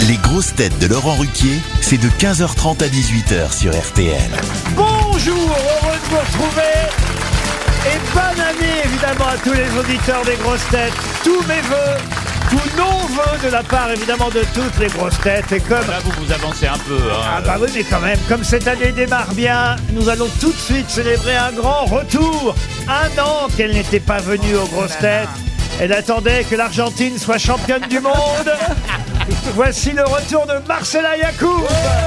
Les grosses têtes de Laurent Ruquier, c'est de 15h30 à 18h sur RTL. Bonjour, heureux de vous retrouver. Et bonne année évidemment à tous les auditeurs des grosses têtes. Tous mes vœux, tous nos vœux de la part évidemment de toutes les grosses têtes. Et comme... Là, vous avancez un peu. Ah bah oui, mais quand même, comme cette année démarre bien, nous allons tout de suite célébrer un grand retour. 1 an qu'elle n'était pas venue aux grosses têtes. Elle attendait que l'Argentine soit championne du monde. Voici le retour de Marcella Yacoub.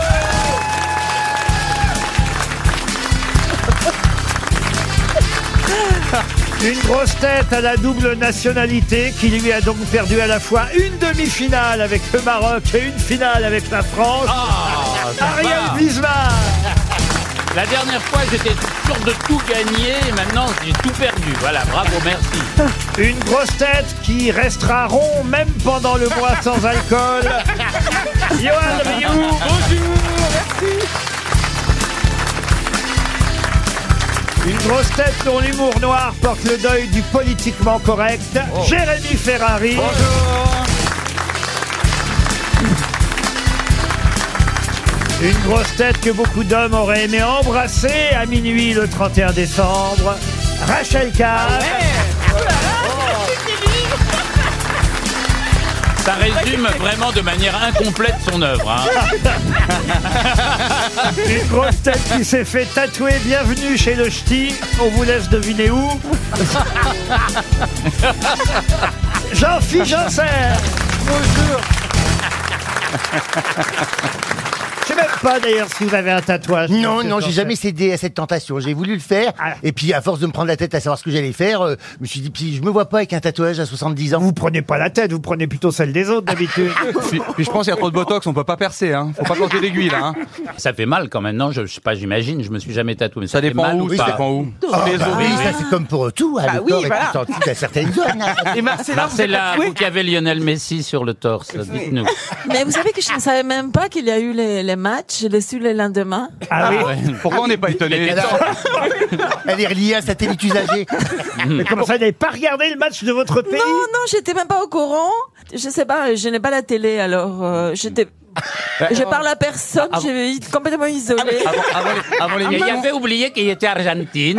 Une grosse tête à la double nationalité qui lui a donc perdu à la fois une demi-finale avec le Maroc et une finale avec la France. Ariel Wiesmann. La dernière fois, j'étais sûr de tout gagner et maintenant, j'ai tout perdu. Voilà, bravo, merci. Une grosse tête qui restera rond même pendant le mois sans alcool. Johan Rioux. Bonjour, merci. Une grosse tête dont l'humour noir porte le deuil du politiquement correct. Jérémy Ferrari. Bonjour. Une grosse tête que beaucoup d'hommes auraient aimé embrasser à minuit le 31 décembre. Rachel Kahn. Ça résume vraiment de manière incomplète son œuvre. Hein. Une grosse tête qui s'est fait tatouer « Bienvenue chez le ch'ti ». On vous laisse deviner où. Jean-Philippe Janssen. Bonjour. Je sais même pas d'ailleurs si vous avez un tatouage. Non, j'ai jamais cédé à cette tentation. J'ai voulu le faire, et puis à force de me prendre la tête à savoir ce que j'allais faire, je me suis dit, puis je me vois pas avec un tatouage à 70 ans. Vous prenez pas la tête, vous prenez plutôt celle des autres d'habitude. Puis je pense qu'il y a trop de botox, on peut pas percer, hein. Faut pas planter d'aiguille là, hein. Ça fait mal quand même, non? Je sais pas, j'imagine, je me suis jamais tatoué. Mais Ça fait dépend mal où, ou ça pas? dépend où. Oh, oui, ça c'est comme pour tout, hein, le corps est plus sensible à certaines zones. Et Marcella, vous qui avez Lionel Messi sur le torse, dites-nous. Mais vous savez que je ne savais même pas qu'il y a eu les matchs. Je l'ai su le lendemain. Ah oui. Ouais. Pourquoi on n'est pas étonné? Elle est reliée à un satellite usagé. Mais comment ça, vous n'avez pas regardé le match de votre pays? Non, j'étais même pas au courant. Je sais pas, je n'ai pas la télé, alors j'étais... Je parle à personne, je suis complètement isolée. Avant Il l'émission, avait oublié qu'il était Argentine.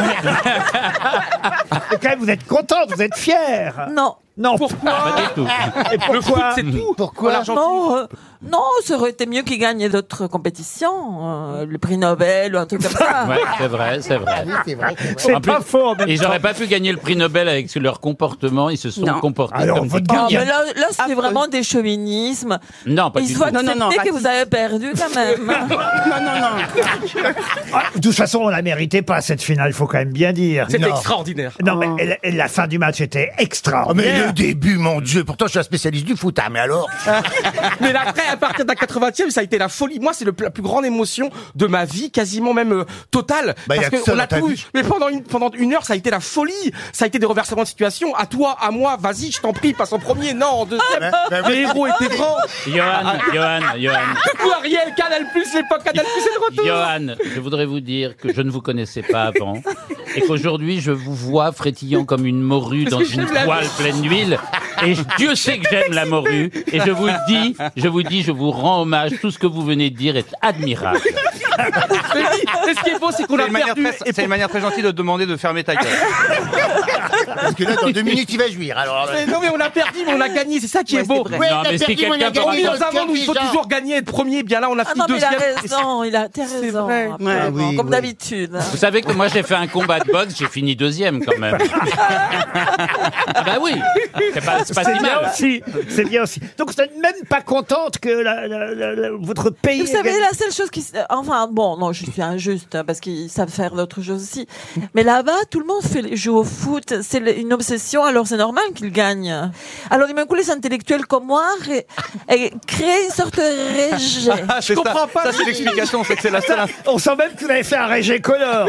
Mais quand même, vous êtes contente, vous êtes fière. Non. Non. Pas du tout. Et pourquoi? Pourquoi? Non, ça aurait été mieux qu'ils gagnent d'autres compétitions, le prix Nobel ou un truc comme ça. Ouais, c'est vrai, c'est vrai. Oui, c'est vrai. C'est En pas plus, faux en même Ils temps. n'auraient pas pu gagner le prix Nobel avec leur comportement. Ils se sont comportés Alors, comme votre des... Oh, gagne. mais là c'était vraiment des chauvinismes. Non, pas Il du faut tout. accepter que vous avez perdu quand même. Ah, de toute façon, on la méritait pas cette finale, il faut quand même bien dire. c'est Non. extraordinaire. Non, mais la fin du match était Oh, mais extraordinaire. le début, mon Dieu, pourtant je suis un spécialiste du foot, hein, mais alors? Mais après, à partir de la 80e, ça a été la folie. Moi, c'est la plus grande émotion de ma vie, quasiment même totale. Bah, y a parce que ça qu'on dans a ta tout vie. eu. Mais pendant une heure, ça a été la folie. Ça a été des reversements de situation. À toi, à moi, vas-y, je t'en prie, passe en premier. Non, en deuxième. Les héros étaient grands. Johan. Coucou Ariel, Canal+, l'époque Canal+, est de retour. Johan, je voudrais vous dire que je ne vous connaissais pas avant et qu'aujourd'hui je vous vois frétillant comme une morue dans que une j'aime la poêle vie. pleine d'huile et Dieu sait que j'aime la morue et je vous rends hommage, tout ce que vous venez de dire est admirable. Mais ce qui est beau, c'est qu'on a perdu. c'est une manière très gentille de te demander de fermer ta gueule. Parce que là, dans 2 minutes, il va jouir, alors. Mais non, mais on a perdu, mais on a gagné. C'est ça qui est beau. c'est vrai. Ouais, Non, on a mais si perdu, on a quelqu'un peut On est gagné dans dans un le cœur monde où il faut des gens. toujours gagner, être premier. Bien là, on a Ah fini non, mais il a deuxième. raison, il a raison. vrai. Absolument, Oui, comme oui. d'habitude. Vous savez que moi j'ai fait un combat de boxe, j'ai fini 2e quand même. Ah bah oui, c'est pas si C'est bien mal. aussi, c'est bien aussi. Donc vous n'êtes même pas contente que votre pays... Vous ait savez, gagné. la seule chose qui... Enfin, bon, non, je suis injuste, hein, parce qu'ils savent faire d'autres choses aussi. Mais là-bas, tout le monde joue au foot. C'est une obsession, alors c'est normal qu'ils gagnent. Alors, d'un coup, les intellectuels comme moi créent une sorte de rejet. Je comprends pas. Ça, c'est l'explication, c'est que c'est la seule. On sent même que vous avez fait un régé color.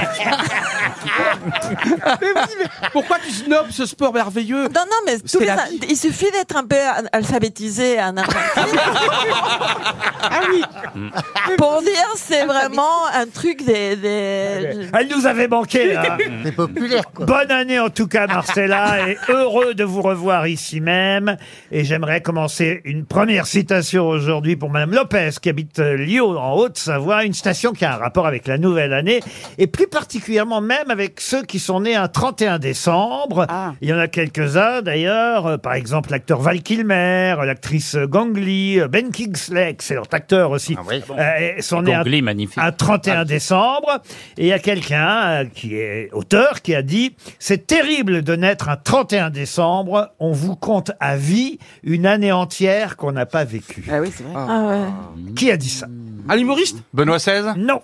Pourquoi tu snobs ce sport merveilleux? Non, mais C'est la vie. il suffit d'être un peu alphabétisé en Argentine Ah oui. pour dire c'est vraiment un truc des... Elle nous avait manqué, là. C'est populaire, quoi. Bonne année en tout cas, Marcella, et heureux de vous revoir ici même. Et j'aimerais commencer une première citation aujourd'hui pour Madame Lopez, qui habite Lyon, en Haute-Savoie, une citation qui a un rapport avec la nouvelle année, et plus particulièrement même avec ceux qui sont nés un 31 décembre. Il y en a quelques-uns d'ailleurs, par exemple l'acteur Val Kilmer, l'actrice Gangly, Ben Kingsley, excellent acteur aussi, sont nés un 31 décembre. Et il y a quelqu'un qui est auteur qui a dit « C'est terrible de naître un 31 décembre, on vous compte à vie une année entière qu'on n'a pas vécue. » Ah oui, c'est vrai. Ah ouais. Qui a dit ça? Un humoriste? Benoît XVI? Non.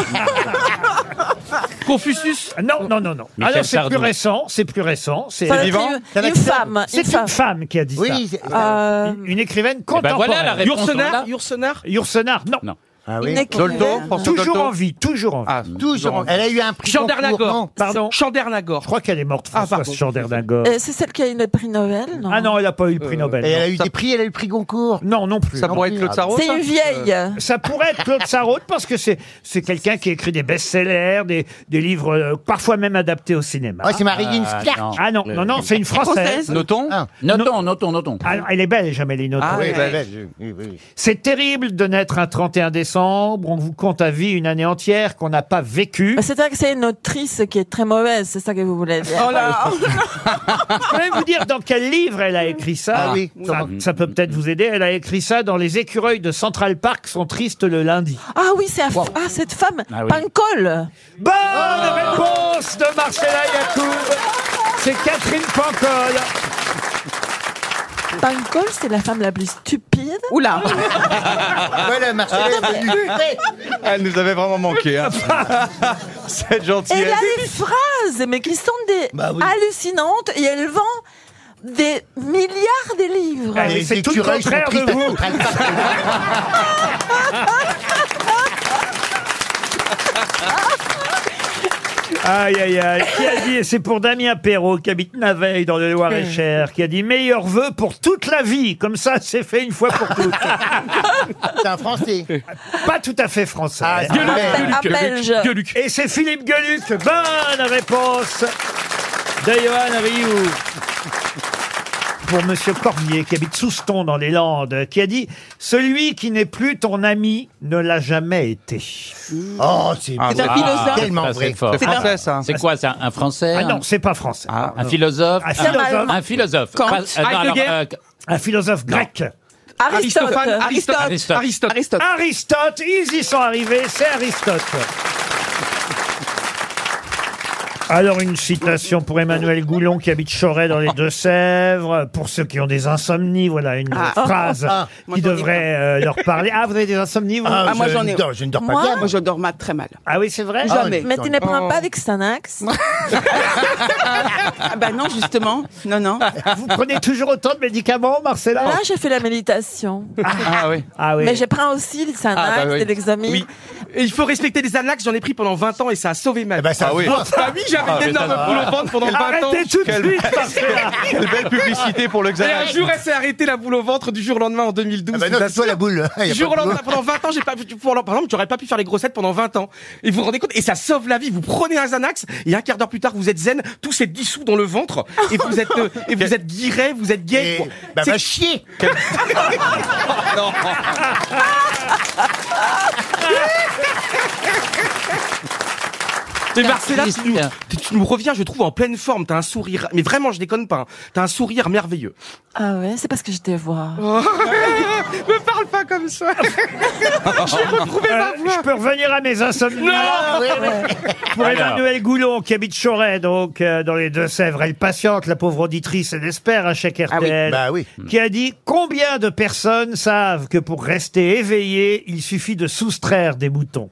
Confucius? Non. Alors c'est plus récent, c'est Ça vivant? Une femme. C'est une femme qui a dit Oui, ça. Une écrivaine contemporaine. voilà la réponse. Yourcenar? Yourcenar, non. Ah oui. Dolto? François Toujours Dolto en vie, toujours en vie. Ah, Toujours. Elle a eu un prix concours, Chandernagor. non? Pardon. Chandernagor. Je crois qu'elle est morte, Françoise pardon. Chandernagor. C'est celle qui a eu le prix Nobel, non? Ah non, elle n'a pas eu le prix Nobel. Et elle a non. eu des prix, elle a eu le prix Goncourt. Non plus. Ça pourrait être Claude Sarraute? C'est une vieille. Ça pourrait être Claude Sarraute parce que c'est quelqu'un qui écrit des best-sellers, des livres parfois même adaptés au cinéma. Ouais, c'est Marie-Lynn Clark. Ah non, c'est une Française. Notons? Notons. Ah, elle est belle, Amélie Nothomb. Ah oui, C'est terrible de naître un 31 décembre, on vous compte à vie une année entière qu'on n'a pas vécue. C'est-à-dire que c'est une autrice qui est très mauvaise, c'est ça que vous voulez dire. Oh là. Je vais vous dire dans quel livre elle a écrit ça. Ah oui. Ça peut peut-être vous aider. Elle a écrit ça dans Les écureuils de Central Park sont tristes le lundi. Ah oui, c'est cette femme, Ah oui. Pancol. Bonne réponse de Marcella Yacoub. C'est Catherine Pancol. Pancol, c'est la femme la plus stupide. Oula. Voilà, Marcella est venue. Elle nous avait vraiment manqué. Hein. Cette Elle gentillesse. a des phrases, mais qui sont hallucinantes, et elle vend des milliards de livres. Allez, c'est tout le écureuils sont contraire de tristes à vous. Central Park. Aïe, aïe, aïe. Qui a dit, et c'est pour Damien Perrault, qui habite Naveil dans le Loir-et-Cher, qui a dit meilleur vœu pour toute la vie. Comme ça, c'est fait une fois pour toutes. C'est un Français. Pas tout à fait français. Ah, c'est Un Belge. Gueuluc. Et c'est Philippe Gueluc. Bonne réponse de Johan Rioux. Pour Monsieur Cormier, qui habite Souston dans les Landes, qui a dit « Celui qui n'est plus ton ami ne l'a jamais été. Oh, c'est C'est un philosophe. tellement Ça, vrai. c'est fort. C'est français, ça. C'est quoi, c'est un français? » Ah non, c'est pas français. Un philosophe? Un philosophe. Un philosophe. Kant. Un philosophe grec. Aristote. Aristote. Aristote, ils y sont arrivés, c'est Aristote. Alors, une citation pour Emmanuel Goulon, qui habite Choret dans les Deux-Sèvres. Pour ceux qui ont des insomnies, voilà une phrase Moi, qui j'en ai devrait leur parler. Ah, vous avez des insomnies, vous? Ah, moi, j'en ai. Je ne dors pas Moi bien. Moi, je dors très mal. Ah oui, c'est vrai? Jamais. Mais tu ne prends pas des Xanax? Ah bah non, justement. Non. Vous prenez toujours autant de médicaments, Marcella? Là, j'ai fait la méditation. Ah oui. Ah oui. Mais je prends aussi le Xanax, Ah, bah oui. de l'examen. Oui. Et il faut respecter les Xanax, j'en ai pris pendant 20 ans et ça a sauvé ma vie. Eh ben, ça Ah oui. Ah oui, j'avais d'énormes boules au ventre pendant 20 ans. Arrêtez tout de suite, Marcella. Quelle belle publicité pour le Et un Xanax. jour, elle s'est arrêtée la boule au ventre du jour au lendemain en 2012. Ah bah non, c'est toi la boule. Il y a Du jour pas au de lendemain, pendant 20 ans, par exemple, j'aurais pas pu faire les grossettes pendant 20 ans. Et vous vous rendez compte? Et ça sauve la vie. Vous prenez un Xanax, et un quart d'heure plus tard, vous êtes zen, tout s'est dissous dans le ventre, et vous êtes guiré, vous êtes gay. Et, bah, C'est- va chier. Non. Mais Marcella, triste. tu nous reviens, je trouve, en pleine forme. T'as un sourire, mais vraiment, je déconne pas. Hein. T'as un sourire merveilleux. Ah ouais, c'est parce que je te vois. Me parle pas comme ça. J'ai retrouvé ma voix. Je peux revenir à mes insomnies. Pour Alors. Emmanuel Goulon, qui habite Choret, donc dans les Deux-Sèvres, elle patiente, la pauvre auditrice, elle espère un chèque RTL, Bah oui. qui a dit « Combien de personnes savent que pour rester éveillé, il suffit de soustraire des boutons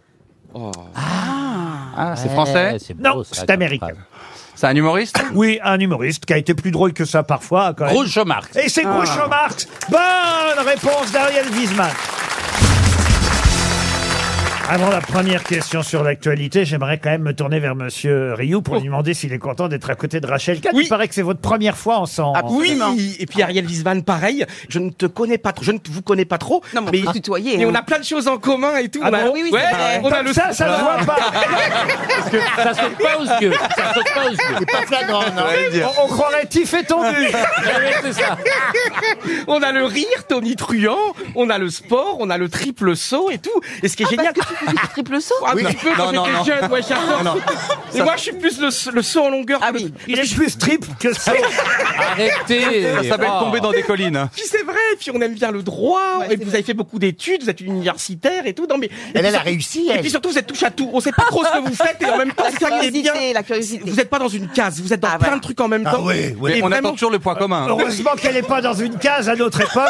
Ah, c'est français? C'est beau, Non, ça, c'est comme américain. phrase. C'est un humoriste? » Oui, un humoriste qui a été plus drôle que ça parfois. Quand même. Groucho Marx. Et c'est Groucho Marx. Bonne réponse d'Ariel Wiesman. Avant la première question sur l'actualité, j'aimerais quand même me tourner vers Monsieur Rioux pour lui demander s'il est content d'être à côté de Rachel Kahn. Oui. Il paraît que c'est votre première fois ensemble. Oui, et puis Ariel Wiesmann, pareil. Je ne te connais pas trop, je ne vous connais pas trop. Non, mais on peut se tutoyer, mais hein. on a plein de choses en commun et tout. Ah On a- bon Oui, ouais, c'est vrai. on a Comme le ça ne voit pas. Ça saute pas aux yeux. Ça saute pas aux yeux. C'est pas flagrant, non? On croirait Tiff et tendu. Ouais, c'est ça. On a le rire, Tony Truant, on a le sport, on a le triple saut et tout. Et ce qui est génial, Parce que tu fais du triple saut. un petit peu quand Non, non, j'étais jeune, ouais, j'adore. Et moi, je suis plus le saut en longueur. Ah oui. Il est plus triple que ça. Arrêtez. Ça s'appelle Oh. tomber dans des collines. Puis c'est vrai, puis on aime bien le droit, et vous avez fait beaucoup d'études, vous êtes universitaire et tout. Non, mais, Elle a réussi, et elle. puis surtout, vous êtes touche à tout. On sait pas trop ce que vous faites, et en même temps, La c'est ça qui est bien. curiosité, la curiosité. Vous n'êtes pas dans une case, vous êtes dans Ah, plein voilà. de trucs en même Ah temps. oui, oui. Et On vraiment- attend toujours le point commun. hein. Heureusement qu'elle n'est pas dans une case à notre époque.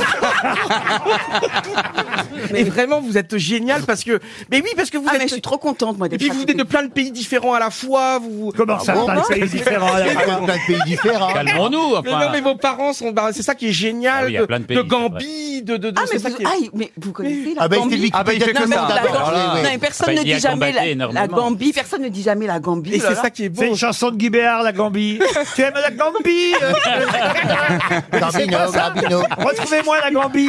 Mais vraiment, vous êtes génial parce que, mais oui, parce que vous Ah, êtes. mais je suis trop contente, moi, Et d'être puis vous venez de plein de pays différents à la fois. Comment ça, bon plein de pays différents à la Il y a fois. plein de pays différents. Calmons-nous, Mais non, enfin. mais vos parents sont. Bah, c'est ça qui est génial. Ah oui, il y a plein de pays, Gambie, de. Ah, mais c'est ça vous, qui est- mais vous connaissez la Ah ben c'est Gambie? lui qui Ah ben, il peut fait dire que tout le ça. monde La d'abord. Gambie. Oui, oui. Non, mais personne Enfin, ne il y a dit jamais combattu la énormément. Gambie. Personne ne dit jamais la Gambie. Et Oh là c'est là. ça qui est C'est beau. une chanson de Guy Béard, la Gambie. Tu aimes la Gambie? Gambino, Gambino. Retrouvez-moi la Gambie.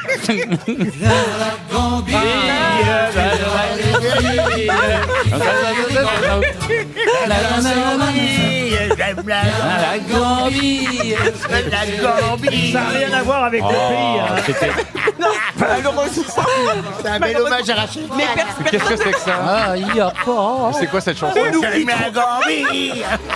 La Gambie. Ça n'a rien à voir avec le pays. hein. C'était- C'est un bel hommage à Rachel. Mais Qu'est-ce que c'est que ça Ah, il y a pas. C'est quoi cette chanson J'aime la Gambie.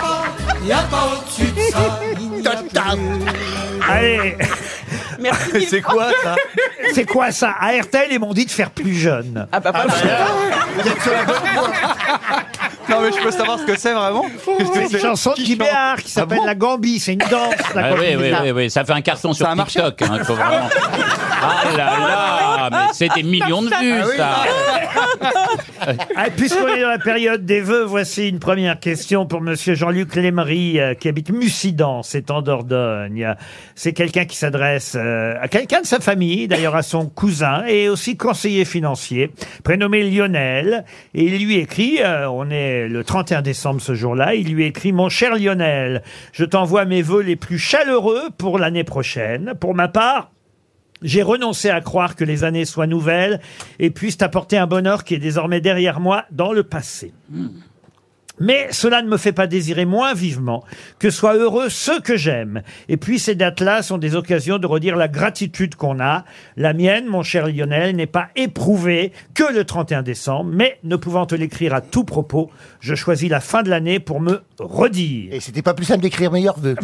Allez, merci. C'est quoi ça c'est quoi ça? À RTL, ils m'ont dit de faire plus jeune. Ah bah Ah voilà. bah là, vous êtes sur la bonne voie. Non mais je peux savoir ce que c'est vraiment Qu'est-ce que C'est une c'est chanson de Qui Guy chante Béard qui s'appelle bon la Gambie. C'est une danse. la Ah, Gambie. oui, ça fait un carton sur Ça a marché. TikTok. Hein, il faut vraiment. Ah là là, mais c'est des millions de vues, ça. Ah, puisqu'on est dans la période des vœux, voici une première question pour Monsieur Jean-Luc Lémery, qui habite Mussidan, c'est en Dordogne. C'est quelqu'un qui s'adresse à quelqu'un de sa famille, d'ailleurs à son cousin, et aussi conseiller financier, prénommé Lionel. Et il lui écrit, on est le 31 décembre ce jour-là, il lui écrit « Mon cher Lionel, je t'envoie mes vœux les plus chaleureux pour l'année prochaine. Pour ma part, j'ai renoncé à croire que les années soient nouvelles et puissent apporter un bonheur qui est désormais derrière moi dans le passé. Mais cela ne me fait pas désirer moins vivement que soient heureux ceux que j'aime. Et puis ces dates-là sont des occasions de redire la gratitude qu'on a. La mienne, mon cher Lionel, n'est pas éprouvée que le 31 décembre, mais ne pouvant te l'écrire à tout propos, je choisis la fin de l'année pour me redire. Et c'était pas plus simple d'écrire meilleurs vœux.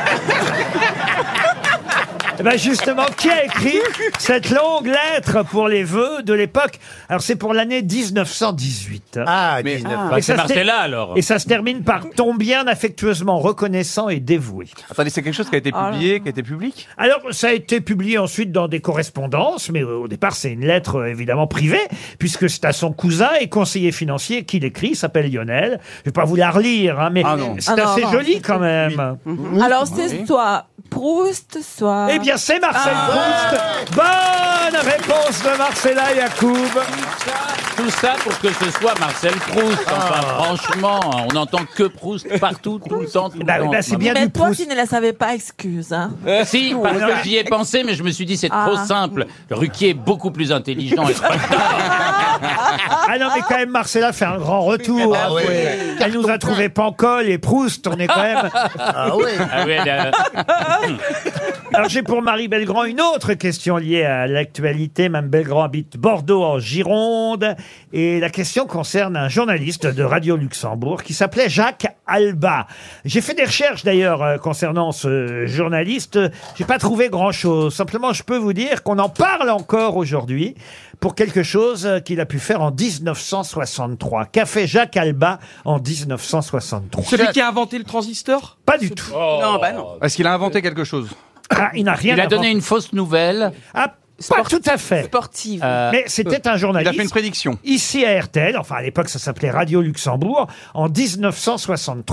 Eh ben justement, qui a écrit cette longue lettre pour les vœux de l'époque? Alors c'est pour l'année 1918. Ah, Mais- 19. Bah, Et c'est ça, c'est- Marcella, alors. Et ça se termine par « ton bien affectueusement reconnaissant et dévoué Attendez, c'est quelque chose qui a été publié, qui a été public ». Alors, ça a été publié ensuite dans des correspondances, mais au départ, c'est une lettre évidemment privée, puisque c'est à son cousin et conseiller financier qu'il écrit, il s'appelle Lionel. Je vais pas vous la relire, hein, mais Ah non. c'est Ah non, assez non. joli quand même. Alors c'est soit Proust, soit. Eh bien, c'est Marcel Proust. Bonne réponse de Marcella Yacoub. Tout ça pour que ce soit Marcel Proust. Enfin, franchement, on n'entend que Proust partout, tout le temps, tout le Bah oui, temps. bah, c'est bien Mais du toi, Proust. tu ne la savais pas, excuse. Hein. Si, parce que j'y ai pensé, mais je me suis dit, c'est trop Ah. simple. Ruquier est beaucoup plus intelligent. Et Ah non, mais quand même, Marcella fait un grand retour. Ah ouais. Elle nous a trouvé Pancol et Proust. On est quand même. Ah ouais. Ah oui, Alors j'ai pour Marie Belgrand une autre question liée à l'actualité. Mme Belgrand habite Bordeaux en Gironde et la question concerne un journaliste de Radio Luxembourg qui s'appelait Jacques Alba. J'ai fait des recherches d'ailleurs concernant ce journaliste. J'ai pas trouvé grand-chose. Simplement, je peux vous dire qu'on en parle encore aujourd'hui pour quelque chose qu'il a pu faire en 1963. Qu'a fait Jacques Alba en 1963? Celui qui a inventé le transistor? Pas du tout. Non, bah non. Est-ce qu'il a inventé quelque chose Ah, il n'a rien il a donné inventé. une fausse nouvelle. Ah, pas tout à fait. Sportive. Mais c'était un Il a journaliste. fait une prédiction. Ici à RTL, enfin à l'époque ça s'appelait Radio Luxembourg, en 1963.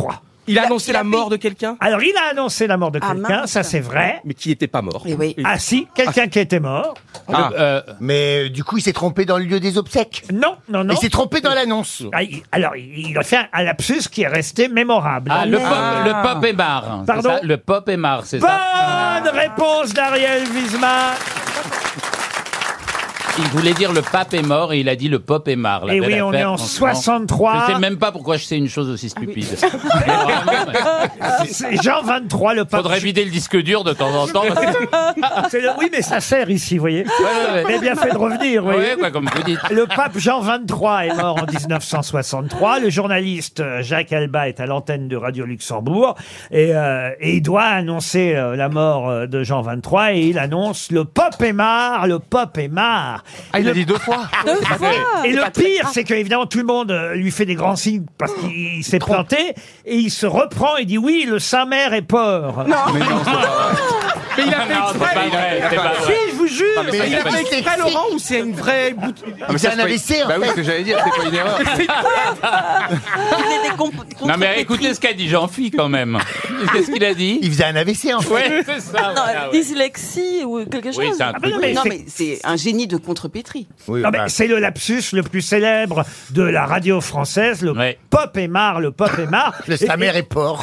Il a annoncé la mort de quelqu'un? Alors, il a annoncé la mort de Ah, quelqu'un, mince. ça c'est vrai. Mais qui n'était pas mort. Oui, oui. Ah si, quelqu'un qui était mort. Mais du coup, il s'est trompé dans le lieu des obsèques. Non, non, non. Il s'est trompé dans l'annonce. Ah, alors, il a fait un lapsus qui est resté mémorable. Ah, le pop est marre. c'est Pardon ça le pop est marre, c'est ça? Bonne réponse d'Ariel Wiesmann. Il voulait dire le pape est mort et il a dit le pop est marre. La Et belle oui, on affaire, est en franchement. 63. Je sais même pas pourquoi je sais une chose aussi stupide. Mais vraiment, C'est Jean 23, le pape. faudrait vider le disque dur de temps en temps. Oui, mais ça sert ici, vous voyez. Ouais. Vous avez bien fait de revenir, vous voyez. Ouais, quoi, comme vous dites. Le pape Jean 23 est mort en 1963. Le journaliste Jacques Alba est à l'antenne de Radio Luxembourg et il doit annoncer la mort de Jean 23 et il annonce le pop est marre, le pop est marre. Ah, il l'a dit 2 fois. Et le pire, c'est qu'évidemment, tout le monde lui fait des grands signes parce qu'il s'est planté et il se reprend et dit oui, le Saint-Mère est porc. Mais non, c'est pas vrai. Mais il a fait Non, c'est pas exprès. vrai, c'est pas Si, vrai. je vous jure. mais Il a pas fait du exprès, Laurent, ou c'est une vraie Ah, mais C'est ça, un pas- AVC, en Bah oui, fait. ce que j'allais dire, c'est pas une erreur. Non mais écoutez ce qu'a dit Jean-Phi quand même. Qu'est-ce qu'il a dit? Il faisait un AVC, en fait. Ouais, c'est ça. Non, voilà, ouais. dyslexie ou quelque chose. Oui, c'est un Ah, truc. non, mais Non, c'est- mais c'est un génie de contrepétrie. Oui, Non, mais bah, c'est le lapsus le plus célèbre de la radio française, le Ouais. pop est marre, le pop est marre. le Saint-Mère est porc.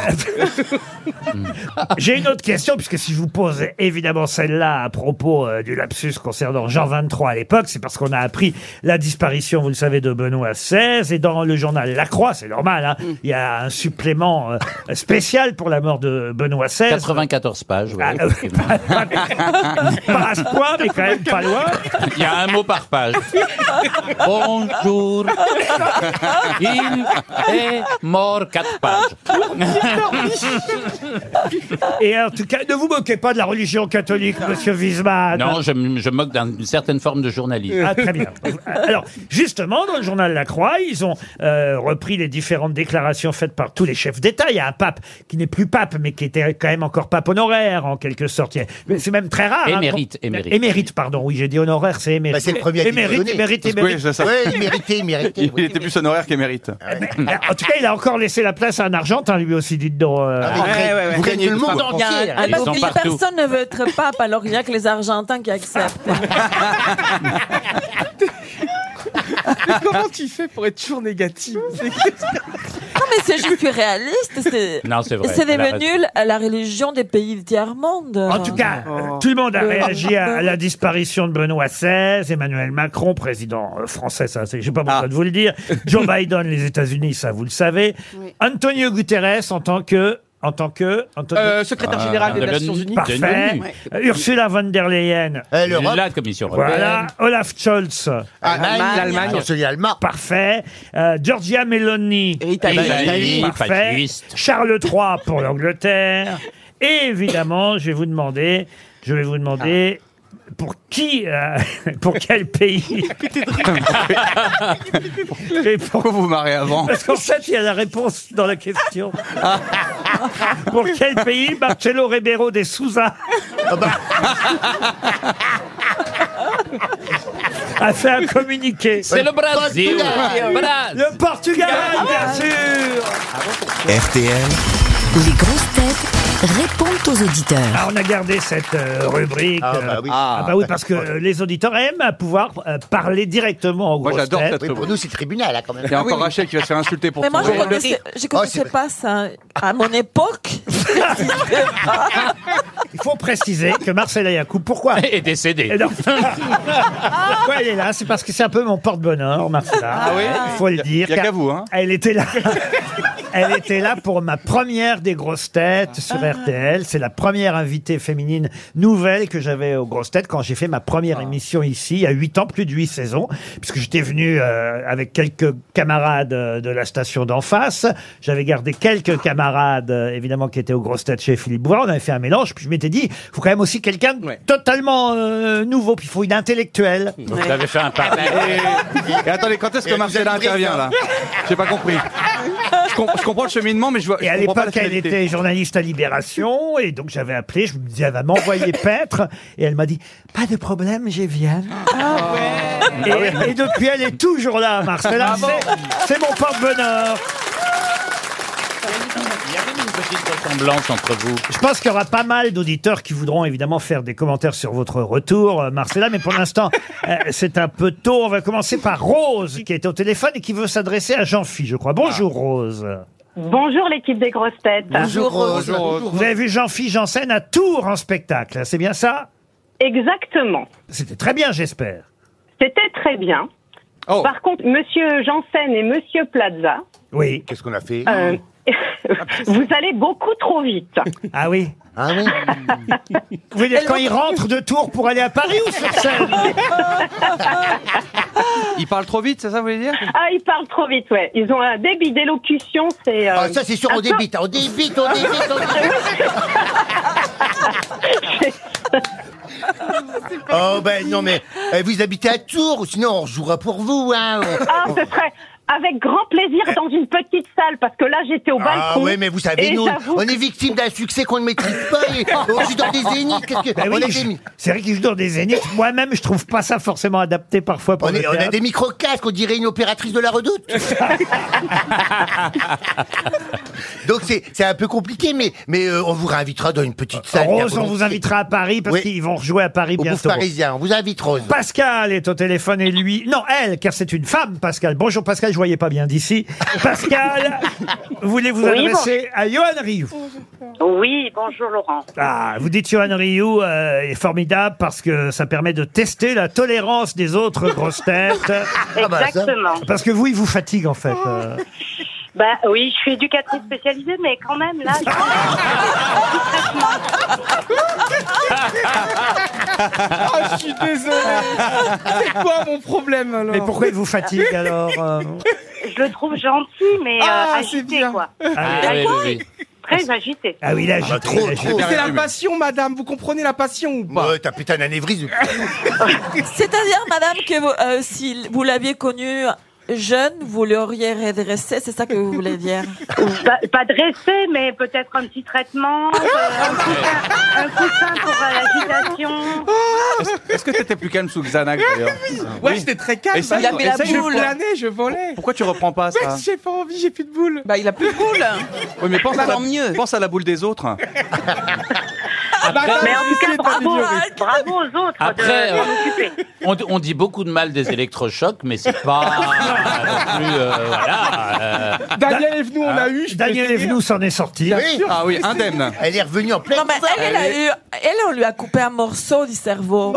J'ai une autre question, puisque si je vous pose évidemment celle-là à propos du lapsus concernant Jean 23 à l'époque, c'est parce qu'on a appris la disparition, vous le savez, de Benoît XVI, et dans le journal La Croix, c'est normal, hein, il y a un supplément spécial pour la mort de Benoît XVI. 94 pages, ouais, Ah, effectivement. Pas à ce point, mais quand même pas loin. Il y a un mot par page. Bonjour. Il est mort 4 pages. Et en tout cas, ne vous moquez pas de la religion catholique, monsieur Wiesmann. Non, je me moque d'une certaine forme de journalisme. Ah, très bien. Alors, justement, dans le journal La Croix, ils ont repris les différentes déclarations faites par tous les chefs d'État. Il y a un pape qui n'est plus pape, mais qui était quand même encore pape honoraire, en quelque sorte. Mais c'est même très rare. Émérite, hein, émérite. Émérite, pardon. Oui, j'ai dit honoraire, c'est émérite. Bah, c'est le premier à Émérite, démissionner. émérite, Oui, émérite. c'est ça. Ouais, il méritait. Il était plus honoraire qu'émérite. En tout cas, il a encore laissé la place à un Argentin, lui aussi, dites donc. Vous gagnez le monde Il y a entier. un- Ah, Ils parce sont que partout. personne ne veut être pape, alors il n'y a que les Argentins qui acceptent. Mais comment tu fais pour être toujours négatif? Non, mais c'est juste que réaliste. Non, c'est vrai. C'est elle a devenu la religion des pays tiers-monde. En tout cas, tout le monde a réagi à la disparition de Benoît XVI, Emmanuel Macron, président français, ça, je sais pas besoin de vous le dire, Joe Biden, les États-Unis, ça vous le savez, Oui. Antonio Guterres en tant que Secrétaire général des de Nations l'ONU. Unies. parfait, l'ONU. Ouais. Ursula von der Leyen, L'Europe, La Commission européenne. voilà, Olaf Scholz, L'Allemagne. chancelier allemand. parfait, Giorgia Meloni, Italie, parfait, fasciste. Charles III pour l'Angleterre, et évidemment, je vais vous demander pour qui, pour quel pays et pour Pourquoi vous vous marrez avant? Parce qu'en fait, il y a la réponse dans la question. Pour quel pays Marcelo Ribeiro de Souza a fait un communiqué? C'est le Brésil. Le Portugal, bien sûr. RTL, Les grosses têtes répondent aux auditeurs. Ah, on a gardé cette rubrique. Ah, bah oui. Ah bah oui, parce que les auditeurs aiment pouvoir parler directement aux Moi, grosses j'adore têtes. cette Oui, pour rubrique. nous, c'est tribunal, là, quand même. Il y a encore Rachel qui va se faire insulter pour Mais moi, son je rire. connaissais, c'est pas ça. À mon époque, Il faut préciser que Marcella Yacoub, pourquoi Est décédé. Et non. Pourquoi elle est là? C'est parce que c'est un peu mon porte-bonheur, Marcella. Ah oui Il faut le dire. Il y a car qu'à vous, hein. Elle était là. Elle était là pour ma première des grosses têtes sur RTL. C'est la première invitée féminine nouvelle que j'avais aux grosses têtes quand j'ai fait ma première émission ici, il y a 8 ans, plus de 8 saisons, puisque j'étais venu avec quelques camarades de la station d'en face. J'avais gardé quelques camarades, évidemment, qui étaient aux grosses têtes chez Philippe Bouvard. On avait fait un mélange, puis je m'étais dit, il faut quand même aussi quelqu'un de totalement nouveau, puis il faut une intellectuelle. Donc vous avez fait un parallèle. Et attendez, quand est-ce que Marcella intervient, là? J'ai pas compris. Je comprends le cheminement, mais je vois. Et à je comprends pas l'époque, la elle finalité. était journaliste à Libération, et donc j'avais appelé, je me disais, elle va m'envoyer paître, et elle m'a dit, pas de problème, j'y viens. Et depuis, elle est toujours là, Marcella. C'est mon porte-bonheur. Il y avait une petite ressemblance entre vous. Je pense qu'il y aura pas mal d'auditeurs qui voudront évidemment faire des commentaires sur votre retour, Marcella, mais pour l'instant, c'est un peu tôt. On va commencer par Rose, qui est au téléphone et qui veut s'adresser à Jean-Phi, je crois. Bonjour, Rose. Bonjour l'équipe des grosses têtes. Bonjour, Rose. Vous avez vu Jean-Phi Janssen à Tours en spectacle, c'est bien ça? Exactement. C'était très bien, j'espère. C'était très bien. Oh. Par contre, Monsieur Janssen et Monsieur Plaza, Oui. Qu'est-ce qu'on a fait vous allez beaucoup trop vite. Ah oui. Ah oui. Vous voulez dire quand ils rentrent de Tours pour aller à Paris ou sur scène? Il parle trop vite, c'est ça, vous voulez dire? Ah, ils parlent trop vite, ouais. Ils ont un débit d'élocution, c'est... Ah, ça c'est sûr, on débite, on débite, on débite, on débite. Oh ben non mais vous habitez à Tours, ou sinon on jouera pour vous, hein. Ah, ce serait avec grand plaisir dans une petite salle, parce que là j'étais au balcon. Ah ouais, mais vous savez, et nous, j'avoue on est que- victime d'un succès qu'on ne maîtrise pas et on joue dans des zéniths. Qu'est-ce que... Ben oui, on, a des... c'est vrai qu'ils jouent dans des zéniths. Moi-même, je trouve pas ça forcément adapté parfois pour le on a théâtre. des micro-casques, on dirait une opératrice de la Redoute. Donc c'est un peu compliqué, mais on vous réinvitera dans une petite salle. bien Rose, on volontiers. vous invitera à Paris parce Oui. qu'ils vont rejouer à Paris Au Bouffe bientôt. Parisien, on vous invite Rose. Pascal est au téléphone et lui... Non, elle, car c'est une femme, Pascal. Bonjour Pascal, je voyais pas bien d'ici. Pascal, voulez-vous Oui, adresser à Johan Rioux. Oui, bonjour Laurent. Ah, vous dites Johan Rioux est formidable parce que ça permet de tester la tolérance des autres grosses têtes. Exactement. Parce que vous, il vous fatigue en fait. Bah oui, je suis éducatrice spécialisée, mais quand même, là... Ah, je suis désolé. C'est quoi mon problème alors? Mais pourquoi il vous fatigue alors Je le trouve gentil, mais Ah, c'est agité, bien. quoi. Oui, oui. Très agité. Ah oui, là, j'ai trop. C'est la passion, madame. Vous comprenez la passion ou pas? Ouais, t'as pété un anévrisme. C'est-à-dire, madame, que si vous l'aviez connu jeune, vous l'auriez redressé, c'est ça que vous voulez dire? Pas dressé, mais peut-être un petit traitement, un coussin pour l'agitation. Est-ce que t'étais plus calme sous Xanax d'ailleurs? Ouais, j'étais très calme. Essaye, Bah, il avait la je boule. planais, je volais. Pourquoi tu reprends pas ça? Ouais, j'ai pas envie, j'ai plus de boule. Bah, il a plus de boule. Oui, mais pense à, Tant mieux. pense à la boule des autres. Mais en tout cas, bravo aux autres Après, de s'en occuper. On dit beaucoup de mal des électrochocs, mais c'est pas non plus, voilà. Daniel Evenou, on l'a eu. je Daniel peux essayer. Evenou s'en est sorti. Oui. Ah oui, indemne. Elle est revenue en pleine. Non, mais elle, on lui a coupé un morceau du cerveau.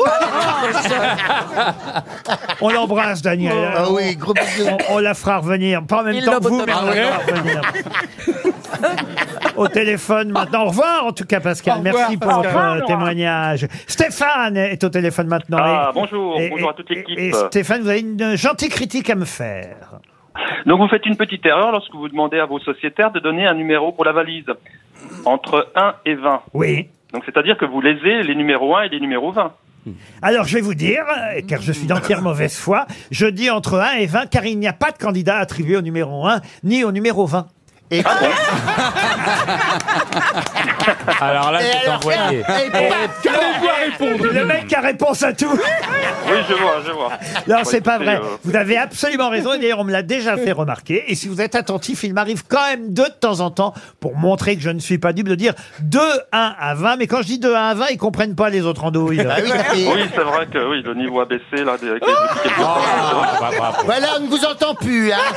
On l'embrasse, Daniel. Ah oui, gros bisous. On la fera revenir. Pas en même Il temps que vous, mais lobotomise. on la fera revenir. Au téléphone maintenant. Au revoir en tout cas Pascal. Au revoir, Merci pour Pascal. votre Au revoir, Laurent. témoignage. Stéphane est au téléphone maintenant. Ah, Et- bonjour, et- bonjour à toute l'équipe. Et Stéphane, vous avez une gentille critique à me faire. Donc vous faites une petite erreur lorsque vous demandez à vos sociétaires de donner un numéro pour la valise, entre 1 et 20. Oui. Donc c'est-à-dire que vous lésez les numéros 1 et les numéros 20. Alors je vais vous dire, car je suis d'entière mauvaise foi, je dis entre 1 et 20 car il n'y a pas de candidat attribué au numéro 1 ni au numéro 20. Et Alors là, c'est envoyé. Le mec a réponse à tout. Oui, je vois. Non, Bon, c'est pas écoutez, vrai. Vous avez absolument raison. Et d'ailleurs, on me l'a déjà fait remarquer. Et si vous êtes attentif, il m'arrive quand même de temps en temps, pour montrer que je ne suis pas dupe, de dire de 1 à 20. Mais quand je dis de 1 à 20, ils comprennent pas les autres andouilles. Ah oui, ça fait- Oui, c'est vrai que oui, le niveau a baissé là, avec les outils quelque part. Voilà, on ne vous entend plus, hein.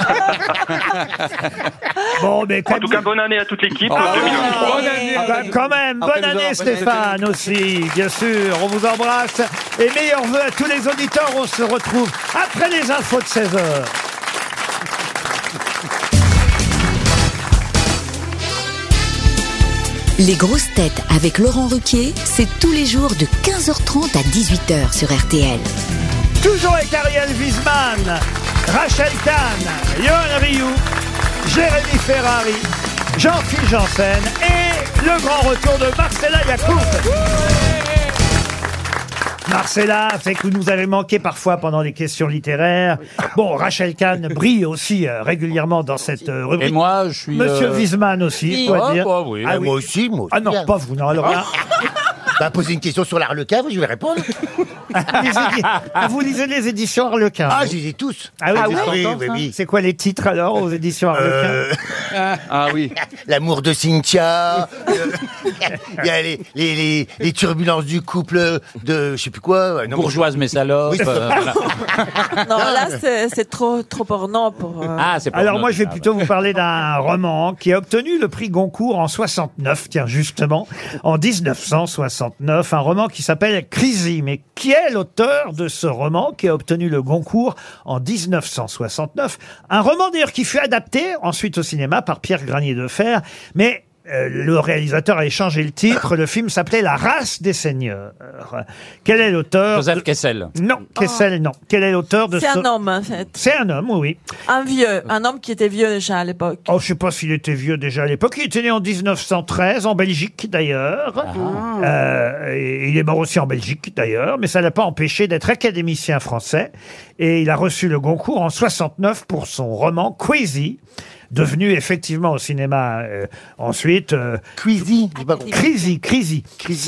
Bon, mais En tout cas, bonne année à toute l'équipe. 2023. Bonne année. Ah bah, quand même, Après bonne nous année avoir Stéphane aussi, bien sûr, on vous embrasse et meilleurs vœux à tous les auditeurs, on se retrouve après les infos de 16h. Les grosses têtes avec Laurent Ruquier, c'est tous les jours de 15h30 à 18h sur RTL. Toujours avec Ariel Wiesman, Rachel Kahn, Johan Rioux, Jérémy Ferrari, Jean-Philippe Janssen et le grand retour de Marcella Yacoub. Marcella, fait que vous nous avez manqué parfois pendant les questions littéraires. Bon, Rachel Kahn brille aussi régulièrement dans cette rubrique. Et moi, je suis. Monsieur Wiesman aussi, Oui. on va Ah, dire. bah oui. Ah Moi aussi, moi aussi. Ah non, pas vous, non, alors là. Bah, posez une question sur l'Arlequin, je vais répondre. Vous lisez les éditions Harlequin? Ah, je les ai tous. Ah oui, oui. C'est quoi les titres alors aux éditions Harlequin? Ah oui. L'amour de Cynthia. Il y a les turbulences du couple de je sais plus quoi. Non, Bourgeoise mais salope. Oui. Voilà. Non, là, c'est trop porno pour... Ah, c'est pas Alors notre- moi, je vais plutôt vous parler d'un roman qui a obtenu le prix Goncourt en 69, tiens justement, en 1969, un roman qui s'appelle Crazy. Mais qui est l'auteur de ce roman qui a obtenu le Goncourt en 1969? Un roman d'ailleurs qui fut adapté ensuite au cinéma par Pierre Granier de Fer, mais le réalisateur a changé le titre. Le film s'appelait La race des seigneurs. Quel est l'auteur? Joseph Kessel. Non, Kessel, non. Quel est l'auteur de C'est ce... un homme, en fait. C'est un homme, oui. Un homme qui était vieux déjà à l'époque. Oh, je sais pas s'il était vieux déjà à l'époque. Il était né en 1913, en Belgique d'ailleurs. Et il est mort aussi en Belgique d'ailleurs, mais ça l'a pas empêché d'être académicien français. Et il a reçu le Goncourt en 69 pour son roman Crazy, devenu effectivement au cinéma ensuite. Crazy, j'ai pas compris. Crazy.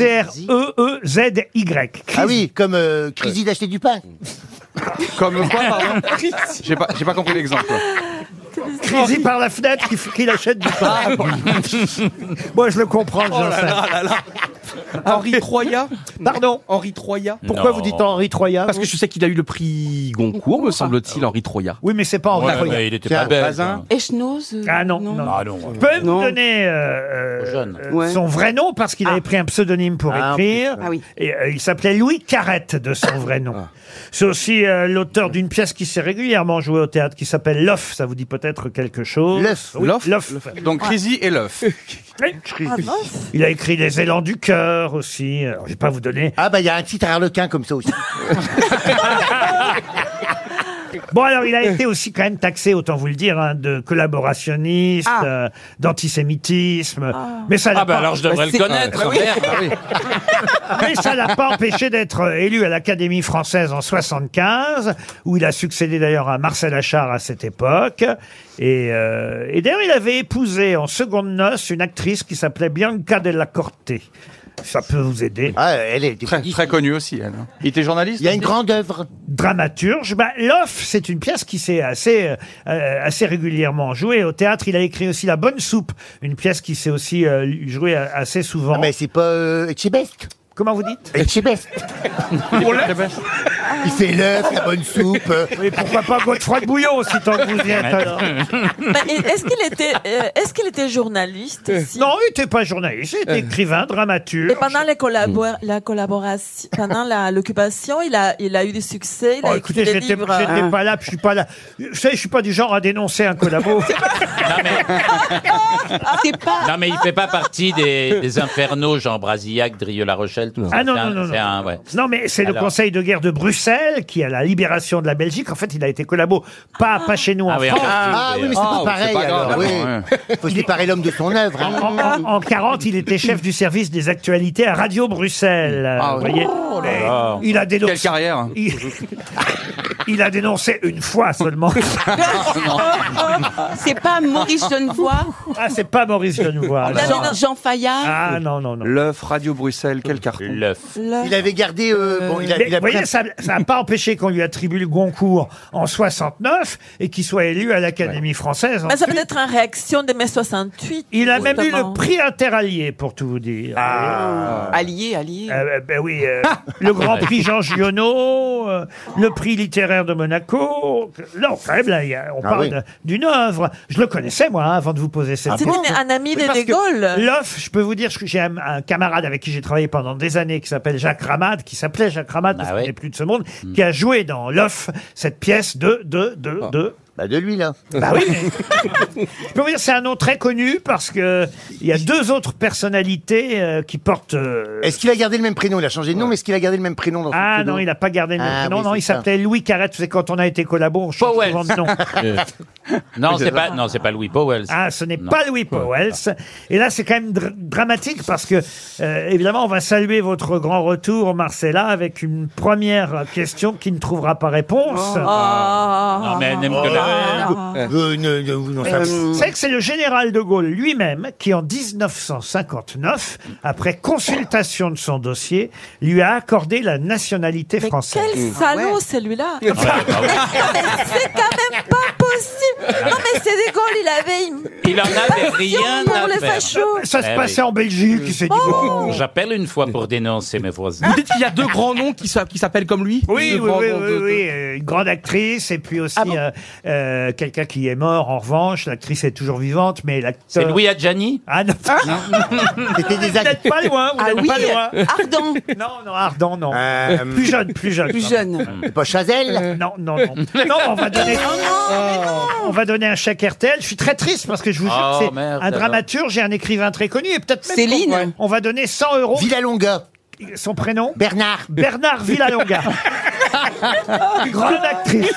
C-R-E-E-Z-Y. Ah oui, comme Crazy d'acheter du pain. Comme quoi, pardon? J'ai pas compris l'exemple. Crazy par la fenêtre qu'il achète du pain. Moi, je le comprends, Oh là là là là. Henri Troya. Pardon? Henri Troya. Pourquoi Non. vous dites Henri Troya? Parce que je sais qu'il a eu le prix Goncourt, me semble-t-il, Henri Troya. Oui, mais c'est pas Henri Ouais, Troya. mais il était Tiens, pas belle. Bazin. Echnoz. Ah non. Ah non. Je peux même vous Non. donner Jeune. son vrai nom parce qu'il avait pris un pseudonyme pour Ah, en écrire. plus. Ah oui. Et il s'appelait Louis Carrette de son vrai nom. C'est aussi l'auteur d'une pièce qui s'est régulièrement jouée au théâtre qui s'appelle L'œuf. Ça vous dit peut-être quelque chose? L'œuf. Oui, L'œuf. L'œuf. Donc Crazy et l'œuf. Oui. Ah, non. Il a écrit Les élans du cœur aussi. Alors, je vais pas vous donner. Ah bah il y a un titre Harlequin comme ça aussi. Bon, alors, il a été aussi quand même taxé, autant vous le dire, hein, de collaborationniste, d'antisémitisme. Mais ça l'a Ah bah pas... alors je devrais le connaître. Merde. Mais ça l'a pas empêché d'être élu à l'Académie française en 75, où il a succédé d'ailleurs à Marcel Achard à cette époque. Et d'ailleurs, il avait épousé en seconde noces une actrice qui s'appelait Bianca Della Corte. Ça peut vous aider. Ah, elle est Très connue aussi, elle. Il était journaliste? Il y a une grande œuvre. Dramaturge. L'Off, c'est une pièce qui s'est assez régulièrement jouée au théâtre. Il a écrit aussi La Bonne Soupe, une pièce qui s'est aussi jouée assez souvent. Ah, mais c'est pas Etchebest. Comment vous dites? Etchebest. Il fait l'œuf, la bonne soupe. Oui, pourquoi pas Godefroy de Bouillon, si tant que vous y êtes alors. Est-ce qu'il était journaliste aussi? Non, il n'était pas journaliste, il était écrivain, dramaturge. Et pendant la collaboration, pendant l'occupation, il a eu du succès, il a Oh, écrit écoutez, des j'étais livres. pas là, puis je suis pas là. Vous savez, je suis pas du genre à dénoncer un collabo. Non mais il fait pas partie des infernaux, Jean Brasillac, Drieux-La Rochelle, tout ça. Ah non, C'est un- non, non, c'est non. un- ouais. Non, mais c'est le Alors. Conseil de guerre de Bruxelles qui a la libération de la Belgique. En fait, il a été collabo, pas chez nous en oui, France. Ah oui, mais c'est pas pareil. c'est pas grave, alors, oui. ouais. Faut séparer l'homme de son œuvre. hein. En 40, il était chef du service des actualités à Radio Bruxelles. Ah Vous oui. voyez. Et il a dénoncé. Quelle carrière. Il a dénoncé une fois seulement. C'est pas Maurice Genevoix, Ah, c'est pas Maurice Genevoix. Jean Fayard. Ah non, non, non. L'œuf, Radio Bruxelles, quel carton. L'œuf. Il avait gardé. Bon, il a, Mais il a vous voyez, pris- ça n'a pas empêché qu'on lui attribue le Goncourt en 69 et qu'il soit élu à l'Académie française. Mais ça ensuite. peut être en réaction de mai 68. Il a même eu justement. le prix interallié, pour tout vous dire. Allié. Ben oui, le Grand Prix Jean Giono, le prix littéraire de Monaco. Non, quand même, là, on parle oui. d'une œuvre. Je le connaissais, moi, hein, avant de vous poser cette C'était question. un ami de Parce De que Gaulle. L'œuf, je peux vous dire que j'ai un camarade avec qui j'ai travaillé pendant des années qui s'appelle Jacques Ramade, qui s'appelait Jacques Ramade, parce Ah qu'il ouais. n'est plus de ce monde, qui a joué dans l'œuf, cette pièce de Bah, de lui, là. bah oui, mais je peux vous dire c'est un nom très connu parce que il y a deux autres personnalités qui portent. Est-ce qu'il a gardé le même prénom? Il a changé de nom, mais est-ce qu'il a gardé le même prénom dans son Ah pseudo? non, il n'a pas gardé le même Ah prénom. oui, Non, c'est il ça. s'appelait Louis Carrette. C'est quand on a été collabo, on change Powell. souvent de nom. Non, c'est pas Louis Powell. Ah, ce n'est Non. pas Louis Powell. Et là, c'est quand même dramatique parce que, évidemment, on va saluer votre grand retour, Marcella, avec une première question qui ne trouvera pas réponse. Non mais elle n'aime que la Vous savez que c'est le général de Gaulle lui-même qui, en 1959, après consultation de son dossier, lui a accordé la nationalité française. Quel salaud celui-là. Mais c'est quand même pas possible. Non mais c'est de Gaulle, Il en avait rien pour à les faire. fachos. Ça se passait en Belgique, il s'est dit bon. J'appelle une fois pour dénoncer mes voisins. Vous dites qu'il y a deux grands noms qui s'appellent comme lui? Oui, Deux oui, grands oui, noms oui, de- oui, une grande actrice et puis aussi quelqu'un qui est mort. En revanche, l'actrice est toujours vivante, mais l'acteur. C'est Louis Adjani? Ah non. C'était des Vous n'êtes pas loin. Vous Ah n'êtes oui, pas loin. Ardent. Non, Ardent, non. Plus jeune, plus jeune. Plus jeune. C'est pas Chazelle? Non, non, non. Non, on va donner. On va donner un chèque RTL. Je suis très triste parce que je vous jure que c'est merde, un alors. dramaturge et un écrivain très connu et peut-être même. Céline. On va donner 100 €. Villalonga. Son prénom? Bernard. Bernard Villalonga. Grande actrice.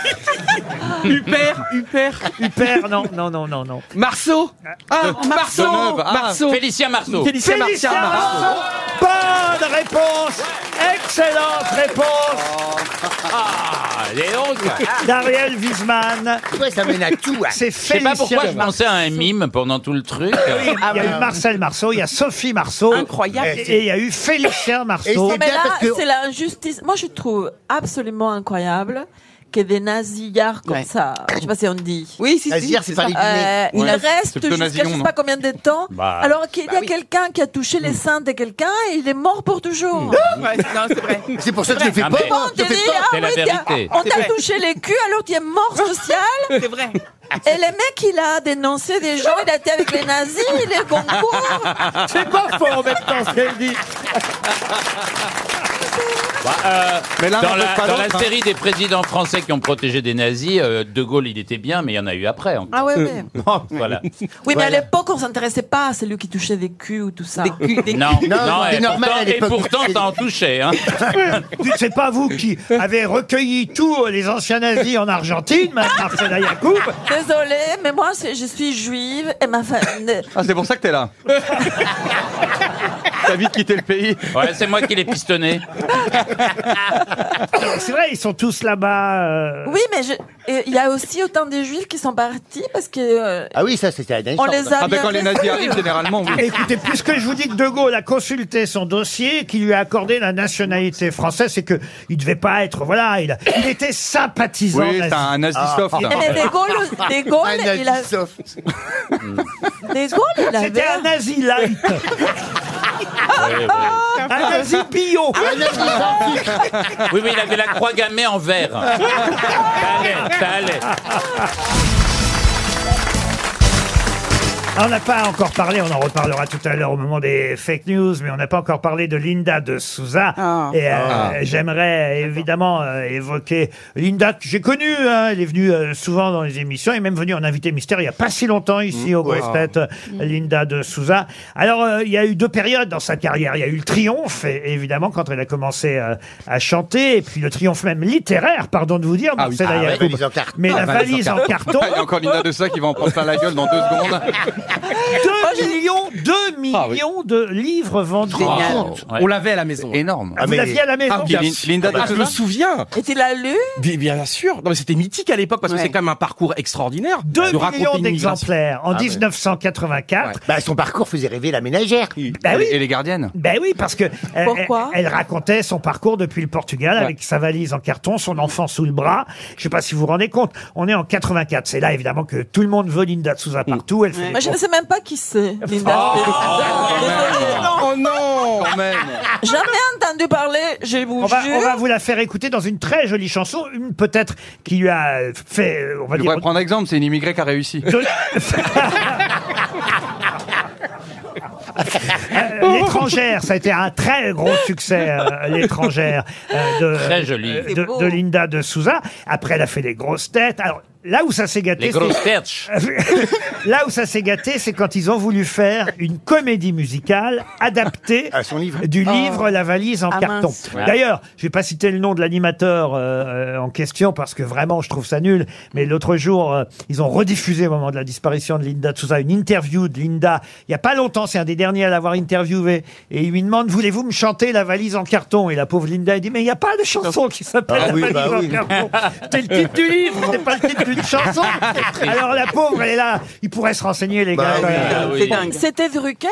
Huppert, non. Marceau. Marceau. Deneuve. Ah, Marceau. Félicien Marceau. Félicien Félicien Marceau. Marceau. Bonne réponse. Excellente réponse Ah, les donc. d'Ariel Wiesman. Ouais, ça mène à tout. hein. C'est Je sais pas Félicien pourquoi je pensais à un mime pendant tout le truc. Oui, il y a eu Marcel Marceau, il y a Sophie Marceau. Incroyable. Et il y a eu Félicien Et Marceau. c'est Mais bien là, parce que- c'est l'injustice. Moi, je trouve absolument incroyable que des nasillards comme Ouais. ça, je sais pas si on dit, Oui, si, Nazir, c'est pas les guillemets. il Ouais, c'est reste plutôt jusqu'à nasillon, je sais non pas combien de temps, Bah. alors qu'il y a oui. quelqu'un qui a touché les seins de quelqu'un et il est mort pour toujours. Ouais, non, c'est vrai. C'est pour ça que je fais Ah, pas. mais- moi. Je On te fais dit, pas. ah c'est la oui, vérité. on t'a touché les culs, alors tu es mort social. C'est vrai. Et le mec, il a dénoncé des gens, il a été avec les nazis, les concours. C'est pas faux en même temps ce qu'elle dit. Mais là, Dans on la, peut pas dans la l'autre, hein. série des présidents français qui ont protégé des nazis, De Gaulle, il était bien, mais il y en a eu après. Encore. Ah ouais, ouais. Voilà. Oui, mais à l'époque, on s'intéressait pas à celui qui touchait des culs ou tout ça. Non, c'est et normal pourtant, à l'époque. et pourtant, ça en touchait. Hein. C'est pas vous qui avez recueilli tous les anciens nazis en Argentine, Mme Marcela Yacoub. Désolée, mais moi, je suis juive et ma famille. Ah, c'est pour ça que t'es là. T'as vite quitté le pays. Ouais, c'est moi qui l'ai pistonné. C'est vrai, ils sont tous là-bas. Oui, mais il y a aussi autant de juifs qui sont partis parce que Ah oui, ça, c'était la dernière on chose. les a Ah, ben bien quand les nazis restés. arrivent, généralement, oui. Écoutez, puisque je vous dis que De Gaulle a consulté son dossier et qu'il lui a accordé la nationalité française, c'est que il devait pas être, voilà, il était sympathisant Oui, nazi. c'est un nazi soft. Eh, mais De Gaulle, Un il a, nazi soft. De Gaulle, il avait C'était un nazi light. Un nazi bio. Un nazi sans sucre. Oui, il avait la croix gammée en verre. Ça allait. On n'a pas encore parlé, on en reparlera tout à l'heure au moment des fake news, mais on n'a pas encore parlé de Linda de Souza. Ah. Et j'aimerais évidemment évoquer Linda, que j'ai connue, hein, elle est venue souvent dans les émissions, elle est même venue en invité mystère il n'y a pas si longtemps ici au Grosses Têtes, Linda de Souza. Alors, il y a eu deux périodes dans sa carrière. Il y a eu le triomphe, évidemment, quand elle a commencé à chanter, et puis le triomphe même littéraire, pardon de vous dire, Ah oui. Marcela Ah ouais, Yacoub. valise en carton. Mais la valise en carton, Il y a encore Linda de ça qui va en prendre plein la gueule dans 2 secondes. 2 millions de livres vendus. Génial. Ouais. On l'avait à la maison. Énorme. Vous l'aviez à la maison. Ah, bien Lin- sûr. Linda de Ah, je me Souza souviens. Et tu l'as lu? Bien sûr. Non, mais c'était mythique à l'époque parce que Ouais. c'est quand même un parcours extraordinaire. 2 de raconter millions une migration. d'exemplaires en 1984. Bah, son parcours faisait rêver la ménagère. Ben oui. Et les gardiennes. Ben oui, parce que Pourquoi elle racontait son parcours depuis le Portugal avec sa valise en carton, son enfant sous le bras. Je sais pas si vous vous rendez compte, on est en 84. C'est là évidemment que tout le monde veut Linda de Souza partout. Elle fait Moi, je ne sais même pas qui c'est, Linda. Désolée. Oh non. Quand même. Jamais entendu parler, je vous on va jure. vous la faire écouter dans une très jolie chanson, une peut-être qui lui a fait, on va Je dire, pourrais prendre exemple, c'est une immigrée qui a réussi. L'étrangère, ça a été un très gros succès, l'étrangère Très joli. de Linda de Souza. Après, elle a fait les grosses têtes. Alors, là où ça s'est gâté, Les grosses têtes. là où ça s'est gâté, c'est quand ils ont voulu faire une comédie musicale adaptée À son livre. du livre La valise en Ah, carton. mince. D'ailleurs, je vais pas citer le nom de l'animateur en question parce que vraiment, je trouve ça nul. Mais l'autre jour, ils ont rediffusé au moment de la disparition de Linda de Souza une interview de Linda. Il y a pas longtemps, c'est un des derniers à l'avoir interviewé. Et il lui demande, voulez-vous me chanter La valise en carton? Et la pauvre Linda, elle dit, mais il n'y a pas de chanson qui s'appelle Ah La oui, valise bah en oui. carton. C'était le titre du livre, c'était pas le titre du d'une chanson. Alors la pauvre, elle est là. Il pourrait se renseigner, les gars. oui, quand même. C'est dingue. C'était Drucker.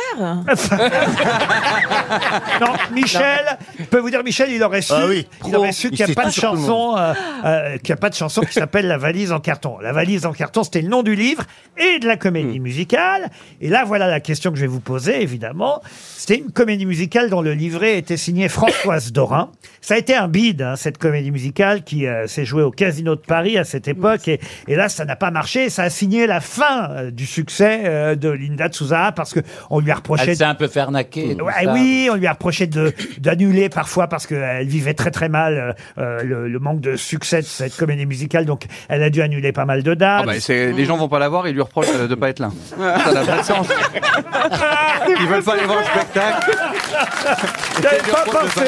Non, Michel, je peux vous dire, Michel, il aurait su, il aurait su qu'il n'y a pas de chanson, qui s'appelle La valise en carton. La valise en carton, c'était le nom du livre et de la comédie musicale. Et là, voilà la question que je vais vous poser, évidemment. C'était une comédie musicale dont le livret était signé Françoise Dorin. Ça a été un bide, hein, cette comédie musicale qui s'est jouée au Casino de Paris à cette époque. Et là, ça n'a pas marché. Ça a signé la fin du succès de Linda de Souza parce que on lui a reproché. Elle s'est un peu fait arnaquer. Oui, on lui a reproché d'annuler parfois parce qu'elle vivait très très mal le manque de succès de cette comédie musicale. Donc, elle a dû annuler pas mal de dates. Les gens vont pas la voir, ils lui reprochent de pas être là. Ça n'a pas de sens. Ils veulent pas aller voir le spectacle. J'avais pas pensé.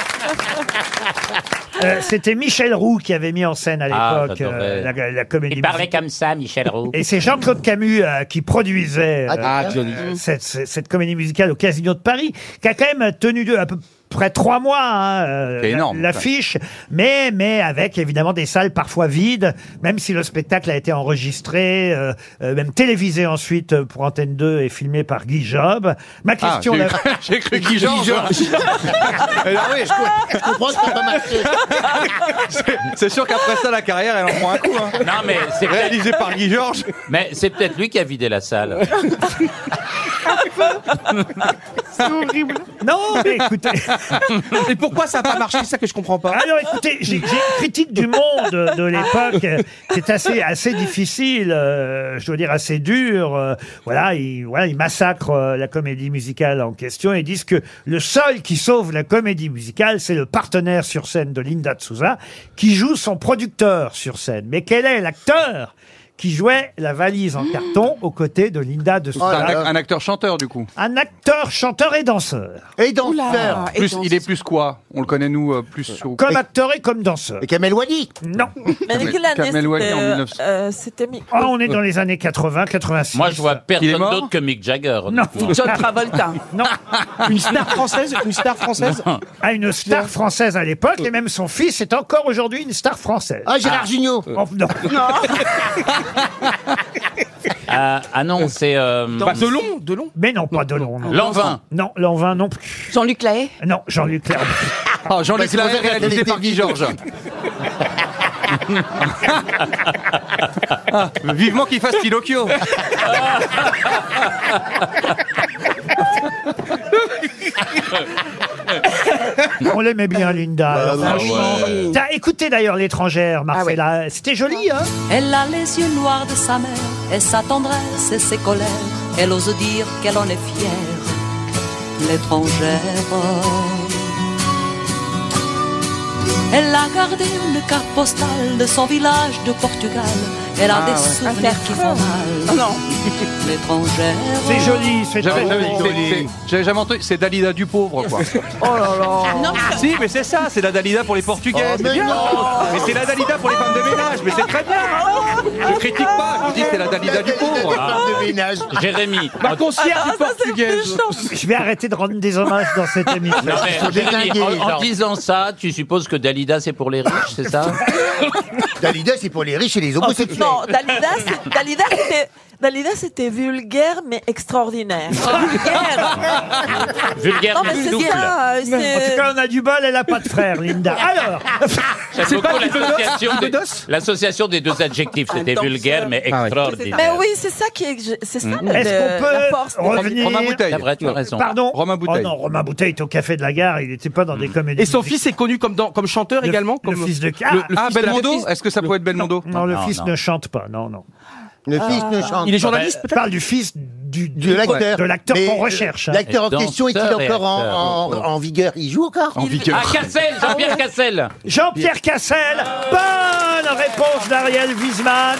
C'était Michel Roux qui avait mis en scène à l'époque la comédie. Il parlait comme ça, Michel Roux. Et c'est Jean-Claude Camus qui produisait cette comédie musicale au Casino de Paris, qui a quand même tenu à peu près 3 mois c'est énorme, l'affiche, mais avec évidemment des salles parfois vides, même si le spectacle a été enregistré, même télévisé ensuite pour Antenne 2 et filmé par Guy Job. Ma question... j'ai cru Guy Job. Alors oui, Je comprends que ça n'a pas marché. c'est sûr qu'après ça, la carrière, elle en prend un coup. Hein. Non, mais c'est réalisé par Guy Georges. Mais c'est peut-être lui qui a vidé la salle. C'est horrible. Non, mais écoutez... Et pourquoi ça n'a pas marché? C'est ça que je comprends pas. Alors écoutez, j'ai une critique du Monde de l'époque qui est assez difficile, je dois dire assez dur. Ils massacrent la comédie musicale en question et disent que le seul qui sauve la comédie musicale, c'est le partenaire sur scène de Linda de Souza qui joue son producteur sur scène. Mais quel est l'acteur qui jouait la valise en carton aux côtés de Linda de Souza? Un acteur-chanteur, du coup. Un acteur, chanteur et danseur. Et danseur. Il est plus quoi? On le connaît, nous, plus sur... Comme acteur et comme danseur. Et Kamel Wally? Non. Mais de quelle année Kamel Wally en 1900. c'était on est dans les années 80, 86. Moi, je vois personne d'autre que Mick Jagger. Non. John Travolta. Non. Une star française? Une star française? Ah, une star française à l'époque, et même son fils est encore aujourd'hui une star française. Ah, Gérard Jugnot. Oh, non. Non, c'est... Delon. Mais non, pas Delon. Non. Lanvin. Non, Lanvin non plus. Jean-Luc Lahaye. Non, Jean-Luc Lahaye. Oh, Jean-Luc Lahaye, réalisé par Guy Georges. Vivement qu'il fasse Pinocchio. On l'aimait bien, Linda. T'as écouté d'ailleurs L'étrangère, Marcella. C'était joli, hein? Elle a les yeux noirs de sa mère, et sa tendresse et ses colères. Elle ose dire qu'elle en est fière, l'étrangère. Elle a gardé une carte postale de son village de Portugal. Elle a des souvenirs qui font mal. Non. L'étrangère. C'est joli, c'est très joli. J'avais jamais entendu, c'est Dalida du pauvre, quoi. Oh là là. Non, Si, mais c'est ça, c'est la Dalida pour les Portugais. Oh, c'est mais bien. non. Mais c'est la Dalida pour les femmes de ménage, mais c'est très bien. Je critique pas, je dis c'est la Dalida du pauvre. De ménage. Jérémy. Ma concierge du portugais. Je vais arrêter de rendre des hommages dans cette émission. Non, mais, sont Jérémy, délingués, en genre. disant ça, tu supposes que Dalida, c'est pour les riches, c'est ça? Dalida, c'est pour les riches et les homosexuels. Non, Dalida, c'était vulgaire mais extraordinaire. Vulgaire Non, mais mais c'est souffle. ça. En tout cas, on a du bol, elle a pas de frère, Linda. Alors, J'aime beaucoup Bedos l'association des deux adjectifs. C'était vulgaire mais extraordinaire. Mais oui, c'est ça qui est. C'est ça. est-ce qu'on la peut force. revenir... Romain Bouteille. C'est vrai, tu as raison. Pardon? Romain Bouteille. Oh non, Romain Bouteille était au Café de la Gare, il n'était pas dans des comédies. Et son fils est connu comme chanteur également. Le Comme fils de... Ah, Belmondo? Est-ce que ça peut être Belmondo? Non, le Non, fils non. ne chante pas, non. Le fils ne chante. Il est journaliste Je peut-être. parle du fils De l'acteur. de l'acteur Mais, qu'on recherche. hein. L'acteur en question est-il Danseur et encore en vigueur? Il joue encore? En vigueur. Ah, Cassel, Jean-Pierre Cassel. Jean-Pierre Cassel, bonne réponse d'Ariel Wiesman.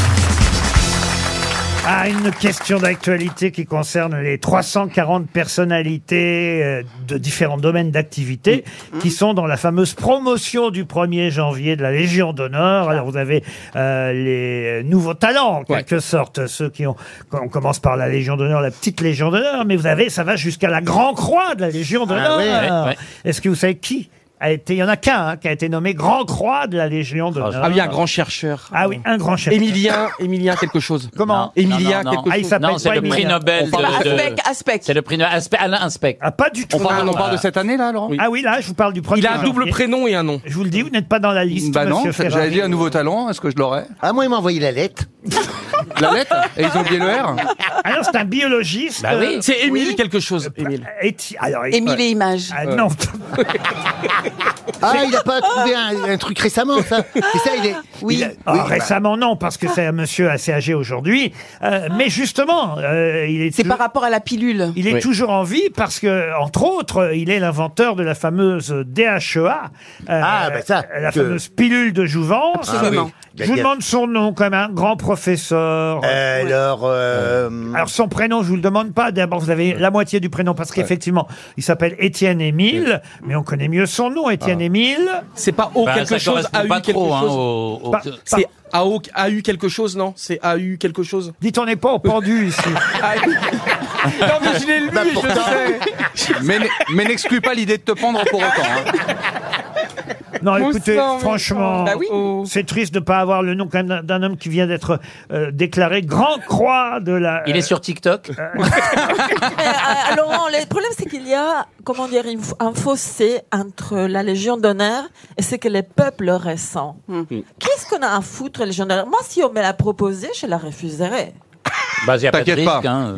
Ah, une question d'actualité qui concerne les 340 personnalités de différents domaines d'activité qui sont dans la fameuse promotion du 1er janvier de la Légion d'honneur. Alors, vous avez les nouveaux talents, en quelque sorte, ceux qui ont... On commence par la Légion d'honneur, la petite Légion d'honneur, mais vous avez, ça va jusqu'à la Grand Croix de la Légion d'honneur. ouais. Est-ce que vous savez qui il y en a qu'un qui a été nommé Grand Croix de la Légion d'honneur. Ah oui, un grand chercheur. Ah oui, un grand chercheur. Émilien quelque chose. Comment? Émilien quelque chose. Ah, il s'appelle Non, c'est le prix Nobel Aspect. C'est le prix Nobel. Alain Aspect. Ah, pas du tout. On parle de cette année, là, Laurent? Ah oui, là, je vous parle du premier. Il a un double janvier. prénom et un nom. Je vous le dis, vous n'êtes pas dans la liste. Bah non, monsieur Ferrari. j'avais dit un nouveau talent, est-ce que je l'aurais? Ah, moi, il m'a envoyé la lettre. La lettre? Et ils ont oublié le R? Alors, c'est un biologiste. Bah oui. C'est Émile quelque chose. Émile. Émile et Images. Ah, non. Ah, il a pas trouvé un truc récemment, ça. C'est ça, il est. Oui. Récemment, non, parce que c'est un monsieur assez âgé aujourd'hui. Mais justement, C'est par rapport à la pilule. il est toujours en vie parce que, entre autres, il est l'inventeur de la fameuse DHEA, la fameuse pilule de jouvence. Absolument. Je vous demande son nom, comme un grand professeur. Alors, Alors son prénom, je vous le demande pas. D'abord, vous avez la moitié du prénom parce qu'effectivement, il s'appelle Étienne Émile, mais on connaît mieux son nom, Étienne Émile. C'est pas O quelque ça chose, correspond AU pas quelque trop, hein, chose. C'est AU quelque chose, non? C'est AU quelque chose. Dites, on n'est pas au pendu ici. Non mais je l'ai lu et je sais. Mais n'exclus pas l'idée de te pendre pour autant. Hein. Non, écoutez, franchement, Bah oui. c'est triste de ne pas avoir le nom quand même d'un homme qui vient d'être déclaré Grand Croix de la... Il est sur TikTok. Laurent, le problème c'est qu'il y a, comment dire, un fossé entre la Légion d'honneur et ce que les peuples ressentent. Qu'est-ce qu'on a à foutre, la Légion d'honneur? Moi, si on me l'a proposé, je la refuserais. Bah, il n'y a pas de T'inquiète risque. pas. Hein.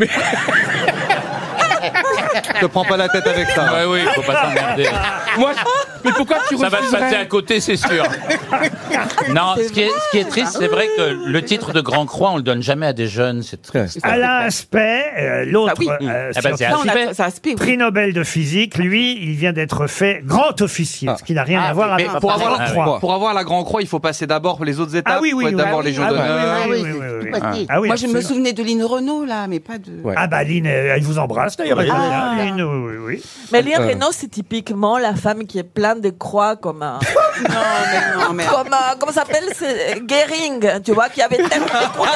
Te prends pas la tête avec ça. Ouais, oui, faut pas s'emmerder. Moi, mais pourquoi tu Ça va te refuserais? passer à côté, c'est sûr. Non, ce qui est triste, c'est vrai que le titre de Grand Croix, on le donne jamais à des jeunes. C'est triste. Alain Aspect, l'autre Ah oui. Ah bah, c'est Là, on Aspect. a ça aspect. prix Nobel de physique, lui, il vient d'être fait grand officier, ce qui n'a rien à voir Mais avec pour avoir, la croix. pour avoir la Grand Croix, il faut passer d'abord les autres étapes. Ah oui, oui, faut être oui. d'abord Ah oui, Légion ah bah d'honneur. oui, oui, c'est oui, tout oui. facile. Ah oui, Moi, je me absolument. souvenais de Lynn Renault, là, mais pas de... Ah bah Lynn, elle vous embrasse d'ailleurs. Elle Ah. est bien, Lynn, oui, oui. Mais Lynn Renault, c'est typiquement la femme qui est pleine de croix comme un... Non, mais... Comme, comment ça s'appelle? C'est Gehring, tu vois, qui avait tellement de croix.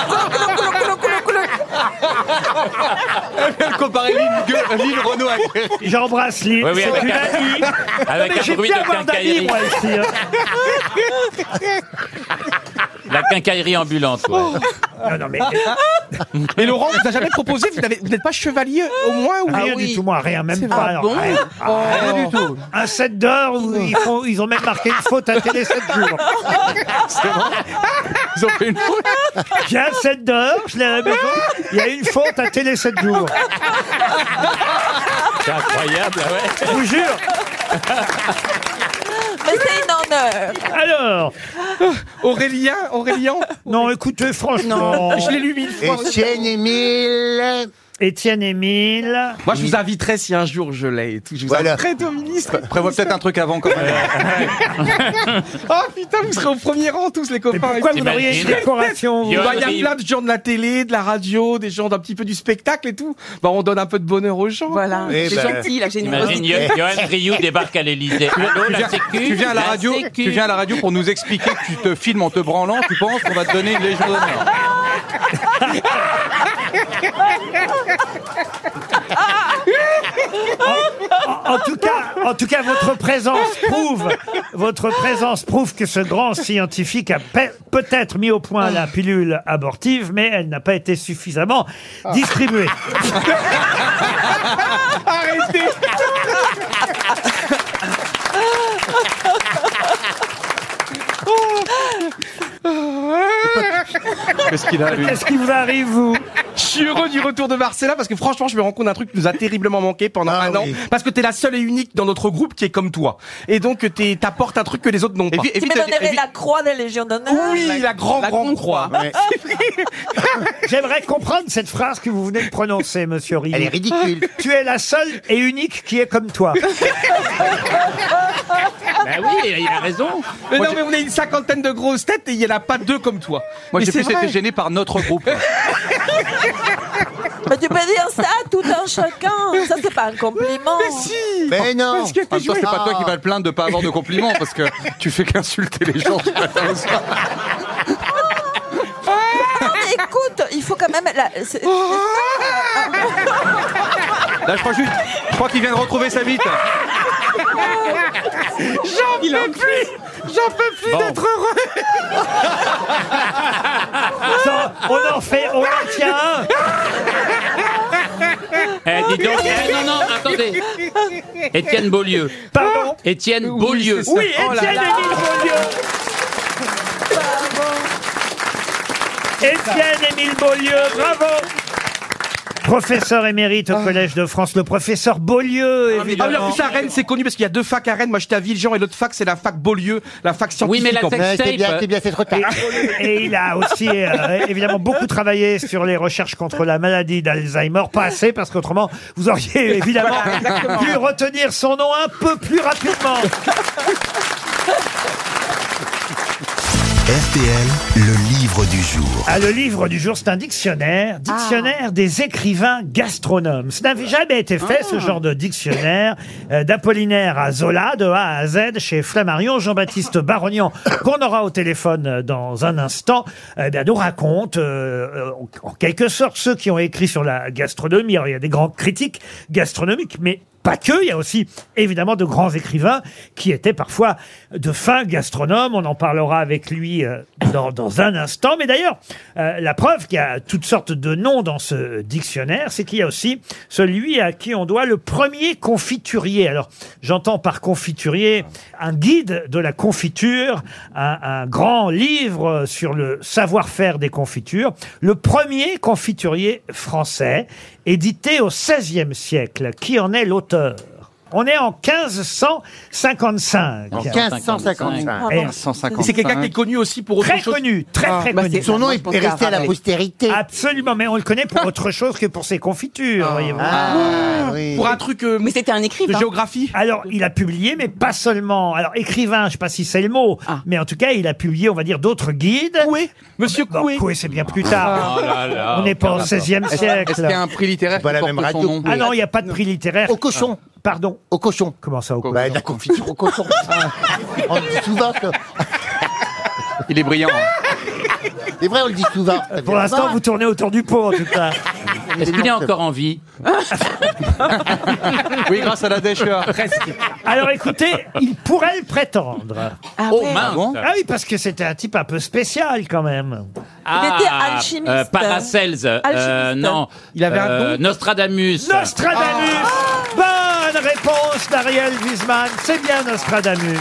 Elle comparait Lynn Renault à J'embrasse Lynn, Oui, oui, c'est avec une un- amie. avec Mais un j'ai bruit bien de avoir d'amis, quincaillerie. moi, ici. hein. La quincaillerie ambulante, ouais. Non, non, mais Et Laurent, vous a jamais proposé, vous n'êtes pas chevalier au moins ou rien oui. du tout, moi, rien, même C'est pas. vrai. alors, Bon. rien. Rien du tout. Un 7 d'heure où ils ont même marqué une faute à Télé 7 jours. Ils ont fait une faute. J'ai un 7 d'heure, je l'ai à la maison, il y a une faute à Télé 7 jours. C'est incroyable, ouais. Je vous jure. Mais c'est un honneur. Alors, Aurélien non, écoutez, franchement. Je l'ai lu 1000 fois. Étienne Émile. Étienne Émile. Moi, je vous inviterai si un jour je l'ai et tout. Je vous Voilà. inviterai au ministre. Prévois peut-être un truc avant quand même. Oh putain, vous serez au premier rang tous les Mais copains. pourquoi vous n'auriez une T'imagines décoration vous Yo- Bah, il y a plein de gens de la télé, de la radio, des gens d'un petit peu du spectacle et tout. Bah, on donne un peu de bonheur aux gens. Voilà, Oui, c'est bah, gentil, la Imagine, générosité. Johan Rioux débarque à l'Élysée. Allô, la sécu, Tu viens à la radio, sécu. tu viens à la radio pour nous expliquer que tu te filmes en te branlant. Tu penses qu'on va te donner une Légion d'honneur? En tout cas, votre présence prouve que ce grand scientifique a peut-être mis au point la pilule abortive, mais elle n'a pas été suffisamment distribuée. Arrêtez. Qu'est-ce qu'il a, lui? Qu'est-ce qui vous arrive, vous? Je suis heureux du retour de Marcella parce que franchement, je me rends compte d'un truc qui nous a terriblement manqué pendant un an. oui. Parce que t'es la seule et unique dans notre groupe qui est comme toi. Et donc, t'apportes un truc que les autres n'ont pas. Et Tu me donnerais la croix des Légions d'honneur? Oui, la grande croix. Ouais. J'aimerais comprendre cette phrase que vous venez de prononcer, monsieur Rioux. Elle est ridicule. Tu es la seule et unique qui est comme toi. Bah oui, il a raison. Mais non, mais on est une cinquantaine de grosses têtes et il y en a pas deux comme toi. Moi, Mais j'ai c'est plus vrai. été gêné par notre groupe. Mais tu peux dire ça à tout un chacun. Ça, c'est pas un compliment. Mais si. Mais non. Parce que En même temps, c'est pas toi qui vas te plaindre de pas avoir de compliments parce que tu fais qu'insulter les gens du matin au soir. Non, mais écoute, il faut quand même... Là, je crois qu'il vient de retrouver sa bite. J'en peux plus d'être heureux. On en tient un. Dis donc, non, attendez. Étienne Beaulieu. Pardon. Étienne Beaulieu. Oui, Étienne-Émile Beaulieu. Étienne-Émile Beaulieu, bravo. Professeur émérite au Collège de France, le professeur Beaulieu, évidemment. En plus, à Rennes, c'est connu parce qu'il y a 2 facs à Rennes. Moi, j'étais à Villejean et l'autre fac, c'est la fac Beaulieu, la fac scientifique. Oui, mais la sextape. C'est bien, c'est trop tard. Et il a aussi, évidemment, beaucoup travaillé sur les recherches contre la maladie d'Alzheimer. Pas assez, parce qu'autrement, vous auriez évidemment pu retenir son nom un peu plus rapidement. RTL, le livre du jour. Ah, le livre du jour, c'est un dictionnaire des écrivains gastronomes. Ça n'avait jamais été fait, ce genre de dictionnaire, d'Apollinaire à Zola, de A à Z, chez Flammarion. Jean-Baptiste Barognan, qu'on aura au téléphone dans un instant, nous raconte, en quelque sorte, ceux qui ont écrit sur la gastronomie. Alors, il y a des grands critiques gastronomiques, mais pas que, il y a aussi évidemment de grands écrivains qui étaient parfois de fins gastronomes. On en parlera avec lui dans un instant. Mais d'ailleurs, la preuve qu'il y a toutes sortes de noms dans ce dictionnaire, c'est qu'il y a aussi celui à qui on doit le premier confiturier. Alors, j'entends par confiturier un guide de la confiture, un grand livre sur le savoir-faire des confitures. Le premier confiturier français, édité au XVIe siècle. Qui en est l'auteur ? On est en 1555. En 1555. C'est quelqu'un qui est connu aussi pour autre chose. Très connu. Son nom est resté à la postérité. Absolument, mais on le connaît pour autre chose que pour ses confitures, voyez-vous. Oui. Pour un truc Mais c'était un écrivain. de géographie. Alors, il a publié, mais pas seulement. Alors, écrivain, je sais pas si c'est le mot, mais en tout cas, il a publié, on va dire, d'autres guides. Coué. Monsieur Coué. Coué, c'est bien plus tard. Oh là là. On n'est pas au XVIe Est-ce siècle. qu'il y a un prix littéraire C'est pas qui la porte même son radio. nom Ah non, il n'y a pas de prix littéraire. Au cochon. Pardon. Au cochon. Comment ça, au cochon? Bah, de la confiture au cochon. On le dit souvent. Il est brillant. C'est vrai, on le dit souvent. Pour l'instant, vous tournez autour du pot, en tout cas. Est-ce qu'il est encore en vie? Oui, grâce à la dèche. Alors écoutez, il pourrait le prétendre. Oh mince. Ah oui, parce que c'était un type un peu spécial quand même. Il était alchimiste. Paracels. Alchimiste. Non. Il avait un don. Nostradamus. Nostradamus. Bonne réponse d'Ariel Wiesman. C'est bien Nostradamus.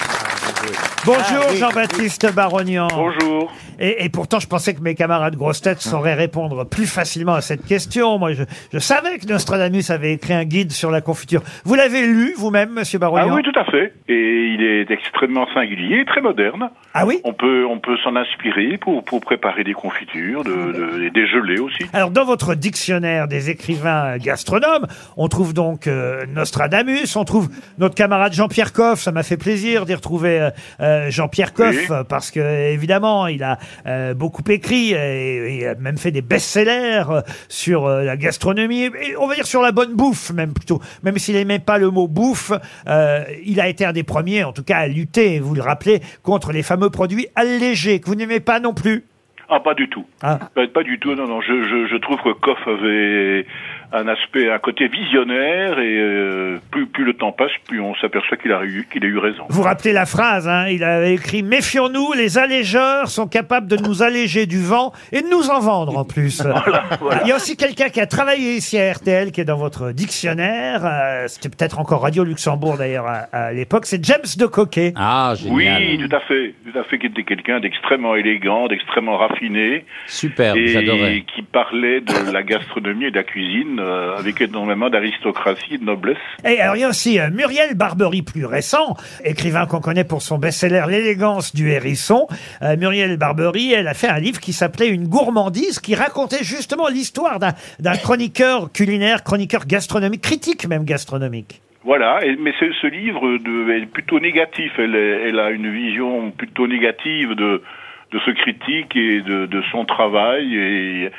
Bonjour Jean-Baptiste Barognan. Bonjour. Et pourtant, je pensais que mes camarades grosses têtes sauraient répondre plus facilement à cette question. Moi, je savais que Nostradamus avait écrit un guide sur la confiture. Vous l'avez lu vous-même, monsieur Barognan? Ah oui, tout à fait. Et il est extrêmement singulier et très moderne. Ah oui? On peut s'en inspirer pour préparer des confitures, des gelées aussi. Alors, dans votre dictionnaire des écrivains gastronomes, on trouve donc Nostradamus, on trouve notre camarade Jean-Pierre Coff. Ça m'a fait plaisir d'y retrouver Jean-Pierre Coff, parce que évidemment, il a beaucoup écrit et a même fait des best-sellers sur la gastronomie, et on va dire sur la bonne bouffe même plutôt. Même s'il n'aimait pas le mot bouffe, il a été un des premiers, en tout cas, à lutter, vous le rappelez, contre les fameux produits allégés que vous n'aimez pas non plus. Ah, pas du tout. Ah. Pas du tout, non. Je trouve que Coff avait un côté visionnaire et plus le temps passe, plus on s'aperçoit qu'il a eu raison. Vous rappelez la phrase, hein, il avait écrit « Méfions-nous, les allégeurs sont capables de nous alléger du vent et de nous en vendre en plus ». Voilà. Il y a aussi quelqu'un qui a travaillé ici à RTL, qui est dans votre dictionnaire, c'était peut-être encore Radio Luxembourg d'ailleurs à l'époque, c'est James de Coquet. Ah, génial. Oui, tout à fait, qui était quelqu'un d'extrêmement élégant, d'extrêmement raffiné. Super, et j'adorais. qui parlait de la gastronomie et de la cuisine avec énormément d'aristocratie et de noblesse. Et alors il y a aussi Muriel Barbery, plus récent, écrivain qu'on connaît pour son best-seller L'élégance du hérisson. Muriel Barbery, elle a fait un livre qui s'appelait Une gourmandise, qui racontait justement l'histoire d'un chroniqueur culinaire, chroniqueur gastronomique, critique même gastronomique. Voilà, mais ce livre est plutôt négatif. Elle a une vision plutôt négative de ce critique et de son travail, et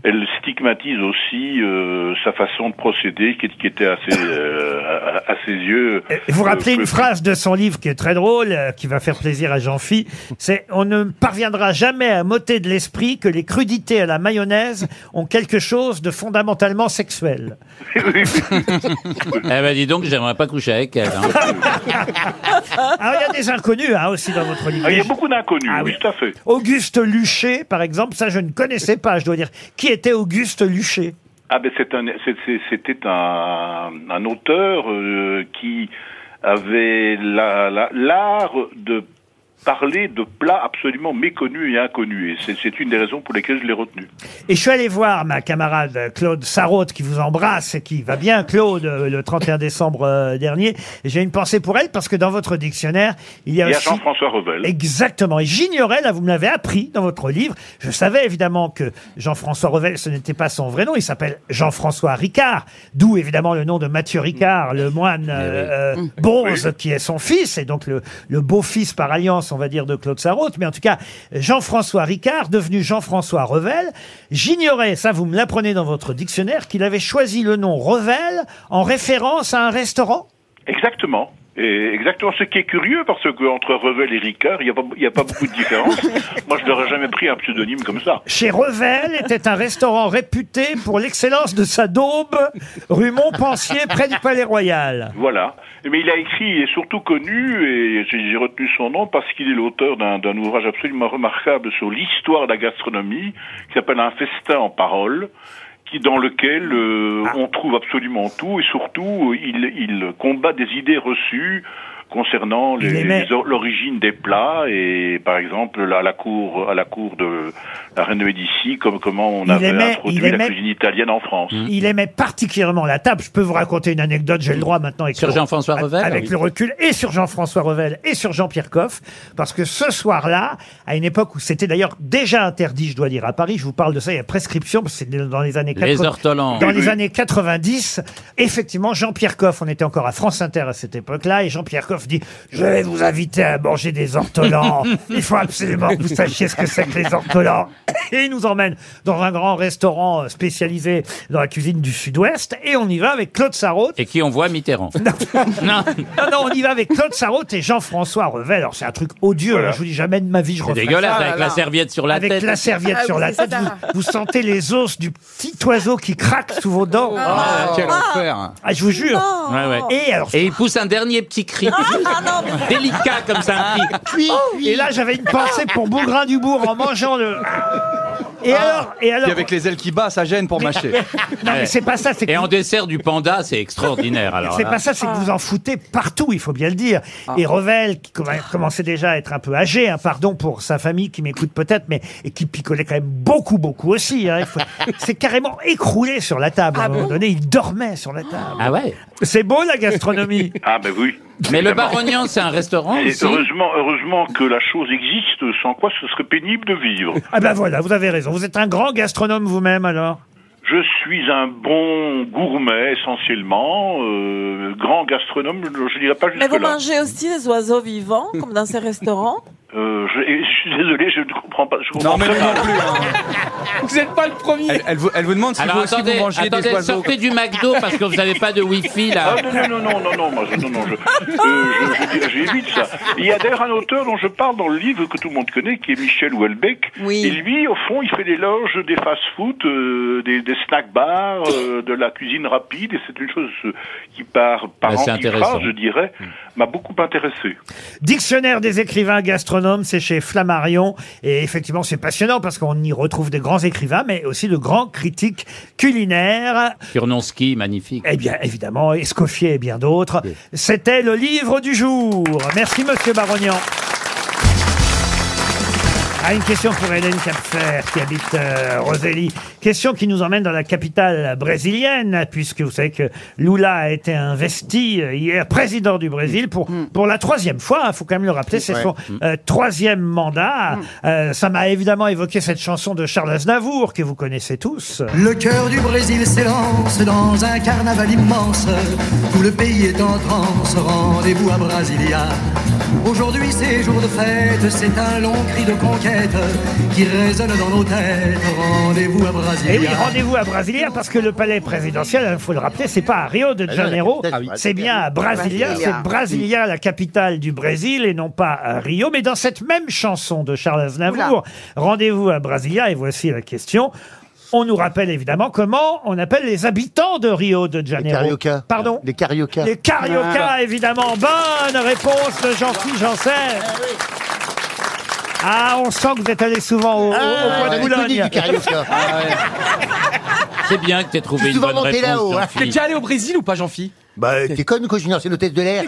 elle stigmatise aussi sa façon de procéder, qui était assez, à ses yeux. Vous rappelez une phrase de son livre qui est très drôle, qui va faire plaisir à Jean-Phi, c'est « On ne parviendra jamais à m'ôter de l'esprit que les crudités à la mayonnaise ont quelque chose de fondamentalement sexuel. » Eh ben dis donc, j'aimerais pas coucher avec elle. Alors, il y a des inconnus aussi dans votre livre. Il y a beaucoup d'inconnus, oui, tout à fait. Auguste Luché, par exemple, ça je ne connaissais pas, je dois dire. Qui était Auguste Luché? Ah ben c'était un auteur qui avait l'art de parler de plats absolument méconnus et inconnus. Et c'est une des raisons pour lesquelles je l'ai retenu. Et je suis allé voir ma camarade Claude Sarraute, qui vous embrasse et qui va bien, Claude, le 31 décembre dernier. Et j'ai une pensée pour elle, parce que dans votre dictionnaire, il y a aussi... Jean-François Revel. Exactement. Et j'ignorais, là, vous me l'avez appris dans votre livre. Je savais évidemment que Jean-François Revel, ce n'était pas son vrai nom. Il s'appelle Jean-François Ricard. D'où évidemment le nom de Mathieu Ricard, le moine bonze, qui est son fils, et donc le beau-fils par alliance, on va dire, de Claude Sarraute, mais en tout cas, Jean-François Ricard, devenu Jean-François Revel. J'ignorais, ça vous me l'apprenez dans votre dictionnaire, qu'il avait choisi le nom Revel en référence à un restaurant. Exactement. Et exactement, ce qui est curieux, parce que entre Revel et Ricard, il y a pas beaucoup de différence. Moi, je n'aurais jamais pris un pseudonyme comme ça. Chez Revel était un restaurant réputé pour l'excellence de sa daube, rue Montpensier, près du Palais Royal. Voilà. Mais il a écrit, et surtout connu, et j'ai retenu son nom parce qu'il est l'auteur d'un ouvrage absolument remarquable sur l'histoire de la gastronomie, qui s'appelle Un festin en paroles, dans lequel on trouve absolument tout, et surtout il combat des idées reçues concernant l'origine des plats, et par exemple à la cour de la reine de Médicis, comment on avait introduit la cuisine italienne en France. Il aimait particulièrement la table. Je peux vous raconter une anecdote, j'ai le droit maintenant. Sur Jean-François Revel, avec le recul, et sur Jean-François Revel et sur Jean-Pierre Coff, parce que ce soir-là, à une époque où c'était d'ailleurs déjà interdit, je dois dire, à Paris, je vous parle de ça, il y a prescription, parce que c'est dans les années 80. Les ortolans. Dans les années 90, effectivement, Jean-Pierre Coff, on était encore à France Inter à cette époque-là, et Jean-Pierre Coff dit « Je vais vous inviter à manger des ortolans. Il faut absolument que vous sachiez ce que c'est que les ortolans. » Et il nous emmène dans un grand restaurant spécialisé dans la cuisine du Sud-Ouest, et on y va avec Claude Sarraute. Et qui on voit Mitterrand. Non, on y va avec Claude Sarraute et Jean-François Revel. Alors c'est un truc odieux, voilà. Je vous dis jamais de ma vie je referai ça. C'est dégueulasse, avec la serviette sur la tête. Avec la serviette sur la tête, vous sentez les os du petit oiseau qui craque sous vos dents. Quel enfer. Ah, je vous jure. Ouais. Et il pousse un dernier petit cri. Délicat comme ça, un cri. Et là, j'avais une pensée pour Bougrain-Dubourg en mangeant le... Et alors Puis avec les ailes qui battent, ça gêne pour mâcher. Non, mais c'est pas ça. Et en dessert du panda, c'est extraordinaire. Alors, c'est pas ça, c'est que vous en foutez partout, il faut bien le dire. Et Revel, qui commençait déjà à être un peu âgé, pardon pour sa famille qui m'écoute peut-être, mais et qui picolait quand même beaucoup aussi. C'est carrément écroulé sur la table. À un moment donné, il dormait sur la table. Ah ouais. C'est beau la gastronomie. Ah ben oui. Mais le Barognan, c'est un restaurant aussi. Heureusement que la chose existe, sans quoi ce serait pénible de vivre. Ah ben voilà, vous avez raison. Vous êtes un grand gastronome vous-même alors? Je suis un bon gourmet essentiellement, grand gastronome, je dirais pas jusque-là. Mais vous mangez aussi des oiseaux vivants, comme dans ces restaurants? Je suis désolé, je ne comprends pas. Non, mais non plus. Vous n'êtes pas le premier. Elle vous demande si vous aussi vous mangez des oiseaux. Sortez du McDo parce que vous n'avez pas de Wi-Fi là. J'évite ça. Il y a d'ailleurs un auteur dont je parle dans le livre que tout le monde connaît, qui est Michel Houellebecq. Oui. Et lui, au fond, il fait l'éloge des fast-food, des snack bars, de la cuisine rapide. Et c'est une chose qui, par antiphrase, je dirais, m'a beaucoup intéressé. Dictionnaire des écrivains gastronomes, c'est chez Flammarion. Et effectivement, c'est passionnant parce qu'on y retrouve des grands écrivains, mais aussi de grands critiques culinaires. Kurnonski, magnifique. Eh bien, évidemment, Escoffier et bien d'autres. Oui. C'était le livre du jour. Merci, monsieur Barognan. Une question pour Hélène Capfer, qui habite Rosélie. Question qui nous emmène dans la capitale brésilienne, puisque vous savez que Lula a été investi hier président du Brésil pour la 3e fois. Faut quand même le rappeler, c'est son 3e mandat. Ça m'a évidemment évoqué cette chanson de Charles Aznavour, que vous connaissez tous. Le cœur du Brésil s'élance dans un carnaval immense. Tout le pays est en transe, rendez-vous à Brasilia. Aujourd'hui c'est jour de fête, c'est un long cri de conquête. fête qui résonne dans nos têtes. Rendez-vous à Brasilia. Et oui, rendez-vous à Brasilia, parce que le palais présidentiel, il faut le rappeler, c'est pas à Rio de Janeiro, c'est bien à Brasilia. C'est Brasilia, la capitale du Brésil, et non pas à Rio. Mais dans cette même chanson de Charles Aznavour, rendez-vous à Brasilia, et voici la question. On nous rappelle évidemment comment on appelle les habitants de Rio de Janeiro. Les Carioca. Pardon? Les Carioca. Les Carioca, évidemment. Bonne réponse de Jean-Philippe Janssen. Ah, on sent que vous êtes allé souvent au Bois de Boulogne. C'est bien que tu aies trouvé une bonne réponse, là-haut, hein. T'es déjà allé au Brésil ou pas, Jean-Phi? Bah, t'es connu quand je suis une ancienne hôtesse de l'air.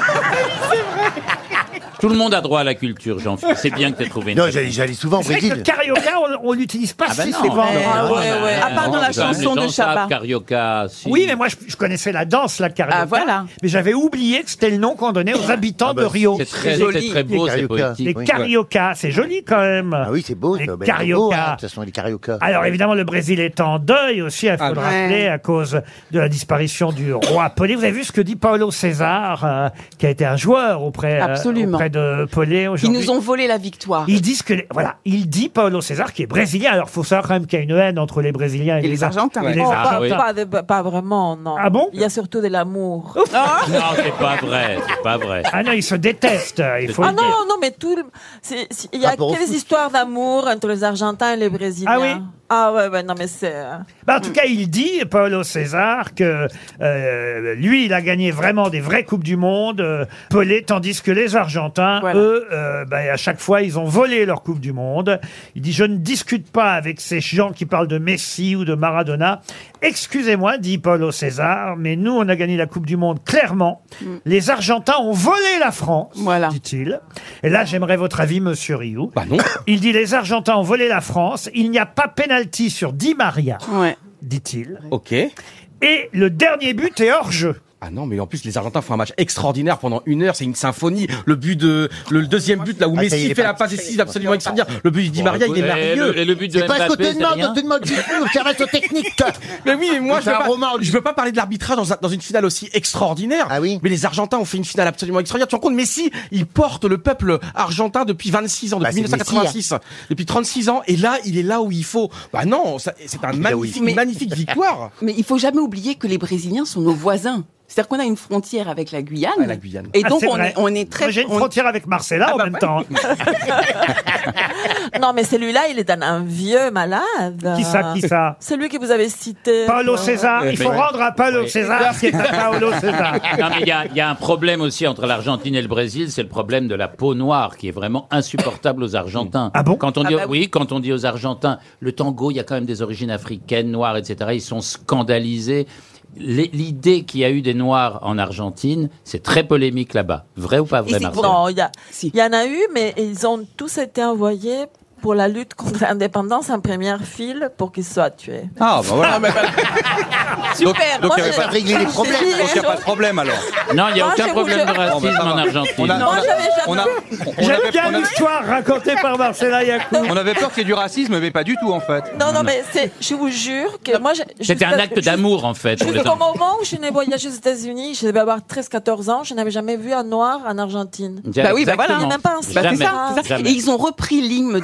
Tout le monde a droit à la culture, Jean-Philippe. C'est bien que tu aies trouvé une Non, réponse. j'allais souvent au C'est vrai que le Brésil. carioca, on l'utilise pas si non, souvent. À part dans la chanson de Chabat. Carioca, si. Oui, mais moi, je connaissais la danse, la carioca. Ah, voilà. Mais j'avais oublié que c'était le nom qu'on donnait aux habitants de Rio. C'est très beau, c'est poétique. Les carioca, c'est joli quand même. Ah oui, c'est beau. Les ça. Ben, carioca. beau, hein, de toute façon, les carioca. Alors évidemment, le Brésil est en deuil aussi, il faut le rappeler, à cause de la disparition du roi Pelé. Vous avez vu ce que dit Paulo César, qui a été un joueur auprès de Pelé Ils aujourd'hui. nous ont volé la victoire. Ils disent que, voilà, il dit Paulo César qui est brésilien. Alors, faut savoir quand même qu'il y a une haine entre les Brésiliens et les Argentins. et les Oh, Argentins. pas vraiment, non. Ah bon? Il y a surtout de l'amour. Non, c'est pas vrai, c'est pas vrai. Ah non, ils se détestent, il faut Ah le dire. non, mais il y a Rapport au quelles foot. histoires d'amour entre les Argentins et les Brésiliens. Ah oui? Ah ouais, non mais c'est... Bah, en tout cas, il dit, Paulo César, que lui, il a gagné vraiment des vraies Coupes du Monde, Pelé, tandis que les Argentins, eux, à chaque fois, ils ont volé leur Coupe du Monde. Il dit, je ne discute pas avec ces gens qui parlent de Messi ou de Maradona. Excusez-moi, dit Paulo César, mais nous, on a gagné la Coupe du Monde clairement. Les Argentins ont volé la France, dit-il. Et là, j'aimerais votre avis, monsieur Rioux. Bah non. Il dit, les Argentins ont volé la France. Il n'y a pas pénalty sur Di Maria, dit-il. Ok. Et le dernier but est hors jeu. Ah non, mais en plus, les Argentins font un match extraordinaire pendant 1 heure. C'est une symphonie. Le deuxième but, là où ça y est, Messi il est fait la parti. passe décisive absolument extraordinaire. Le but du Di Maria, il est merveilleux. Et le but de C'est pas ce que Mbappé, tu demandes, rien on te demande juste une observation technique, toi. Mais oui, mais moi, C'est un roman. je peux pas parler de l'arbitrage dans une finale aussi extraordinaire. Ah oui. Mais les Argentins ont fait une finale absolument extraordinaire. Tu te rends compte, Messi, il porte le peuple argentin depuis 26 ans, depuis Bah, c'est 1986. Depuis 36 ans. Et là, il est là où il faut. Bah non, c'est une magnifique victoire. Mais il faut jamais oublier que les Brésiliens sont nos voisins. C'est-à-dire qu'on a une frontière avec la Guyane. Ah, la Guyane. Et Ah, donc, c'est vrai. on est très... Moi, j'ai une frontière avec Marcella en même temps. Non, mais celui-là, il est un vieux malade. Qui ça? Celui que vous avez cité. Paulo César. Il faut rendre à Paulo César ce qui est à Paulo César. Non, mais il y a un problème aussi entre l'Argentine et le Brésil, c'est le problème de la peau noire qui est vraiment insupportable aux Argentins. Ah bon? Quand on dit, quand on dit aux Argentins, le tango, il y a quand même des origines africaines, noires, etc. Ils sont scandalisés. L'idée qu'il y a eu des Noirs en Argentine, c'est très polémique là-bas. Vrai ou pas vrai, Marcel? Non, il y en a eu, mais ils ont tous été envoyés pour la lutte contre l'indépendance en première file pour qu'ils soient tués. Ah, bah voilà. Super. Donc Moi, il n'y avait pas régler les problèmes. Donc il n'y a pas de problème alors. Non, il n'y a Non, aucun je problème de vous- racisme en Argentine. J'aime bien l'histoire racontée par Marcella Yacoub. On avait peur qu'il y ait du racisme, mais pas du tout en fait. Non, mais je vous jure que moi... C'était un acte d'amour, en fait. pour les Jusqu'au moment où je n'ai voyagé aux États-Unis, je devais avoir 13-14 ans, je n'avais jamais vu un noir en Argentine. Bah oui, bah voilà. Il n'y a même pas un Bah, c'est Jamais. ça, c'est ça. Jamais. Et ils ont repris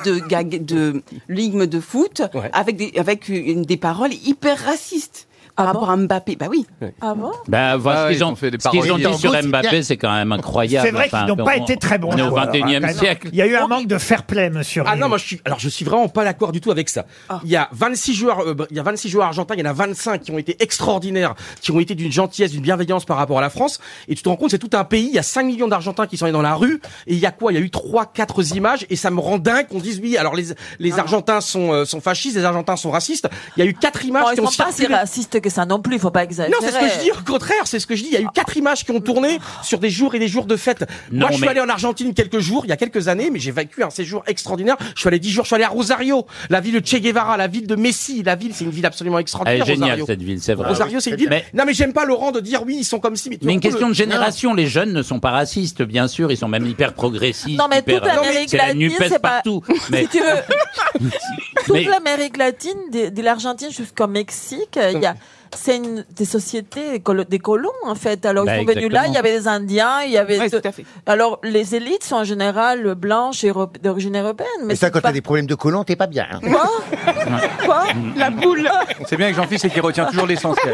l'hymne de foot avec des paroles hyper racistes par rapport à Mbappé. Bah oui. Ah bon? Ben, voilà ce qu'ils ont, fait des ce qu'ils ont parodies. dit sur Mbappé, c'est quand même incroyable. C'est vrai qu'ils n'ont pas été très bons On est au joueurs, 21e quand même. siècle. Il y a eu un manque de fair play, monsieur Ah Rioux. non, moi je suis vraiment pas d'accord du tout avec ça. Il y a 26 joueurs argentins, il y en a 25 qui ont été extraordinaires, qui ont été d'une gentillesse, d'une bienveillance par rapport à la France. Et tu te rends compte, c'est tout un pays, il y a 5 millions d'Argentins qui sont allés dans la rue, et il y a quoi? Il y a eu 3-4 images, et ça me rend dingue qu'on dise oui, alors les Argentins sont fascistes, les Argentins sont racistes. Il y a eu 4 images Non, ils qui ont sont pas si circulé. racistes que ça non plus, il faut pas exagérer. Non, c'est ce que je dis, au contraire, c'est ce que je dis. Il y a eu 4 images qui ont tourné sur des jours et des jours de fête. Non, Moi, je suis mais- allé en Argentine quelques jours, il y a quelques années, mais j'ai vécu un séjour extraordinaire. Je suis allé 10 jours, je suis allé à Rosario, la ville de Che Guevara, la ville de Messi. La ville, c'est une ville absolument Elle extraordinaire. est géniale, Rosario. cette ville, c'est vrai. Rosario, c'est une ville. Mais- Non, mais j'aime pas Laurent de dire oui, ils sont comme si. Mais une question de génération, les jeunes ne sont pas racistes, bien sûr, ils sont même hyper progressistes. Non, mais hyper, toute l'Amérique c'est la latine, NUPES c'est pas... partout. Mais Si tu veux... toute Mais- l'Amérique latine, de l'Argentine jusqu'au Mexique, c'est des sociétés, des colons en fait. Alors Bah, ils sont venus là, exactement. il y avait des Indiens, il y avait. Ouais, tout à fait. Alors les élites sont en général blanches et d'origine européenne. Mais ça, c'est quand pas- t'as des problèmes de colon, t'es pas bien. hein. Quoi La boule. C'est bien que Jean-Philippe, c'est qu'il retient toujours l'essentiel.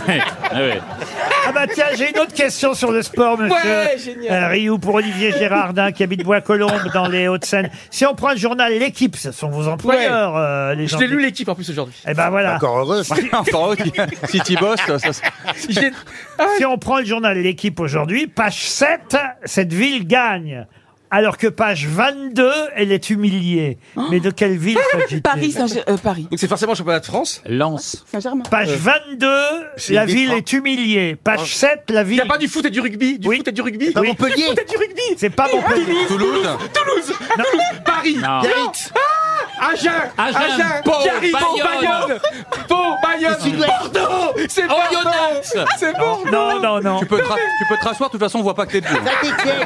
Ah bah tiens, j'ai une autre question sur le sport, monsieur Ouais, génial. Rioux, pour Olivier Gérardin, qui habite Bois-Colombes, dans les Hauts-de-Seine. Si on prend le journal L'Équipe, ce sont vos employeurs, les gens. Je l'ai lu l'équipe en plus aujourd'hui. Eh ben voilà. Encore heureux. Encore heureux. Si t'y bosses, ça. Si on prend le journal L'Équipe aujourd'hui, page 7, cette ville gagne. Alors que page 22, elle est humiliée. Mais de quelle ville s'agit-il? Paris. Donc c'est forcément le championnat de France. Lens. Saint-Germain. Page 22, C'est la une ville défense. est humiliée. Page 7, la Il ville... n'y a pas du foot et du rugby. Du Oui. foot et du rugby. Pas Montpellier. Du foot et du rugby. C'est pas Montpellier. Toulouse. Toulouse. Paris. Non. Biarritz. Agen. Pau, Biarritz. Bayonne. Pau, Bayonne. Bordeaux. C'est Bordeaux. C'est Bordeaux. Non, non, non. Tu peux te rasseoir, de toute façon, on voit pas que t'es debout. Saint-Étienne.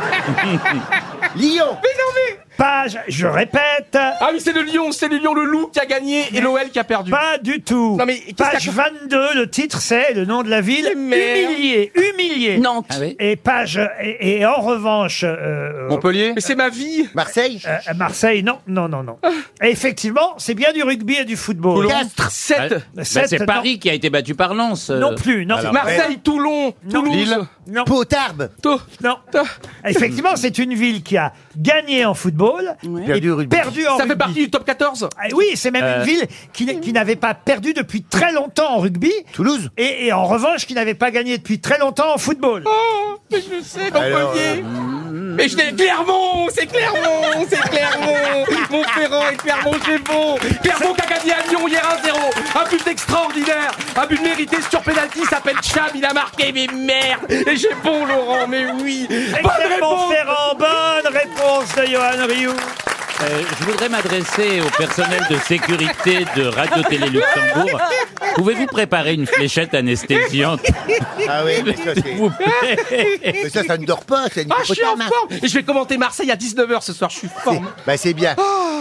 Lyon. Page, je répète, Ah oui, c'est le Lyon, le Loup qui a gagné et l'OL qui a perdu. pas du tout. Non, mais qu'est-ce Page qu'il y 22, le titre c'est le nom de la ville, Merde. humilié. Nantes. Ah oui. Et page, et en revanche, Montpellier. Mais c'est ma vie. Marseille. Marseille, non. Et effectivement, c'est bien du rugby et du football. Castres. 7. Bah, Sept, c'est non. Paris qui a été battu par Lens. Non plus, non. Alors, Marseille, Toulon, Non. Toulouse. Lille. Non. Pau, Tarbes. Non. Effectivement, c'est une ville qui a gagné en football Perdu au rugby. perdu en Ça fait rugby. partie du top 14. Ah oui, c'est même une ville qui n'avait pas perdu depuis très longtemps en rugby. Toulouse. Et en revanche, qui n'avait pas gagné depuis très longtemps en football. Oh, mais je sais, Alors, Montpellier. Mais je l'ai... Clermont, c'est Clermont. Montferrand et Clermont, c'est bon. Clermont qui a gagné à Lyon hier 1-0. Un but extraordinaire. Un but mérité sur pénalty. Il s'appelle Cham, il a marqué. Mais merde. Et j'ai bon, Laurent, mais oui. Bonne réponse. Ferrand, bonne réponse de Johan Rioux. Je voudrais m'adresser au personnel de sécurité de Radio-Télé Luxembourg. Pouvez-vous préparer une fléchette anesthésiante? Ah oui, mais ça, S'il vous plaît. mais ça ne dort pas. C'est une Ah, je suis en hypothèse. forme. Et je vais commenter Marseille à 19h ce soir. Je suis forme. Bah, c'est bien.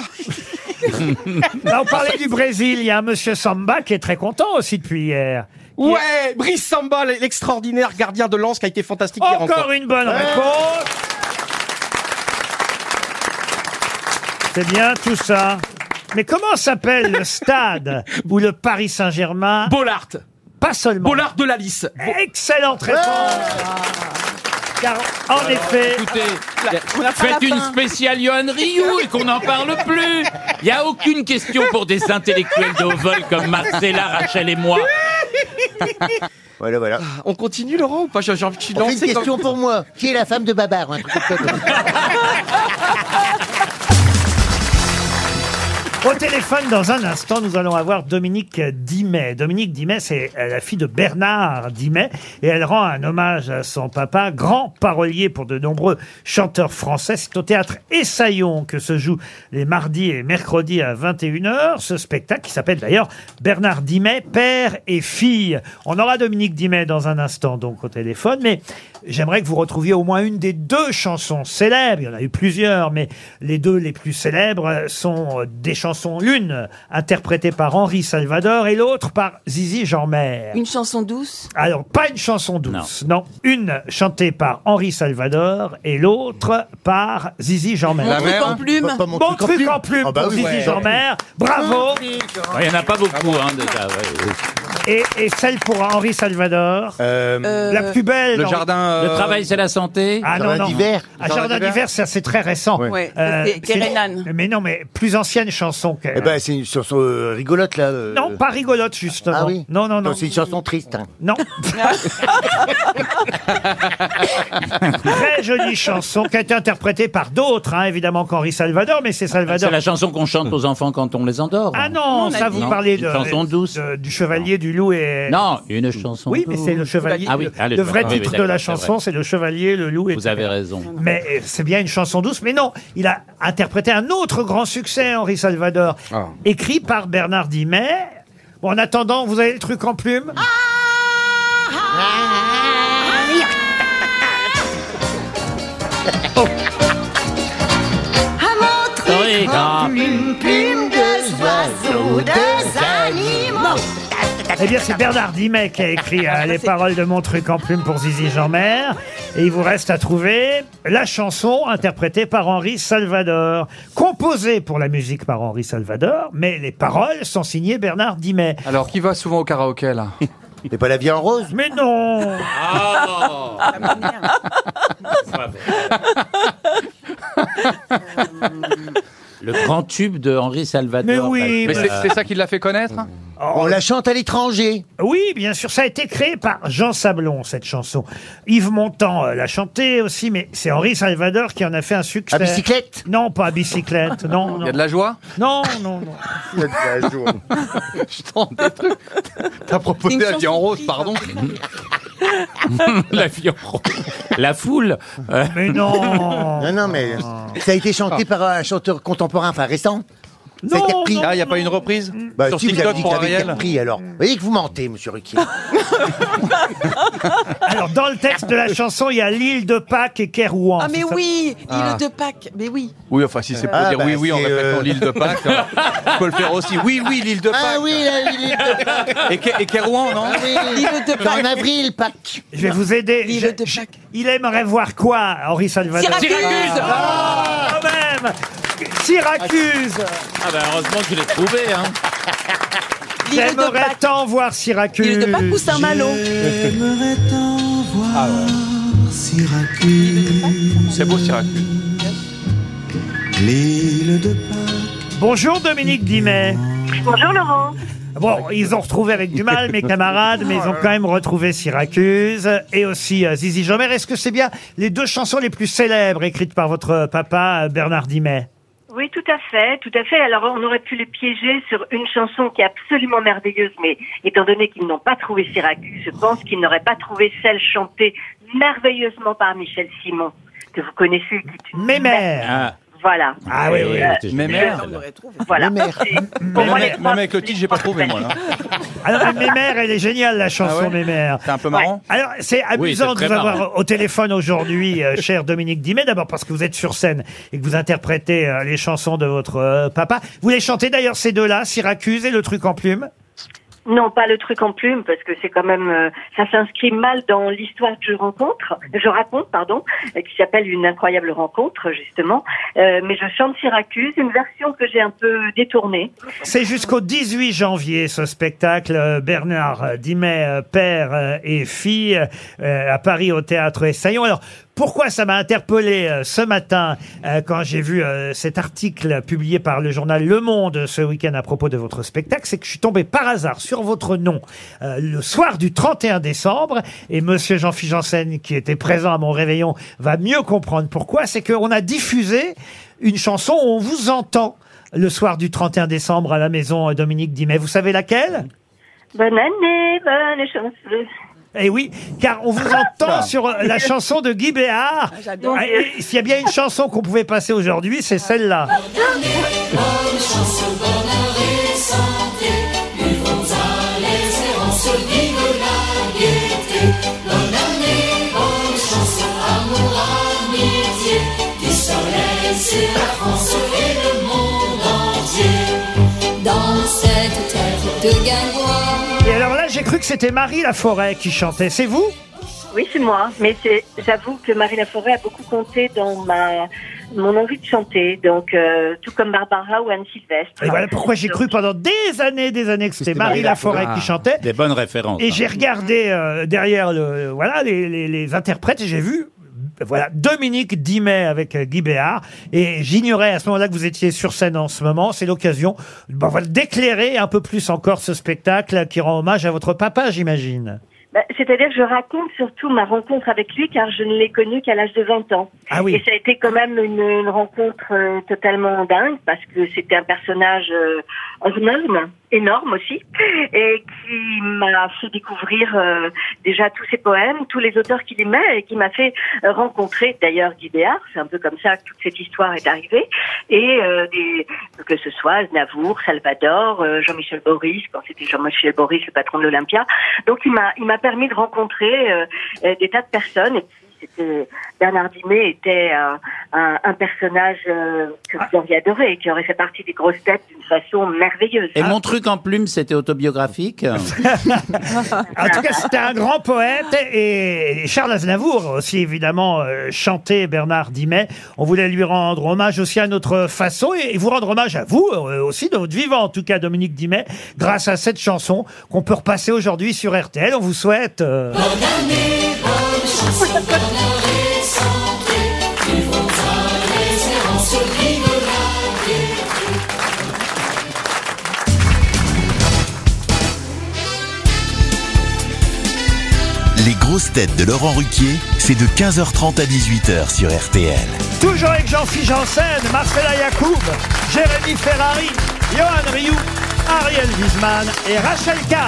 Là, on parlait du Brésil. Il y a un monsieur Samba qui est très content aussi depuis hier. Ouais, Brice Samba, l'extraordinaire gardien de Lens qui a été fantastique hier Encore une bonne réponse. C'est bien tout ça. Mais comment s'appelle le stade où le Paris Saint-Germain... Bollard. Pas seulement. Bollard de la Lys. Excellente réponse. Car en effet... Écoutez, faites une spéciale Johan Rioux et qu'on n'en parle plus. Il n'y a aucune question pour des intellectuels de haut vol comme Marcella, Rachel et moi. Voilà. On continue, Laurent, ou pas? J'ai envie que je suis On fait lancé une question pour moi. Qui est la femme de Babar ou un truc comme ça? Au téléphone, dans un instant, nous allons avoir Dominique Dimet. Dominique Dimet, c'est la fille de Bernard Dimet, et elle rend un hommage à son papa, grand parolier pour de nombreux chanteurs français. C'est au théâtre Essaillon que se joue les mardis et mercredis à 21h, ce spectacle qui s'appelle d'ailleurs Bernard Dimet, père et fille. On aura Dominique Dimet dans un instant, donc, au téléphone, mais j'aimerais que vous retrouviez au moins une des deux chansons célèbres. Il y en a eu plusieurs, mais les deux les plus célèbres sont des chansons, l'une interprétée par Henri Salvador et l'autre par Zizi Jeanmaire. Une chanson douce. Alors, pas une chanson douce, non. Une chantée par Henri Salvador et l'autre par Zizi Jeanmaire. Mon truc en plume. Mon truc en plume Ah bah pour oui, Zizi ouais. Jeanmaire. Bravo. Il n'y en a pas beaucoup, hein, déjà. Et celle pour Henri Salvador. La plus belle. Le jardin. Le travail, c'est la santé. Ah non, Jardin non. d'hiver. Ah, Jardin d'hiver, ça c'est très récent. Ouais, c'est Kerenan. Mais non, mais plus ancienne chanson. Eh ben, c'est une chanson rigolote, là. Non, pas rigolote, justement. Ah oui. Non. Non, c'est une chanson triste. Hein. Non. Très jolie chanson qui a été interprétée par d'autres, hein, évidemment qu'Henri Salvador, mais c'est Salvador. C'est la chanson qu'on chante aux enfants quand on les endort. Ah non, ça vous Non, parlez une chanson douce. du Chevalier du Loup et... Non, une chanson. Oui, mais c'est le Chevalier. Ah oui, le vrai oui, titre de d'accord, la c'est chanson, vrai. c'est le Chevalier, le Loup et... Vous avez raison. Mais c'est bien une chanson douce, mais non, il a interprété un autre grand succès, Henri Salvador, écrit par Bernard Dimet. Bon, en attendant, vous avez le truc en plume. À mon truc Oui, en plume, plume de joie. oiseaux, deux animaux. Eh bien, c'est Bernard Dimet qui a écrit les paroles de Mon truc en plume pour Zizi Jeanmaire. Et il vous reste à trouver la chanson interprétée par Henri Salvador. Composée pour la musique par Henri Salvador, mais les paroles sont signées Bernard Dimet. Alors, qui va souvent au karaoké, là? C'est pas La vie en rose? Mais non. Le grand tube de Henri Salvador. Mais oui, Mais c'est ça qui l'a fait connaître? On la chante à l'étranger. Oui, bien sûr, ça a été créé par Jean Sablon, cette chanson. Yves Montand l'a chantée aussi, mais c'est Henri Salvador qui en a fait un succès. À bicyclette? Non, pas à bicyclette, non. Il y a de la joie? Non, non, non. Il y a de la joie. Je tente des trucs. T'as proposé La vie en rose, pardon. La vie en rose. La foule. Mais non. Non, mais ça a été chanté par un chanteur contemporain, enfin récent. Ça a été repris. Ah, il n'y a pas une reprise? Bah, sur si, vous avez TikTok dit que pour ça avait été Ariel? repris, alors. Vous voyez que vous mentez, monsieur Ruquier. Alors, dans le texte de la chanson, il y a l'île de Pâques et Kérouan. Ah, mais c'est ça oui, Ah. l'île de Pâques, mais oui. Oui, enfin, si c'est pour dire oui, en répétant l'île de Pâques, je peux le faire aussi. Oui, l'île de Pâques. Ah oui, l'île de Pâques. Et Kérouan, non? Ah oui, L'île de c'est Pâques. en avril, Pâques. Je vais vous aider. L'île de Pâques. Il aimerait voir quoi, Henri Salvador? Syracuse. Ah, quand même. Syracuse. Ah ben heureusement que je l'ai trouvé, hein. L'île de J'aimerais Pâques. tant voir Syracuse. L'île de Pâques ou Saint-Malo? J'aimerais tant voir Syracuse. C'est beau, Syracuse. L'île de Pâques. Bonjour Dominique Dimet. Bonjour Laurent. Bon, ils ont retrouvé avec du mal mes camarades, mais ils ont quand même retrouvé Syracuse et aussi Zizi Jeanmaire. Est-ce que c'est bien les deux chansons les plus célèbres écrites par votre papa Bernard Dimet? Oui, tout à fait, tout à fait. Alors, on aurait pu les piéger sur une chanson qui est absolument merveilleuse, mais étant donné qu'ils n'ont pas trouvé Syracuse, je pense qu'ils n'auraient pas trouvé celle chantée merveilleusement par Michel Simon, que vous connaissez. Qui est une Mémère. Ah. Voilà. Ah oui, oui. Mémère. Voilà. Mémère. Pour moi, Même avec le titre, j'ai pas trouvé, moi, là. Alors, Mémère, elle est géniale, la chanson Ah ouais Mémère. C'est un peu marrant. Alors, c'est amusant c'est de très vous avoir marrant. au téléphone aujourd'hui, cher Dominique Dimet, d'abord parce que vous êtes sur scène et que vous interprétez les chansons de votre papa. Vous les chantez d'ailleurs ces deux-là, Syracuse et Le truc en plume? Non, pas Le truc en plume, parce que c'est quand même, ça s'inscrit mal dans l'histoire que je raconte, qui s'appelle Une incroyable rencontre, justement. Mais je chante Syracuse, une version que j'ai un peu détournée. C'est jusqu'au 18 janvier, ce spectacle. Bernard Dimet, père et fille, à Paris au Théâtre Essaillon. Alors, pourquoi ça m'a interpellé ce matin quand j'ai vu cet article publié par le journal Le Monde ce week-end à propos de votre spectacle, c'est que je suis tombé par hasard sur votre nom le soir du 31 décembre et monsieur Jean-Philippe Janssen qui était présent à mon réveillon va mieux comprendre pourquoi. C'est qu'on a diffusé une chanson où on vous entend le soir du 31 décembre à la maison Dominique Dimet. Vous savez laquelle? Bonne année, bonne chance. Eh oui, car on vous entend sur la chanson de Guy Béard. j'adore. Et s'il y a bien une chanson qu'on pouvait passer aujourd'hui, c'est celle-là. Bonne chance, bonheur et santé, vivons à l'espérance, vive la gaieté. Bonne année, bonne chance, amour, amitié, du soleil sur la France et le monde entier. Dans cette terre de Guingois. Et alors là, j'ai cru que c'était Marie Laforêt qui chantait. C'est vous? Oui, c'est moi, mais j'avoue que Marie Laforêt a beaucoup compté dans mon envie de chanter, donc tout comme Barbara ou Anne Sylvestre. Et voilà pourquoi j'ai cru pendant des années que c'était Marie Laforêt qui chantait. Des bonnes références. Et j'ai regardé derrière les interprètes et j'ai vu voilà Dominique Dimet avec Guy Béard et j'ignorais à ce moment-là que vous étiez sur scène en ce moment. C'est l'occasion d'éclairer un peu plus encore ce spectacle qui rend hommage à votre papa, j'imagine. C'est-à-dire que je raconte surtout ma rencontre avec lui car je ne l'ai connu qu'à l'âge de 20 ans. Ah oui. Et ça a été quand même une rencontre totalement dingue parce que c'était un personnage énorme aussi, et qui m'a fait découvrir déjà tous ses poèmes, tous les auteurs qu'il aimait et qui m'a fait rencontrer d'ailleurs Guy Béard. C'est un peu comme ça que toute cette histoire est arrivée. Et que ce soit Aznavour, Salvador, Jean-Michel Boris, quand c'était Jean-Michel Boris, le patron de l'Olympia. Donc il m'a permis de rencontrer des tas de personnes. Et puis Bernard Dimet était un personnage que vous auriez adoré et qui aurait fait partie des grosses têtes d'une façon merveilleuse. Et mon truc en plume, c'était autobiographique. En tout cas, c'était un grand poète et Charles Aznavour aussi, évidemment, chantait Bernard Dimet. On voulait lui rendre hommage aussi à notre façon et vous rendre hommage à vous aussi, de votre vivant, en tout cas, Dominique Dimet, grâce à cette chanson qu'on peut repasser aujourd'hui sur RTL. On vous souhaite... Bonne année, bonne chance, bonheur et santé. Vivons dans l'espérance, vive la gaieté. Les grosses têtes de Laurent Ruquier, c'est de 15h30 à 18h sur RTL. Toujours avec Jean-Philippe Janssen, Marcella Yacoub, Jérémy Ferrari, Johan Rioux, Ariel Wiesman et Rachel Kahn.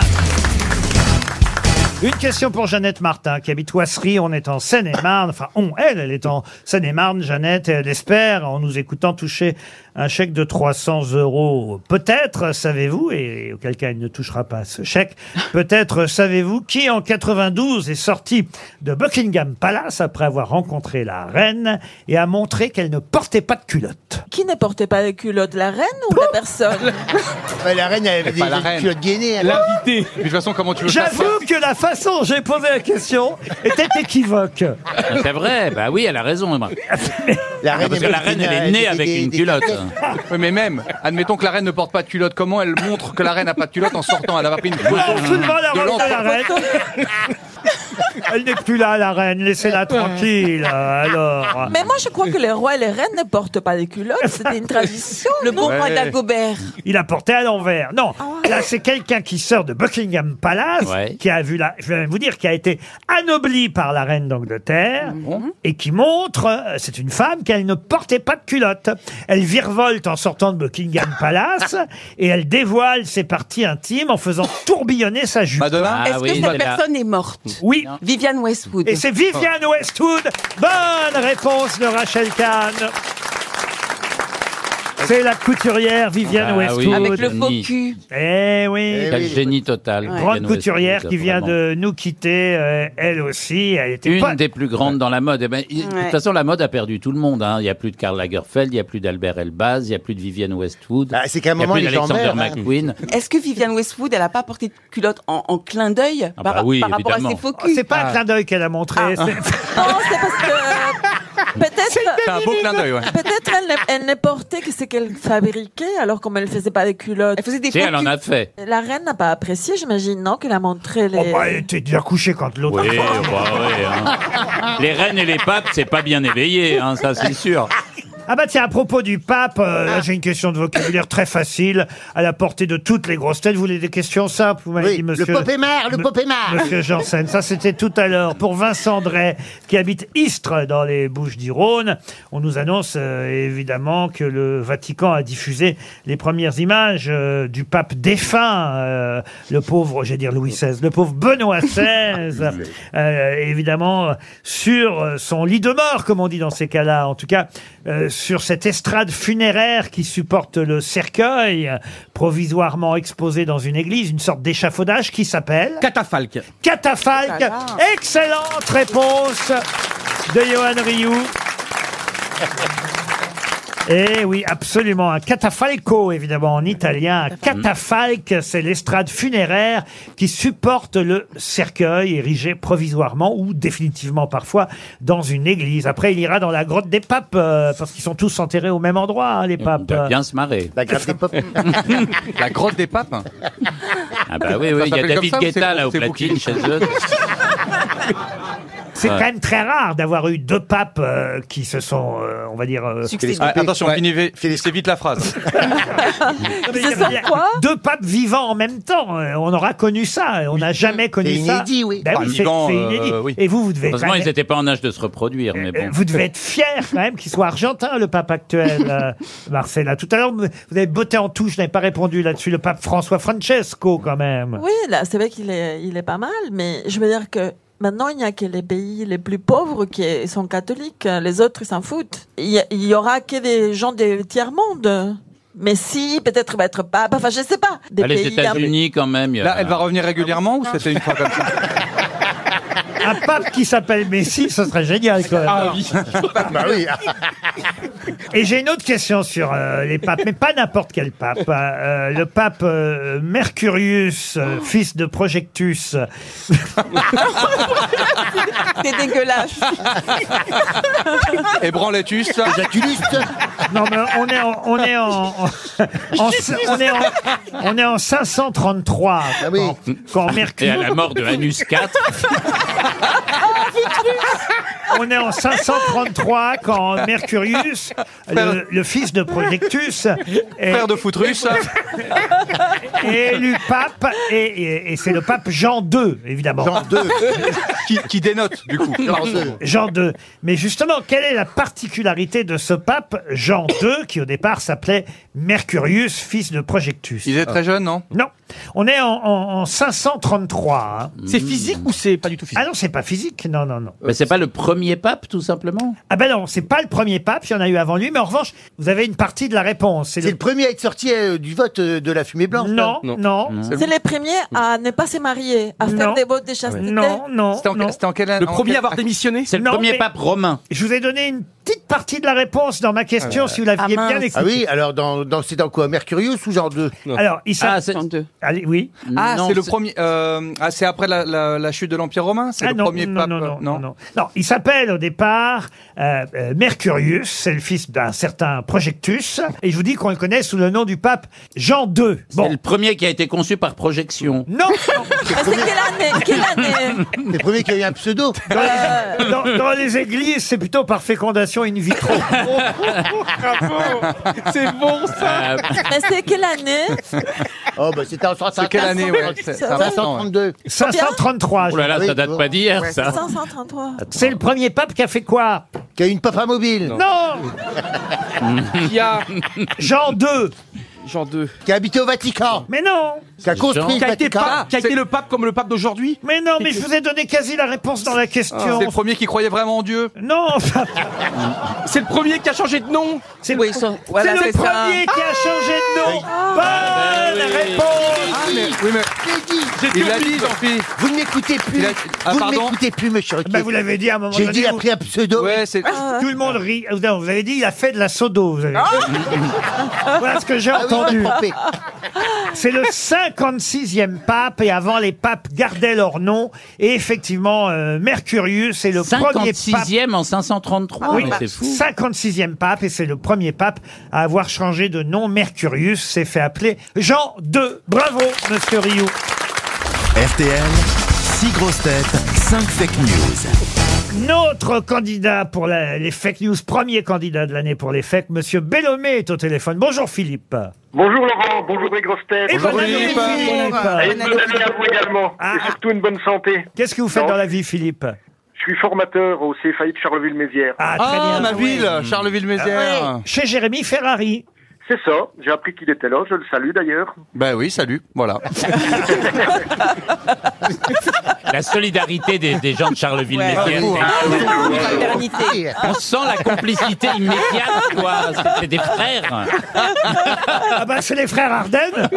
Une question pour Jeannette Martin, qui habite Ouassery. On est en Seine-et-Marne. Enfin, elle est en Seine-et-Marne, Jeannette, et elle espère, en nous écoutant, toucher un chèque de 300 €. Peut-être savez-vous, et auquel cas elle ne touchera pas ce chèque, peut-être savez-vous qui, en 92, est sorti de Buckingham Palace après avoir rencontré la reine et a montré qu'elle ne portait pas de culotte. Qui ne portait pas de culotte, la reine ou la personne? La reine, elle avait des culottes gainées. L'invité. De toute façon, comment tu veux faire ça? J'avoue que la façon dont j'ai posé la question était équivoque. C'est vrai, bah oui, elle a raison. La reine, parce que la reine, elle est née avec une culotte. Oui, mais même, admettons que la reine ne porte pas de culotte. Comment elle montre que la reine n'a pas de culotte en sortant? Elle a pas pris une photo Absolument la de reine, l'enfant. la reine. Elle n'est plus là, la reine. Laissez-la tranquille, alors. Mais moi, je crois que les rois et les reines ne portent pas des culottes. C'était une tradition. Le bon roi d'Agobert. Il a porté à l'envers. Non, là, c'est quelqu'un qui sort de Buckingham Palace, qui a vu je vais même vous dire, qui a été anobli par la reine d'Angleterre, et qui montre, c'est une femme, qu'elle ne portait pas de culotte. Elle virevolte en sortant de Buckingham Palace, et elle dévoile ses parties intimes en faisant tourbillonner sa jupe. Est-ce que cette personne est morte? Oui. Viviane Westwood. Et c'est Viviane Westwood. Bonne réponse de Rachel Kahn. C'est la couturière Viviane Westwood. Avec le faux cul. Eh oui. Quel génie total. Grande Viviane couturière Westwood, qui vient vraiment. de nous quitter, elle aussi. Elle était Une des plus grandes dans la mode. Eh ben, de toute façon, la mode a perdu tout le monde. Hein. Il n'y a plus de Karl Lagerfeld, il n'y a plus d'Albert Elbaz, il n'y a plus de Viviane Westwood. C'est qu'à un moment, il n'y a les plus gens d'Alexander meurent, McQueen. Est-ce que Viviane Westwood, elle n'a pas porté de culotte en clin d'œil Ah bah oui, par rapport à évidemment. ses faux culs? C'est pas un clin d'œil qu'elle a montré. Non, c'est parce que peut-être. C'est un beau clin d'œil, ouais. Peut-être elle ne portait que ce qu'elle fabriquait, alors comme elle faisait pas de culottes. Elle faisait des Si, elle en a fait. La reine n'a pas apprécié, j'imagine, non, qu'elle a montré les. Oh, bah, elle était déjà couchée quand l'autre. Oui, hein. Les reines et les papes, c'est pas bien éveillé, hein, ça c'est sûr. Ah bah tiens, à propos du pape, là, j'ai une question de vocabulaire très facile, à la portée de toutes les grosses têtes. Vous voulez des questions simples? Vous m'avez dit, monsieur... Le Pope est marre, le Pope est marre. Monsieur Janssen, ça c'était tout à l'heure. Pour Vincent Drey, qui habite Istres, dans les Bouches-du-Rhône, on nous annonce évidemment que le Vatican a diffusé les premières images du pape défunt, le pauvre, j'allais dire Louis XVI, le pauvre Benoît XVI, évidemment, sur son lit de mort, comme on dit dans ces cas-là. En tout cas, sur cette estrade funéraire qui supporte le cercueil, provisoirement exposé dans une église, une sorte d'échafaudage qui s'appelle... Catafalque. Catafalque. Oh là là. Excellente réponse de Johan Rioux. Eh oui, absolument. Un catafalco, évidemment, en italien. Un catafalque, c'est l'estrade funéraire qui supporte le cercueil érigé provisoirement ou définitivement parfois dans une église. Après, il ira dans la grotte des papes, parce qu'ils sont tous enterrés au même endroit, hein, les papes. Il va bien se marrer. La grotte des papes. La grotte des papes. Ah bah oui, oui, il y a s'appelle David comme ça ou Guetta c'est- là au c'est platine booking chez eux. C'est quand même très rare d'avoir eu deux papes qui se sont, on va dire... Ah, attention, finissez vite la phrase. C'est ça, quoi? Deux papes vivants en même temps. On aura connu ça. On n'a jamais connu C'est ça. inédit, oui. Ben Bah, oui, vivant, c'est inédit. oui. Et vous devez... Heureusement, quand même- ils n'étaient pas en âge de se reproduire, mais bon. Vous devez être fier quand même qu'il soit argentin, le pape actuel, Marcella. Tout à l'heure, vous avez botté en touche, je n'avais pas répondu là-dessus. Le pape François Francesco, quand même. Oui, là, c'est vrai qu'il est pas mal, mais je veux dire que maintenant, il n'y a que les pays les plus pauvres qui sont catholiques. Les autres, ils s'en foutent. Il y aura que des gens des tiers-monde. Mais si, peut-être va être pape. Enfin, je sais pas. Des Ah, les pays États-Unis, quand même. il y a- Là, elle va revenir régulièrement ou c'était une fois comme ça? Un pape qui s'appelle Messi, ce serait génial quand même. Ah oui. Bah oui. Et j'ai une autre question sur les papes, mais pas n'importe quel pape. Le pape Mercurius, fils de Projectus. C'est dégueulasse. Et Branletus. Non, mais on est en 533 quand Et Mercure. à la mort de Anus IV. On est en 533 quand Mercurius, le fils de Projectus, Frère de Foutrus. est élu pape et c'est le pape Jean II, évidemment. Jean II. qui dénote, du coup. Jean II. Mais justement, quelle est la particularité de ce pape Jean II qui au départ s'appelait Mercurius, fils de Projectus? Il est très jeune, non? Non. On est en 533. Hein. C'est physique ou c'est pas du tout physique? Ah non, c'est pas physique. Non, non, non. Mais c'est pas le premier pape, tout simplement. Ah ben non, c'est pas le premier pape, il y en a eu avant lui, mais en revanche, vous avez une partie de la réponse. C'est le premier à être sorti du vote de la fumée blanche. Non, ça non. C'est les premiers à ne pas se marier, à faire des votes de chasteté. Non, non. C'était en quelle année? Le premier à avoir démissionné? C'est le Non, premier mais- pape romain. Je vous ai donné une petite partie de la réponse dans ma question, si vous l'aviez bien écouté. Ah oui, alors c'est dans quoi? Mercurius ou genre 2? Alors, il Ah, s'appelle... c'est... Allez, oui. Ah, Non, c'est le premier. C'est après la chute de l'Empire romain. C'est Ah le non, premier non, pape. non. Non, il s'appelle au départ Mercurius, c'est le fils d'un certain Projectus, et je vous dis qu'on le connaît sous le nom du pape Jean II. C'est le premier qui a été conçu par projection. Non, Mais c'est quelle année? C'est le premier qui a eu un pseudo. dans les églises, c'est plutôt par fécondation in vitro. C'est bon ça. Mais c'est quelle année? Oh, bah c'était en 532. C'est quelle année, ouais? C'est important, ouais. 533. Oh là là, Oui, ça date pas d'hier, ça. 533. C'est le premier pape qui a fait quoi? Qui a eu une papa mobile. Non, Qui a Jean II. Jean II. Qui a habité au Vatican. Mais non, Qui a construit Qui le a été Vatican. pape, qui a été le pape comme le pape d'aujourd'hui? mais non, mais je vous ai donné quasi la réponse dans la question. C'est le premier qui croyait vraiment en Dieu. Non, enfin, C'est le premier qui a changé de nom? c'est Oui, voilà, c'est le c'est ça. premier qui a changé de nom. Bonne réponse. Oui, mais J'ai dit. il l'a dit, Jean-Philippe. Vous ne m'écoutez plus. Il a- Ah, Vous ne pardon m'écoutez plus, monsieur Ruquier. Bah, vous l'avez dit à un moment J'ai donné. dit, il a vous- pris un pseudo. Ouais, c'est. Tout le monde rit. Vous avez dit, il a fait de la sodo. Vous avez dit. Voilà ce que j'ai Ah oui, on entendu. m'a trompé. C'est le 56e pape et avant les papes gardaient leur nom. Et effectivement, Mercurius est le premier pape. 56e en 533. Oui, mais c'est fou. 56e pape et c'est le premier pape à avoir changé de nom. Mercurius s'est fait appeler Jean II. Bravo, monsieur Rioux. RTL, 6 grosses têtes, 5 fake news. Notre candidat pour les fake news, premier candidat de l'année pour les fake, monsieur Bellomé est au téléphone. Bonjour Philippe. Bonjour Laurent, bonjour les grosses têtes. Et bonne année, Philippe. Et une bonne année à vous également. Ah. Et surtout une bonne santé. Qu'est-ce que vous faites Non. dans la vie, Philippe? Je suis formateur au CFAI de Charleville-Mézières. Ah, très bien. ma ville, Charleville-Mézières. Chez Jérémy Ferrari. C'est ça, j'ai appris qu'il était là, je le salue d'ailleurs. Ben oui, salut, voilà. La solidarité des gens de Charleville-Mézières. Fraternité. On sent la complicité immédiate, quoi. C'est des frères. Ah bah c'est les frères Ardennes.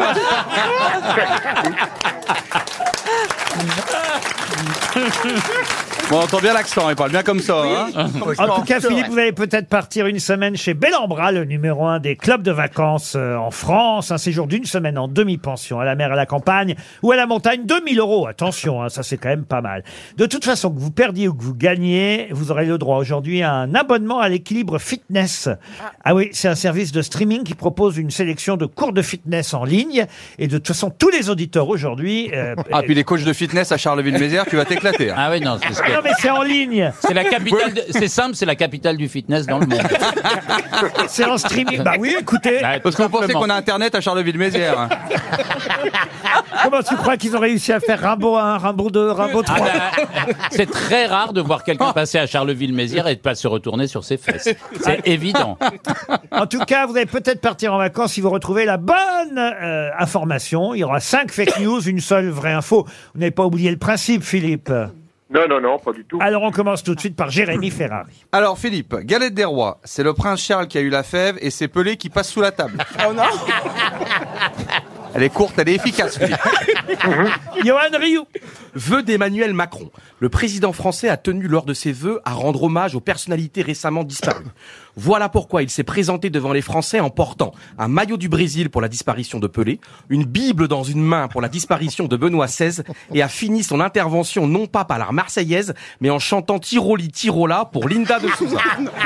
Bon, on entend bien l'accent, il parle bien comme ça. Hein. En tout cas, Philippe, vous allez peut-être partir une semaine chez Bellambra, le numéro 1 des clubs de vacances en France. Un séjour d'une semaine en demi-pension, à la mer, à la campagne ou à la montagne. 2000 €. Attention, hein, ça c'est quand même pas mal. De toute façon, que vous perdiez ou que vous gagniez, vous aurez le droit aujourd'hui à un abonnement à l'équilibre fitness. Ah oui, c'est un service de streaming qui propose une sélection de cours de fitness en ligne. Et de toute façon, tous les auditeurs aujourd'hui... Ah, puis les coachs de fitness à Charleville-Mézières, tu vas t'éclater. Hein. Ah oui, non, c'est ce que- non mais c'est en ligne. c'est la capitale. C'est simple, c'est la capitale du fitness dans le monde. C'est en streaming. Bah oui, écoutez. Bah, Parce tout qu'on pensait simplement. qu'on a Internet à Charleville-Mézières. Hein. Comment tu crois qu'ils ont réussi à faire Rimbaud 1, Rimbaud 2, Rimbaud 3 C'est très rare de voir quelqu'un passer à Charleville-Mézières et de pas se retourner sur ses fesses. C'est évident. En tout cas, vous allez peut-être partir en vacances si vous retrouvez la bonne information. Il y aura 5 fake news, une seule vraie info. Vous n'avez pas oublié le principe, Philippe. Non, pas du tout. Alors on commence tout de suite par Jérémy Ferrari. Alors Philippe, Galette des Rois, c'est le prince Charles qui a eu la fève et c'est Pelé qui passe sous la table. Oh non. Elle est courte, elle est efficace, Philippe. Johan Rioux. Vœux d'Emmanuel Macron. Le président français a tenu lors de ses vœux à rendre hommage aux personnalités récemment disparues. Voilà pourquoi il s'est présenté devant les Français en portant un maillot du Brésil pour la disparition de Pelé, une Bible dans une main pour la disparition de Benoît XVI et a fini son intervention non pas par la Marseillaise, mais en chantant Tiroli Tirola pour Linda de Souza.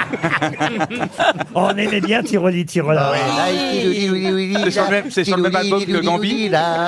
On aimait bien Tiroli Tirola. C'est sur le même album que Gambi.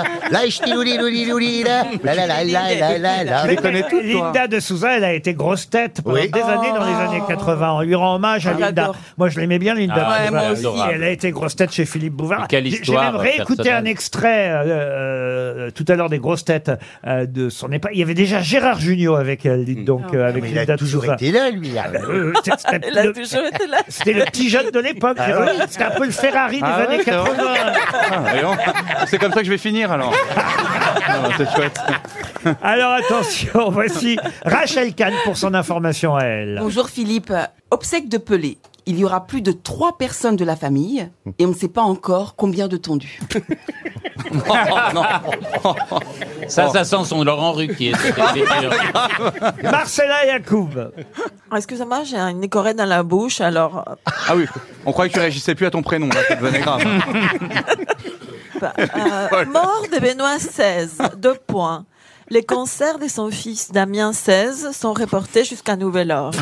Je les connais toutes, Linda de Souza, elle a été grosse tête pendant des années dans les années 80. On lui rend hommage à Linda. Moi, je l'aimais bien, Linda. Ah, ouais, moi aussi. Et elle a été grosse tête chez Philippe Bouvard. Quelle J'ai histoire même réécouté personnelle. un extrait tout à l'heure des grosses têtes de son époque. Il y avait déjà Gérard Jugnot avec elle, dites donc, avec Mais Linda il a de toujours Souza. été là, lui. C'était Elle a toujours été là. c'était le petit jeune de l'époque. Ah Gérard. ouais. C'était un peu le Ferrari des Ah ouais, années c'est vrai. 80. C'est comme ça que je vais finir alors. Non, c'est chouette. Alors attention, voici Rachel Kahn pour son information à elle. Bonjour Philippe. Obsèque de Pelé. Il y aura plus de 3 personnes de la famille et on ne sait pas encore combien de tondus. Ça sent son Laurent Ruquier. Marcella Yacoub. Excusez-moi, j'ai une écorée dans la bouche, alors... Ah oui, on croyait que tu réagissais plus à ton prénom, là, ça devenait grave. Mort de Benoît XVI, 2 points. Les concerts de son fils Damien XVI sont reportés jusqu'à nouvel ordre.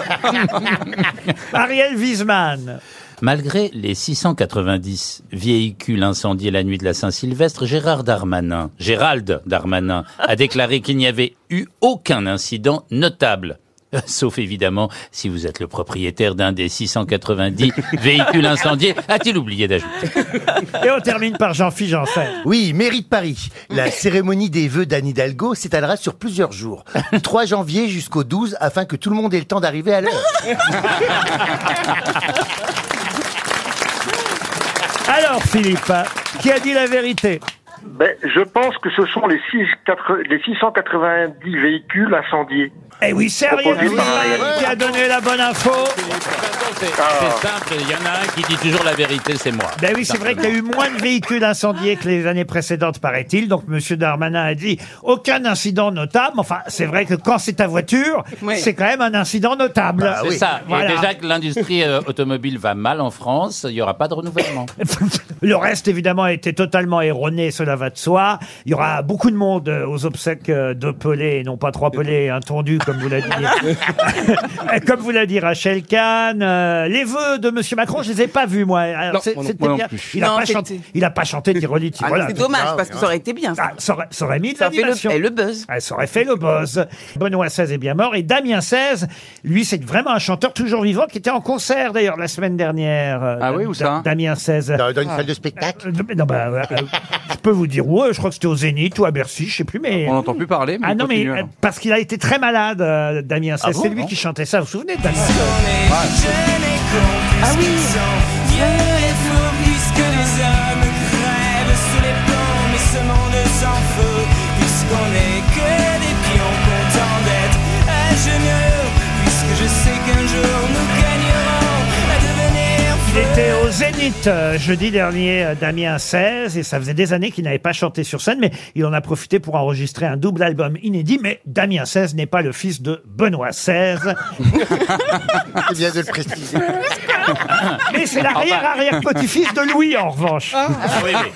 Ariel Wiesman. Malgré les 690 véhicules incendiés la nuit de la Saint-Sylvestre, Gérald Darmanin a déclaré qu'il n'y avait eu aucun incident notable. Sauf évidemment si vous êtes le propriétaire d'un des 690 véhicules incendiés, a-t-il oublié d'ajouter. Et on termine par Jean-Philippe Janssen. Oui, mairie de Paris. La cérémonie des vœux d'Anne Hidalgo s'étalera sur plusieurs jours. Du 3 janvier jusqu'au 12, afin que tout le monde ait le temps d'arriver à l'heure. Alors Philippe, qui a dit la vérité? Ben, je pense que ce sont les 690 véhicules incendiés. Eh oui, c'est Ariel Proposé par Wiesman Ariel. qui a donné la bonne info. C'est simple, il y en a un qui dit toujours la vérité, c'est moi. Ben oui, c'est vrai qu'il y a eu moins de véhicules incendiés que les années précédentes, paraît-il. Donc, Monsieur Darmanin a dit aucun incident notable. Enfin, c'est vrai que quand c'est ta voiture, c'est quand même un incident notable. C'est ça. Voilà. Et déjà que l'industrie automobile va mal en France, il n'y aura pas de renouvellement. Le reste, évidemment, a été totalement erroné, cela va de soi. Il y aura beaucoup de monde aux obsèques de Pelé, et non pas 3 Pelé, un tondu, comme vous l'a dit. Comme vous l'a dit Rachel Kahn. Les vœux de Monsieur Macron, je les ai pas vus, moi. Alors, Non, c'était moi non bien. plus. Il a Non, pas c'était- chanté. Il a pas chanté Tiroli Ah, Tirola. c'est dommage parce que ça aurait été bien. Ah, ça aurait mis de Ça fait l'animation. le buzz. Ah, ça aurait fait le buzz. Benoît XVI est bien mort. Et Damien XVI, lui, c'est vraiment un chanteur toujours vivant qui était en concert, d'ailleurs, la semaine dernière. Ah oui, où ça Damien XVI. Dans une salle de spectacle. Non, je peux vous dire où. Je crois que c'était au Zénith ou à Bercy, je sais plus, mais... On n'entend plus parler, mais Ah non, mais continue, alors. parce qu'il a été très malade, Damien XVI. Ah bon, C'est lui non qui chantait ça, vous vous souvenez de Damien XVI? Ah oui. Puisque les hommes crèvent sous les plombs, mais ce monde s'en fout, puisqu'on n'est que des pions contents d'être à genoux, puisque je sais qu'un jour nous gagnerons à devenir Il était au Zénith jeudi dernier, Damien XVI, et ça faisait des années qu'il n'avait pas chanté sur scène, mais il en a profité pour enregistrer un double album inédit. Mais Damien XVI n'est pas le fils de Benoît XVI. C'est bien de le préciser. Mais c'est l'arrière-arrière-petit-fils de Louis, en revanche. Ah oui, oui.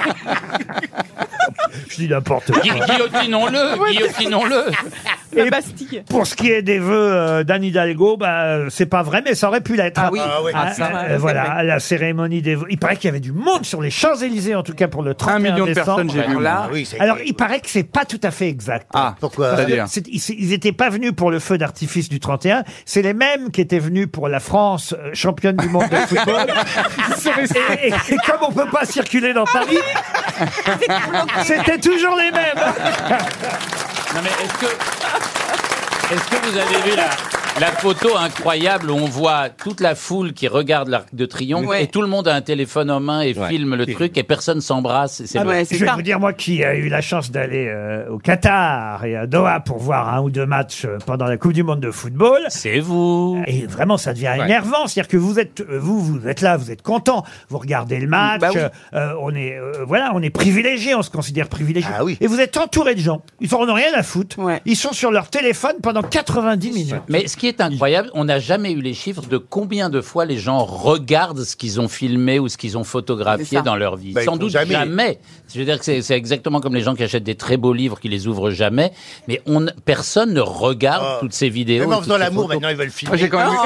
Je dis n'importe quoi. Guillotinons-le. Et pour ce qui est des vœux d'Anne Hidalgo, c'est pas vrai, mais ça aurait pu l'être. Ah oui. Voilà, la cérémonie des vœux. Il paraît qu'il y avait du monde sur les Champs-Élysées, en tout cas pour le 31 1 million de décembre. personnes, j'ai vu. Là. Oui, c'est- Alors, il paraît que c'est pas tout à fait exact. Ah, Pourquoi c'est-à-dire Ils étaient pas venus pour le feu d'artifice du 31. C'est les mêmes qui étaient venus pour la France championne du monde de football. et comme on peut pas circuler dans Paris, c'était toujours les mêmes. Non mais est-ce que vous avez vu la photo incroyable où on voit toute la foule qui regarde l'Arc de Triomphe et tout le monde a un téléphone en main et filme le truc et personne s'embrasse. Je vais vous dire, moi qui ai eu la chance d'aller au Qatar et à Doha pour voir 1 ou 2 matchs pendant la Coupe du Monde de football. C'est vous. Et vraiment, ça devient énervant. C'est-à-dire que vous êtes là, vous êtes content, vous regardez le match, on est privilégié, on se considère privilégié. Et vous êtes entouré de gens. Ils n'en ont rien à foutre. Ils sont sur leur téléphone pendant 90 minutes. Mais ce qui est incroyable, on n'a jamais eu les chiffres de combien de fois les gens regardent ce qu'ils ont filmé ou ce qu'ils ont photographié dans leur vie. Sans doute jamais. Je veux dire que c'est exactement comme les gens qui achètent des très beaux livres, qui les ouvrent jamais. Mais personne ne regarde toutes ces vidéos. Même en faisant l'amour, maintenant ils veulent filmer. J'ai quand même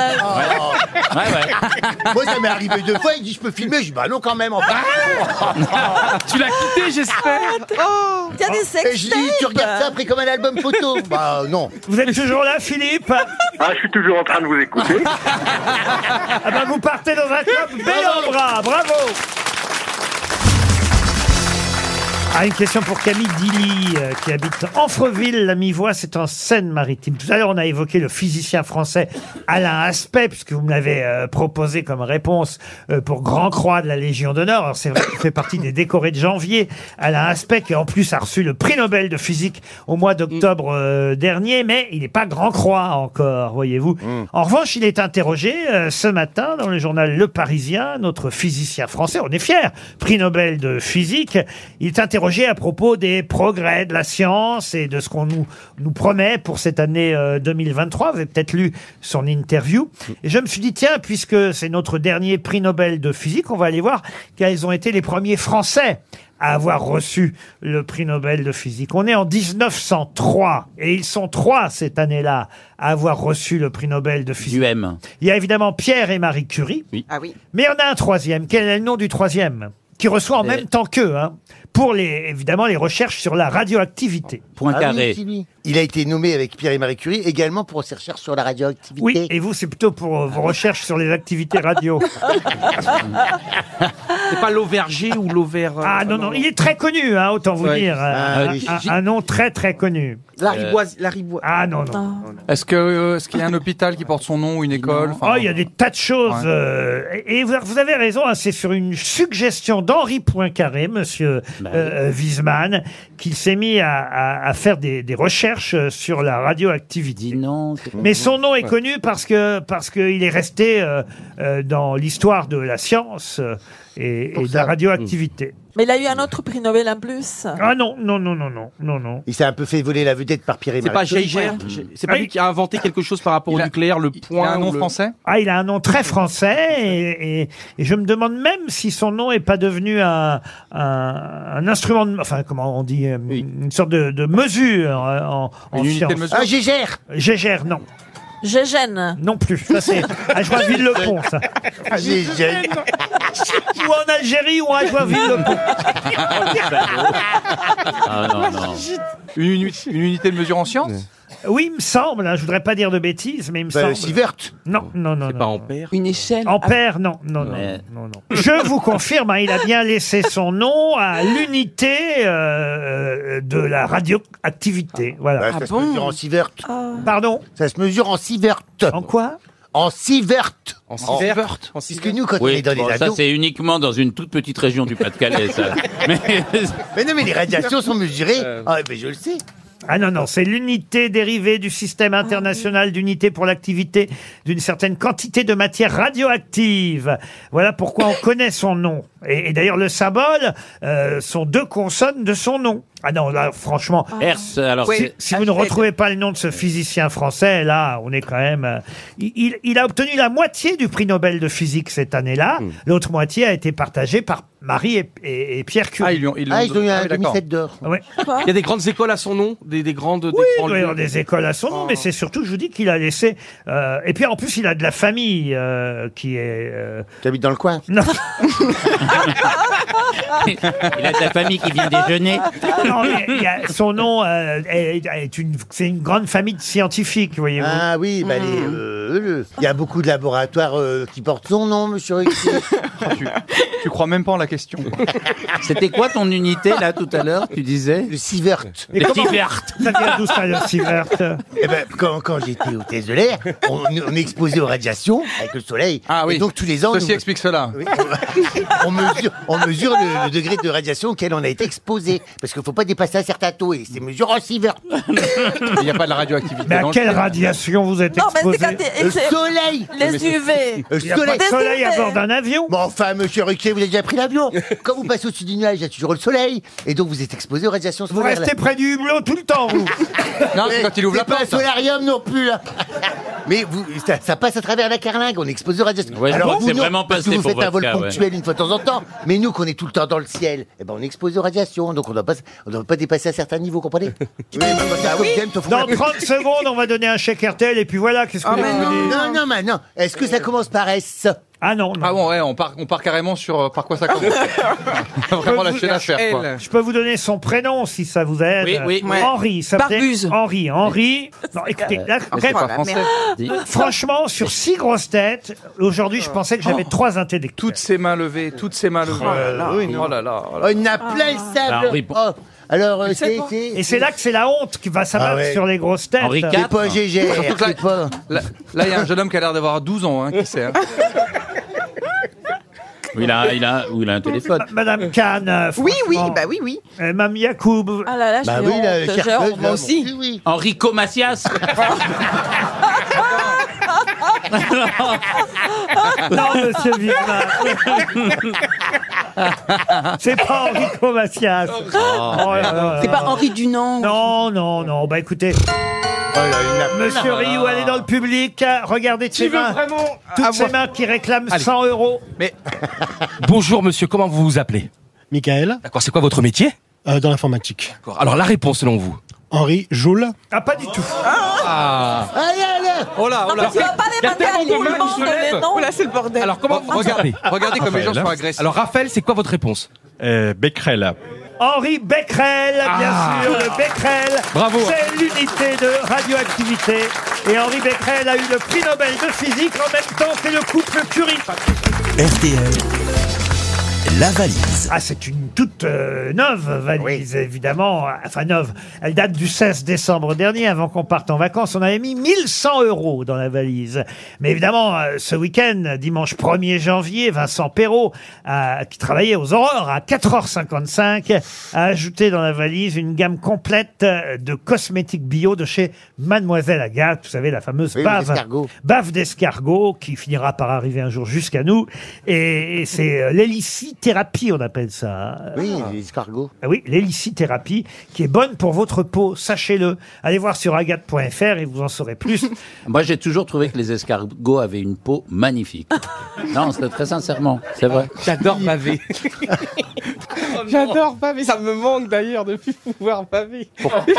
Moi, ça m'est arrivé 2 fois, il dit je peux filmer. Je dis bah non, quand même. Tu l'as quitté, j'espère. Il y a des Et je dis tu regardes ça après comme un album photo. Bah non. Vous êtes toujours là, Philippe? Ah, je suis toujours en train de vous écouter. Ah bah vous partez dans un club bel en bras, bravo. Une question pour Camille Dilly, qui habite Amfreville, la Mi-Voix, c'est en Seine-Maritime. Tout à l'heure, on a évoqué le physicien français Alain Aspect, puisque vous me l'avez proposé comme réponse pour Grand Croix de la Légion d'honneur. Alors c'est vrai qu'il fait partie des décorés de janvier. Alain Aspect, qui en plus a reçu le prix Nobel de physique au mois d'octobre dernier, mais il n'est pas Grand Croix encore, voyez-vous. En revanche, il est interrogé ce matin dans le journal Le Parisien, notre physicien français, on est fiers, prix Nobel de physique. Il est interrogé à propos des progrès de la science et de ce qu'on nous promet pour cette année 2023. Vous avez peut-être lu son interview. Et je me suis dit, tiens, puisque c'est notre dernier prix Nobel de physique, on va aller voir quels ont été les premiers Français à avoir reçu le prix Nobel de physique. On est en 1903 et ils sont 3 cette année-là à avoir reçu le prix Nobel de physique. Il y a évidemment Pierre et Marie Curie. Ah oui. Mais il y en a un 3e. Quel est le nom du 3e? Qui reçoit en même temps qu'eux, pour évidemment les recherches sur la radioactivité. Il a été nommé avec Pierre et Marie Curie également pour ses recherches sur la radioactivité. Oui, et vous, c'est plutôt pour vos recherches sur les activités radio. C'est pas l'Auverger ou l'Auvert... Ah non, il est très connu, autant vous dire. Un nom très très connu. Lariboise. Ah non. Est-ce qu'il y a un hôpital qui porte son nom ou une école? Il y a des tas de choses. Et vous avez raison, c'est sur une suggestion d'Henri Poincaré, monsieur Wiesmann, qu'il s'est mis à faire des recherches sur la radioactivité. Mais son nom est connu parce qu'il est resté dans l'histoire de la science et de la radioactivité. Mais il a eu un autre prix Nobel en plus. Ah non. Il s'est un peu fait voler la vedette par Pierre et C'est Marie pas Curie. Geiger. C'est pas lui qui a inventé quelque chose par rapport au nucléaire, le point. Il a un nom français? Il a un nom très français et je me demande même si son nom est pas devenu un instrument de, comment on dit, une sorte de mesure en unité science. de mesure. Gégère, non. Gégène. Non plus. Ça, c'est à Joinville-le-Pont, ça. Ou en Algérie ou à Joinville-le-Pont. Non. Une unité de mesure en science? Oui, il me semble, je voudrais pas dire de bêtises, mais il me semble. Sievert. Non. C'est pas Ampère. Une échelle. Ampère, non. Je vous confirme, il a bien laissé son nom à l'unité de la radioactivité. Voilà. Ça se mesure en sievert. Pardon? Ça se mesure en sievert. En quoi? En sievert. Puisque nous, quand on est dans les ça avions... c'est uniquement dans une toute petite région du Pas-de-Calais, ça. Mais non, mais les radiations sont mesurées. Mais je le sais. Ah non, c'est l'unité dérivée du système international d'unité pour l'activité d'une certaine quantité de matière radioactive. Voilà pourquoi on connaît son nom. Et d'ailleurs, le symbole sont 2 consonnes de son nom. Ah non, là, franchement, si vous ne retrouvez pas le nom de ce physicien français, là, on est quand même... Il a obtenu la moitié du prix Nobel de physique cette année-là. L'autre moitié a été partagée par Marie et Pierre Curie. Ils ont eu un demi-set d'or. Ouais. Il y a des grandes écoles à son nom, des grandes... Oui, il doit y avoir des écoles à son nom, mais c'est surtout, je vous dis, qu'il a laissé... et puis en plus, il a de la famille qui est... Qui habite dans le coin. Non. Il a de la famille qui vient déjeuner. Non, son nom c'est une grande famille de scientifiques, voyez-vous. Ah oui, il y a beaucoup de laboratoires qui portent son nom, monsieur Ruquier. Tu crois même pas en la question. C'était quoi ton unité, là, tout à l'heure, tu disais? Le sievert. Mais comment ça vient d'où ça, le sievert? Eh ben, quand j'étais hôtesse de l'air, on est exposé aux radiations avec le soleil. Ah oui. Et donc tous les ans, Ceci explique cela. Oui, on mesure le degré de radiation auquel on a été exposé. Parce qu'il ne faut pas dépasser un certain taux. Et c'est mesure en sievert. Il n'y a pas de la radioactivité. Mais à dans le quelle ciel. radiation vous êtes Non, mais exposé? c'est quand t'es- Le c'est- soleil. Les UV. Le Il n'y a pas de soleil à bord d'un avion. Bon, enfin, monsieur Ruquier, vous avez déjà pris l'avion. Quand vous passez au-dessus du nuage, il y a toujours le soleil. Et donc, vous êtes exposé aux radiations Vous solaires. restez près du hublot tout le temps, vous. Non, c'est quand il ouvre la C'est pas un porte. solarium non plus, là. Mais ça passe à travers la carlingue, on est exposé aux radiations. Ouais, je crois que c'est non, vraiment parce que passé vous pour faites un votre vol cas, ouais. ponctuel une fois de temps en temps. Mais nous, qu'on est tout le temps dans le ciel, eh ben, on est exposé aux radiations. Donc, on ne doit pas dépasser un certain niveau, comprenez? Oui, mais c'est un webcam, t'en fous Dans la- 30 secondes, on va donner un chèque RTL et puis voilà, qu'est-ce que vous voulez dire? Non, mais non. Est-ce que ça commence par S? Ah non, non. Ah bon, ouais, on part carrément sur par quoi ça commence. On va vraiment lâcher l'affaire, quoi. Je peux vous donner son prénom si ça vous aide. Oui, oui. Ouais. Henri, il s'appelait Barbuse. Henri. Non, écoutez, là, Mais c'est quand pas même, français. franchement, sur 6 grosses têtes, aujourd'hui, je pensais que j'avais 3 intellectuels. Toutes ses mains levées. Oh là là. Oh, il n'a plein le sable. Henri, Oh, alors, Et c'est là que c'est la honte qui va s'abattre Ah ouais. sur les grosses têtes. Henri IV. c'est pas GG. Surtout que là- c'est pas... Là, il y a un jeune homme qui a l'air d'avoir 12 ans, hein, qui sait. Hein. Ou il a un téléphone. Madame Kahn, Oui, franchement, oui. Mme Yacoub. Ah là là, Bah j'ai oui, honte, la j'ai chercheuse, honte. là, moi aussi. bon, oui. Enrico Macias. Non, monsieur Wiesmann. C'est pas Enrico Macias. Oh là là C'est là. pas Henri Dunant. Non. Bah écoutez, Oh là, il n'a plein. monsieur Rioux, allez dans le public, regardez de ses mains. Toutes ces mains qui réclament 100 €. Mais bonjour monsieur, comment vous vous appelez? Michael, D'accord, c'est quoi votre métier? dans l'informatique. D'accord. Alors la réponse selon vous? Henri Joule. Ah, pas du tout. Allez. Oh là, Non, mais tu vas pas demander à tout le monde les noms. Oh là, c'est le bordel. Alors comment vous vous appelez? Regardez comme les gens sont agressifs. Alors Raphaël, c'est quoi votre réponse? Becquerel. Henri Becquerel, bien sûr, le Becquerel. Bravo. C'est l'unité de radioactivité. Et Henri Becquerel a eu le prix Nobel de physique en même temps que le couple Curie. RTL, la valise. Ah, c'est une toute neuve valise, évidemment. Enfin, neuve. Elle date du 16 décembre dernier, avant qu'on parte en vacances. On avait mis 1100 € dans la valise. Mais évidemment, ce week-end, dimanche 1er janvier, Vincent Perrault, qui travaillait aux Aurores à 4h55, a ajouté dans la valise une gamme complète de cosmétiques bio de chez Mademoiselle Agathe. Vous savez, la fameuse Oui, bave d'escargot qui finira par arriver un jour jusqu'à nous. Et c'est l'hélicithérapie, on appelle ça. Oui, les escargots. Ah oui, l'hélicithérapie, qui est bonne pour votre peau, sachez-le. Allez voir sur agathe.fr et vous en saurez plus. Moi, j'ai toujours trouvé que les escargots avaient une peau magnifique. Non, c'est très sincèrement, c'est vrai. J'adore baver. J'adore baver, ça me manque d'ailleurs de plus pouvoir baver.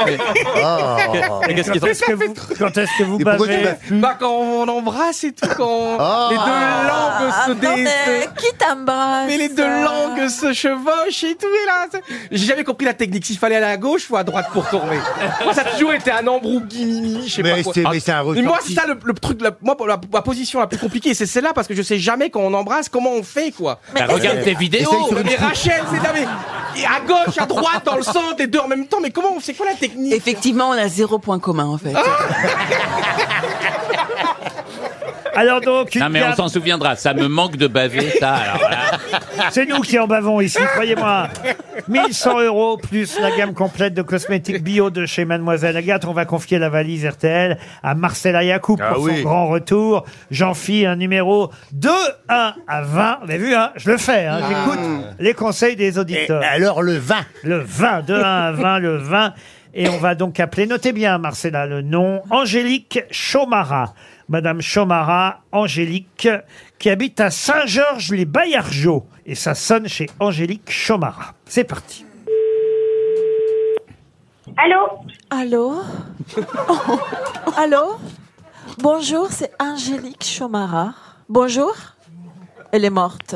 Mais qu'est-ce qui Quand est-ce que vous, quand est-ce que vous Et pourquoi tu bavez baves plus? Bah quand on embrasse et tout, quand les deux langues se Attendez, qui t'embrasse? Mais les deux langues se chevauchent et tout, et là, j'ai jamais compris la technique, s'il fallait aller à gauche ou à droite pour tourner. Moi, ça a toujours été un embrouille, je sais pas quoi. Mais c'est un Mais moi, ressenti. c'est ça le truc, moi, la position la plus compliquée, c'est celle-là, parce que je sais jamais quand on embrasse, comment on fait, quoi. Bah, regarde tes vidéos. Mais Rachel, c'est jamais, et à gauche, à droite, dans le centre, les deux en même temps, mais comment, c'est quoi la technique? Effectivement, on a 0 point commun, en fait. Alors donc, une Non, mais on gamme- s'en souviendra. Ça me manque de baver, ça. Alors là. c'est nous qui en bavons ici, croyez-moi. 1100 € plus la gamme complète de cosmétiques bio de chez Mademoiselle Agathe. On va confier la valise RTL à Marcella Yacoub pour son grand retour. J'en-fie un numéro de 1 à 20. Vous avez vu, hein, je le fais. Hein, j'écoute les conseils des Et auditeurs. alors, le vin. Le 20, de 1 à 20, le 20. Et on va donc appeler, notez bien Marcella, le nom, Angélique Chomara. Madame Chomara, Angélique, qui habite à Saint-Georges-les-Baillargeaux. Et ça sonne chez Angélique Chomara. C'est parti. Allô? Allô? Allô? Bonjour, c'est Angélique Chomara. Bonjour? Elle est morte.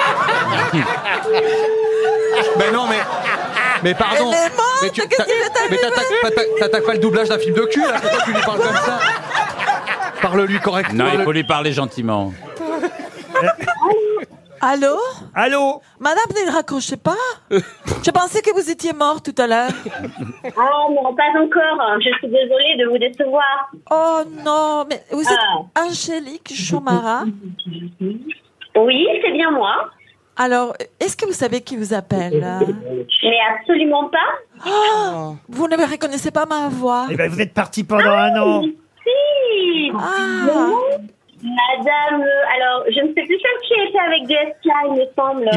Ben non, mais pardon. Elle est morte, Mais qu'est-ce que mais t'attaques pas le doublage d'un film de cul, là. Pourquoi tu lui parles comme ça? Parle-lui correctement. Non, il faut lui parler gentiment. Allô? Allô? Madame, ne raccrochez pas. Je pensais que vous étiez morte tout à l'heure. Ah non, pas encore. Je suis désolée de vous décevoir. Oh non, mais vous êtes Angélique Chomara? Oui, c'est bien moi. Alors, est-ce que vous savez qui vous appelle? Mais absolument pas. Oh, vous ne me reconnaissez pas ma voix? Eh ben, vous êtes parti pendant un an. Si. Ah. Madame, alors, je ne sais plus celle qui était avec DSK, il me semble.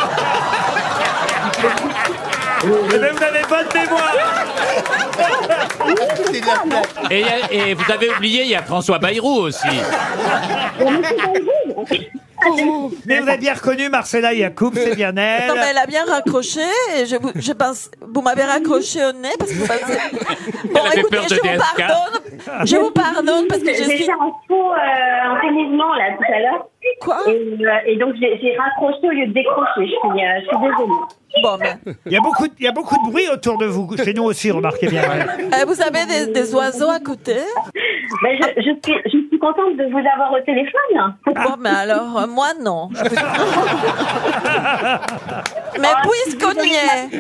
Eh ben, vous avez bonne mémoire. Et vous avez oublié, il y a François Bayrou aussi. Mais vous avez bien reconnu Marcella Yacoub, c'est bien elle. Non, mais elle a bien raccroché. Et je pense, vous m'avez raccroché au nez parce que vous pensez... Bon, avait écoutez, peur de je vous DSK. pardonne. Je vous pardonne parce que je J'ai suis... fait un faux mouvement là tout à l'heure. Quoi? Et donc j'ai raccroché au lieu de décrocher. Je suis désolée. Bon, mais... Il y a beaucoup de bruit autour de vous. Chez nous aussi, remarquez bien. vous avez des oiseaux à côté? Ben, je suis contente de vous avoir au téléphone. Bon, mais alors, moi, non. Mais puisqu'on y est...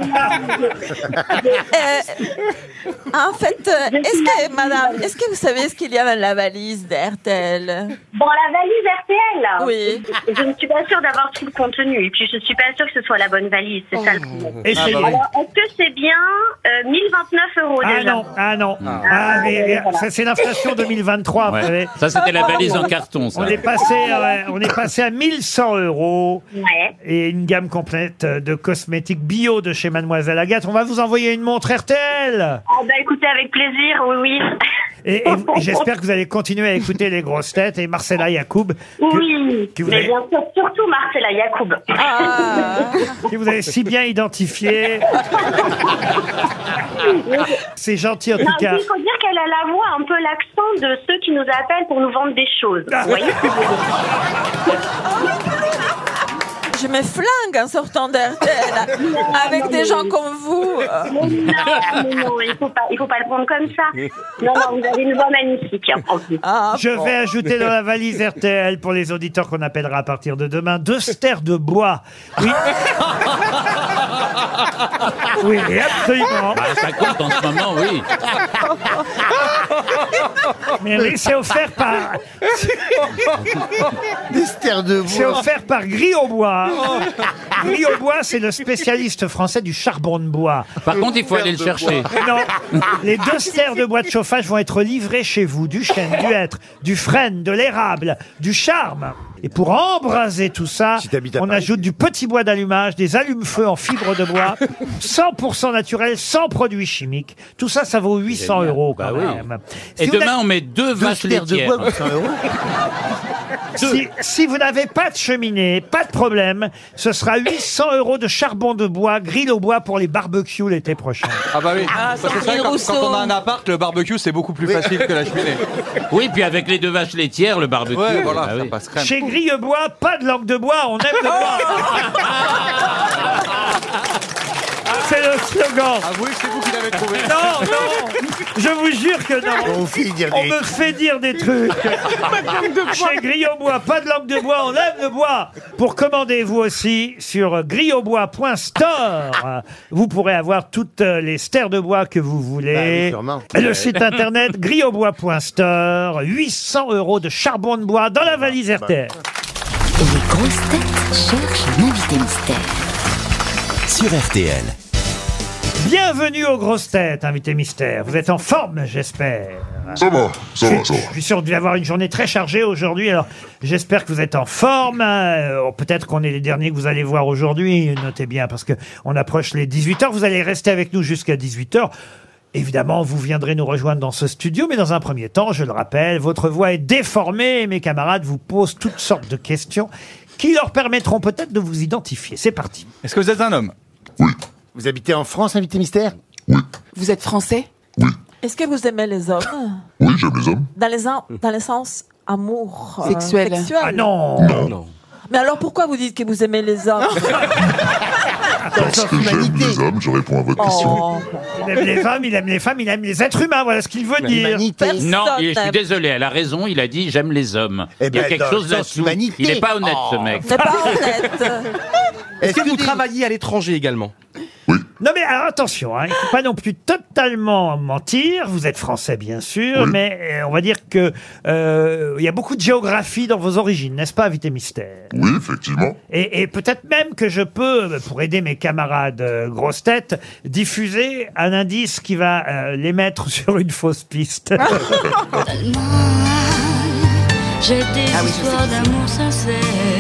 en fait, est-ce que vous savez ce qu'il y a dans la valise d'RTL? Dans la valise RTL? Oui. Je ne suis pas sûre d'avoir tout le contenu. Et puis, je ne suis pas sûre que ce soit la bonne valise. C'est ça le problème. Essayez. Alors, est-ce que c'est bien 1029 € Ah déjà? non, ah non. Mais voilà. ça, c'est l'inflation 2023, vous savez. Ça, c'était la valise en carton, ça. On est passé à 1100 €. Ouais. Et une gamme complète de cosmétiques bio de chez Mademoiselle Agathe. On va vous envoyer une montre RTL. Ah bah écoutez, avec plaisir, oui. Et j'espère que vous allez continuer à écouter les grosses têtes et Marcella Yacoub. Oui, que vous mais avez- bien sûr, surtout Marcella Yacoub. que vous avez si bien identifié. C'est gentil en tout Non, cas. il faut dire qu'elle a la voix, un peu l'accent de ceux qui nous appellent pour nous vendre des choses. Vous voyez ce que je veux dire? Je me flingue en sortant d'RTL avec des gens comme vous. Non, il faut pas le prendre comme ça. Non, vous avez une voix magnifique. En plus. Je vais ajouter dans la valise RTL pour les auditeurs qu'on appellera à partir de demain 2 stères de bois. Oui. Oui, absolument. Bah, ça compte en ce moment, oui. Mais oui, c'est offert par. Des stères de bois. C'est offert par Gris au bois. Gris au bois, c'est le spécialiste français du charbon de bois. Par contre, il faut aller le chercher. Non, les 2 stères de bois de chauffage vont être livrés chez vous. Du chêne, du hêtre, du frêne, de l'érable, du charme. Et pour embraser tout ça, on ajoute du petit bois d'allumage, des allumes-feu en fibre de bois, 100% naturel, sans produits chimiques. Tout ça, ça vaut 800 € quand même. Et Si vous demain, on met 2 vaches stères de laitières. bois, 800 €. Si vous n'avez pas de cheminée, pas de problème, ce sera 800 € de charbon de bois, grill au bois pour les barbecues l'été prochain. Ah bah oui. Ah, Parce que c'est vrai, quand on a un appart, le barbecue, c'est beaucoup plus facile que la cheminée. Oui, puis avec les 2 vaches laitières, le barbecue. Ouais, voilà, bah ça oui. passe crème. Chez Grillebois, pas de langue de bois, on aime le bois. C'est le slogan. Avouez que c'est vous qui l'avez trouvé. Non, je vous jure que non. On fait dire On des- me fait dire des trucs. Chez Grillaubois, pas de langue de bois, on aime le bois. Pour commander vous aussi sur grillaubois.store, vous pourrez avoir toutes les stères de bois que vous Bah oui, voulez. sûrement. Le site internet grillaubois.store, 800 € de charbon de bois dans la valise RTL. Les grosses têtes cherchent un invité mystère. Sur RTL. Bienvenue aux grosses têtes, invité mystère. Vous êtes en forme, j'espère. Ça va. Je suis sûr que vous devez avoir une journée très chargée aujourd'hui, alors j'espère que vous êtes en forme. Peut-être qu'on est les derniers que vous allez voir aujourd'hui, notez bien, parce que on approche les 18h. Vous allez rester avec nous jusqu'à 18h. Évidemment, vous viendrez nous rejoindre dans ce studio, mais dans un premier temps, je le rappelle, votre voix est déformée et mes camarades vous posent toutes sortes de questions qui leur permettront peut-être de vous identifier. C'est parti. Est-ce que vous êtes un homme? Vous habitez en France, invité mystère? Vous êtes français? Est-ce que vous aimez les hommes? Oui, j'aime les hommes. Dans le sens amour Sexuel. Ah non. Mais alors pourquoi vous dites que vous aimez les hommes? Parce que j'aime les hommes, je réponds à votre question. Il aime les hommes, il aime les femmes, il aime les êtres humains, voilà ce qu'il veut dire. Non, je suis désolé, elle a raison, il a dit j'aime les hommes. Eh Il y a ben, quelque dans chose le sens là-dessous. humanité. Il n'est pas honnête, ce mec. C'est pas honnête. Est-ce que vous travaillez à l'étranger également? Non mais alors attention, hein, il ne faut pas non plus totalement mentir. Vous êtes français bien sûr, mais on va dire que il y a beaucoup de géographie dans vos origines, n'est-ce pas, Invité Mystère? Oui, effectivement. Et peut-être même que je peux, pour aider mes camarades grosses têtes, diffuser un indice qui va les mettre sur une fausse piste. J'ai des histoires d'amour sincère.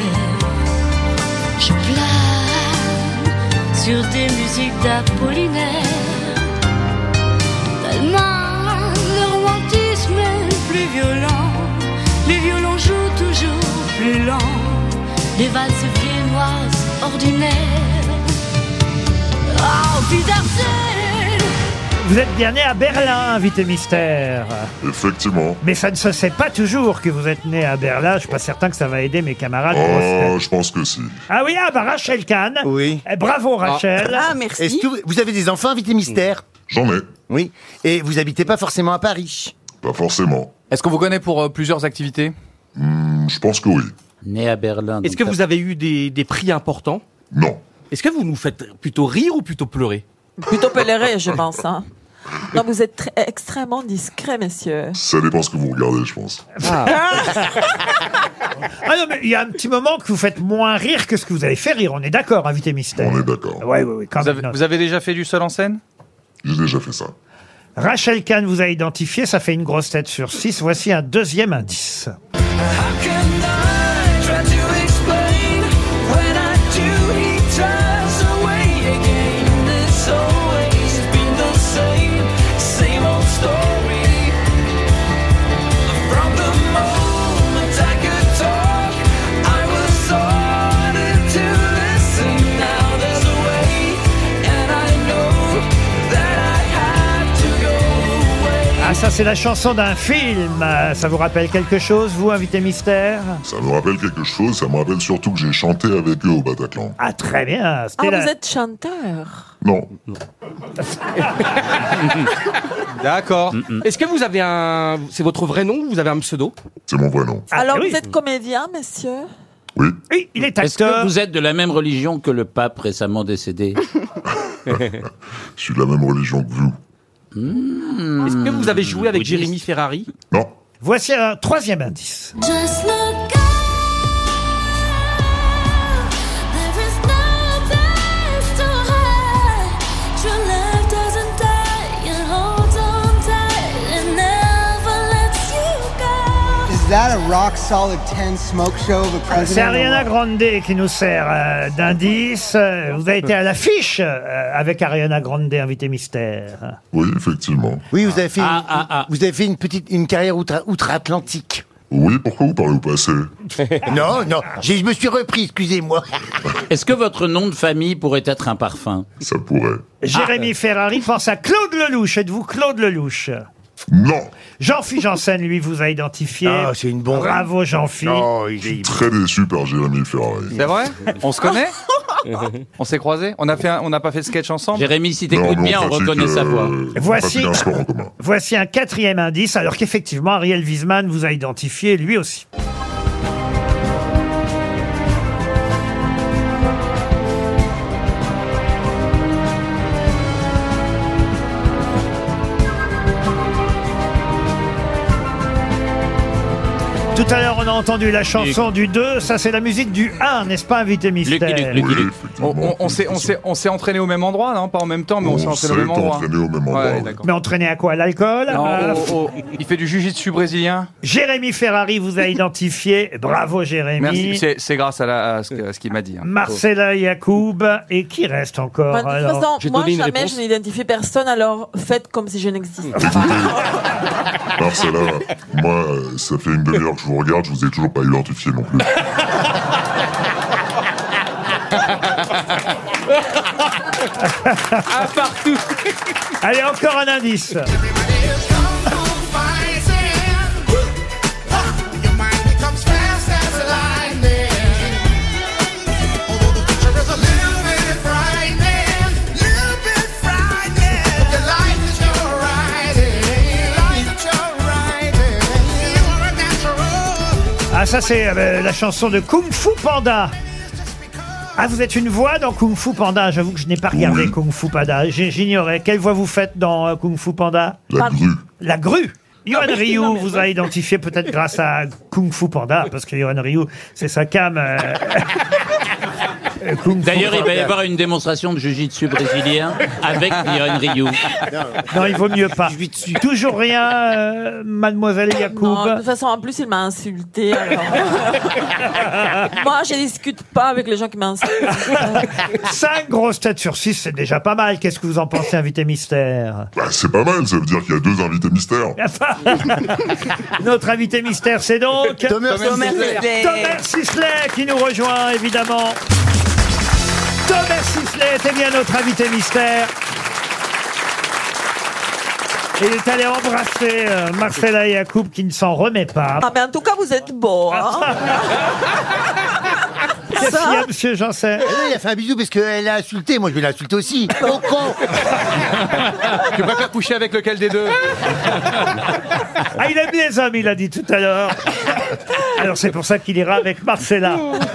Je plane sur des musiques d'Apollinaire. Tellement le romantisme est plus violent. Les violons jouent toujours plus lent. Les valses viennoises ordinaires. Oh, vie d'Arsène. Vous êtes bien né à Berlin, Invité Mystère. Effectivement. Mais ça ne se sait pas toujours que vous êtes né à Berlin. Je suis pas certain que ça va aider mes camarades. grosses Oh, têtes. je pense que si. Ah oui, ah bah Rachel Kahn. Oui. Bravo Rachel. Ah, merci. Est-ce que vous avez des enfants, Invité Mystère? J'en ai. Oui. Et vous habitez pas forcément à Paris? Pas forcément. Est-ce qu'on vous connaît pour plusieurs activités? Je pense que oui. Né à Berlin. Est-ce que vous avez eu des prix importants? Non. Est-ce que vous nous faites plutôt rire ou plutôt pleurer? Plutôt pèlerin, je pense. Hein. Non, vous êtes extrêmement discret, messieurs. Ça dépend ce que vous regardez, je pense. Ah non, mais il y a un petit moment que vous faites moins rire que ce que vous avez fait rire. On est d'accord, Invité Mystère. On est d'accord. Oui, quand même. Vous avez déjà fait du seul en scène? J'ai déjà fait ça. Rachel Kahn vous a identifié, ça fait une grosse tête sur 6. Voici un deuxième indice. Ah, ça c'est la chanson d'un film. Ça vous rappelle quelque chose, vous, Invité Mystère? Ça me rappelle quelque chose, ça me rappelle surtout que j'ai chanté avec eux au Bataclan. Ah, très bien. Ah, C'était vous êtes chanteur. Non. D'accord. Est-ce que vous avez un... C'est votre vrai nom ou vous avez un pseudo? C'est mon vrai nom. Alors, oui. vous êtes comédien, messieurs? Oui. Oui, il est Est-ce que acteur. vous êtes de la même religion que le pape récemment décédé? Je suis de la même religion que vous. Est-ce que vous avez joué avec Bouddhiste. Jérémy Ferrari? Non. Voici un troisième indice. Just look up. There is no place to hide. True love doesn't die. It holds on tight. It never lets you go. Is that a rock solid 10 smoke show of a president? C'est Ariana Grande qui nous sert d'indice. Vous avez été à l'affiche avec Ariana Grande, Invité Mystère. Oui, effectivement. Oui, vous avez fait, vous avez fait une carrière outre-Atlantique. Oui, pourquoi vous parlez au passé? Non, je me suis repris, excusez-moi. Est-ce que votre nom de famille pourrait être un parfum? Ça pourrait. Jérémy Ferrari pense à Claude Lelouch. Êtes-vous Claude Lelouch? Non. Jean-Philippe Janssen, lui, vous a identifié. Ah, c'est une bonne. Bravo, Jean-Philippe. Non, Je suis très déçu par Jérémy Ferrari. C'est vrai? On se connaît? On s'est croisés? On n'a pas fait de sketch ensemble? Jérémy, si Non, t'écoutes mais bien, on pratique, reconnaît sa voix. Voici- on pratique un sport en commun. Voici un quatrième indice, alors qu'effectivement, Ariel Wiesman vous a identifié, lui aussi. Tout à l'heure, on a entendu la chanson du 2, ça c'est la musique du 1, n'est-ce pas, Invité Mystère? On s'est entraîné au même endroit, non? Pas en même temps, mais on s'est entraîné au même endroit. entraîné au même endroit. Ouais, oui. d'accord. Mais entraîné à quoi? L'alcool? Non, il fait du jiu-jitsu brésilien. Jérémy Ferrari vous a identifié, bravo Jérémy. Merci, c'est grâce à ce qu'il m'a dit. hein. Marcella Yacoub, et qui reste encore De toute alors façon, moi, jamais je n'identifie personne, alors faites comme si je n'existais pas. Marcella, moi, ça fait une demi-heure que je vous regarde, je vous ai toujours pas identifié non plus. Un partout. Allez, encore un indice. ça c'est la chanson de Kung Fu Panda. Ah, vous êtes une voix dans Kung Fu Panda. J'avoue que je n'ai pas regardé Kung Fu Panda. J'ignorais. Quelle voix vous faites dans Kung Fu Panda? La grue. La grue. Yohan Ryu vous a identifié peut-être grâce à Kung Fu Panda, parce que Yohan Ryu, c'est sa cam. D'ailleurs, il va y avoir une démonstration de jiu-jitsu brésilien avec Yohan Ryu. Non, il vaut mieux pas. Toujours rien, mademoiselle Yacoub. Non, de toute façon, en plus, il m'a insulté. Alors... Moi, je discute pas avec les gens qui m'insultent. 5 grosses têtes sur 6, c'est déjà pas mal. Qu'est-ce que vous en pensez, invité mystère? Bah, c'est pas mal, ça veut dire qu'il y a 2 invités mystères. Notre invité mystère, c'est donc Thomas Sisley qui nous rejoint, évidemment. Thomas Sisley était bien notre invité mystère. Il est allé embrasser Marcella Yacoub qui ne s'en remet pas. Ah, mais en tout cas, vous êtes beau, hein. Qu'est-ce qu'il y a, monsieur Janssen? Il a fait un bisou parce qu'elle l'a insulté, moi je vais l'insulter aussi. Oh con. Tu préfères coucher avec lequel des deux? Ah, il aime les hommes, il a dit tout à l'heure. Alors c'est pour ça qu'il ira avec Marcella.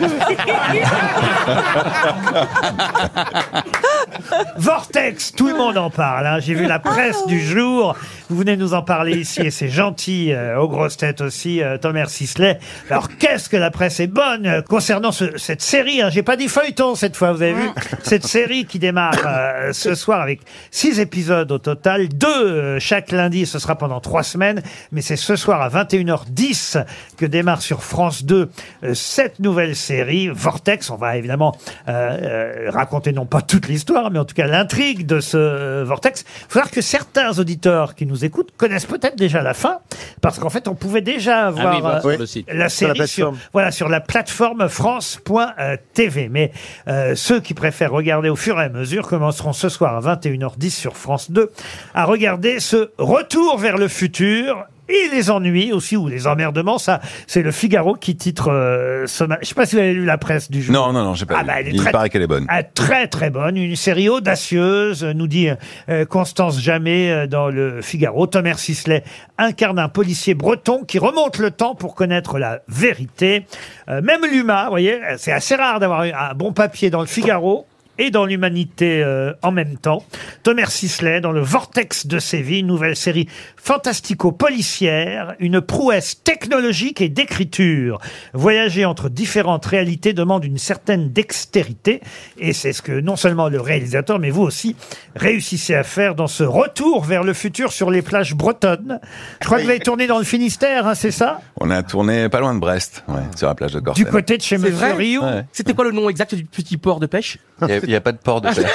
Vortex, tout le monde en parle, hein. J'ai vu la presse du jour. Vous venez nous en parler ici et c'est gentil, aux grosses têtes aussi, Thomas Sisley. Alors qu'est-ce que la presse est bonne concernant cette série, hein. J'ai pas dit feuilleton cette fois, vous avez vu. Cette série qui démarre ce soir avec 6 épisodes au total, 2 chaque lundi, ce sera pendant 3 semaines, mais c'est ce soir à 21h10 que démarre sur France 2 cette nouvelle série, Vortex. On va évidemment raconter non pas toute l'histoire, mais en tout cas l'intrigue de ce Vortex. Il faut savoir que certains auditeurs qui nous écoutent connaissent peut-être déjà la fin, parce qu'en fait on pouvait déjà voir sur le site. la série sur la plateforme France.tv. Mais ceux qui préfèrent regarder au fur et à mesure commenceront ce soir à 21h10 sur France 2 à regarder ce retour vers le futur. Et les ennuis aussi, ou les emmerdements, ça, c'est le Figaro qui titre je sais pas si vous avez lu la presse du jour. Non, j'ai pas lu. Bah, Il paraît qu'elle est bonne. Très, très bonne. Une série audacieuse, nous dit Constance Jamais dans le Figaro. Thomas Sisley incarne un policier breton qui remonte le temps pour connaître la vérité. Même l'humain, vous voyez, c'est assez rare d'avoir un bon papier dans le Figaro et dans l'humanité en même temps. Thomas Sisley dans le Vortex de Séville, nouvelle série fantastico-policière, une prouesse technologique et d'écriture. Voyager entre différentes réalités demande une certaine dextérité, et c'est ce que non seulement le réalisateur, mais vous aussi, réussissez à faire dans ce retour vers le futur sur les plages bretonnes. Je crois que vous avez tourné dans le Finistère, hein, c'est ça? On a tourné pas loin de Brest, sur la plage de Corten. Du côté de chez Monsieur Rio. Ouais. C'était quoi le nom exact du petit port de pêche? Il n'y a pas de port de pêche.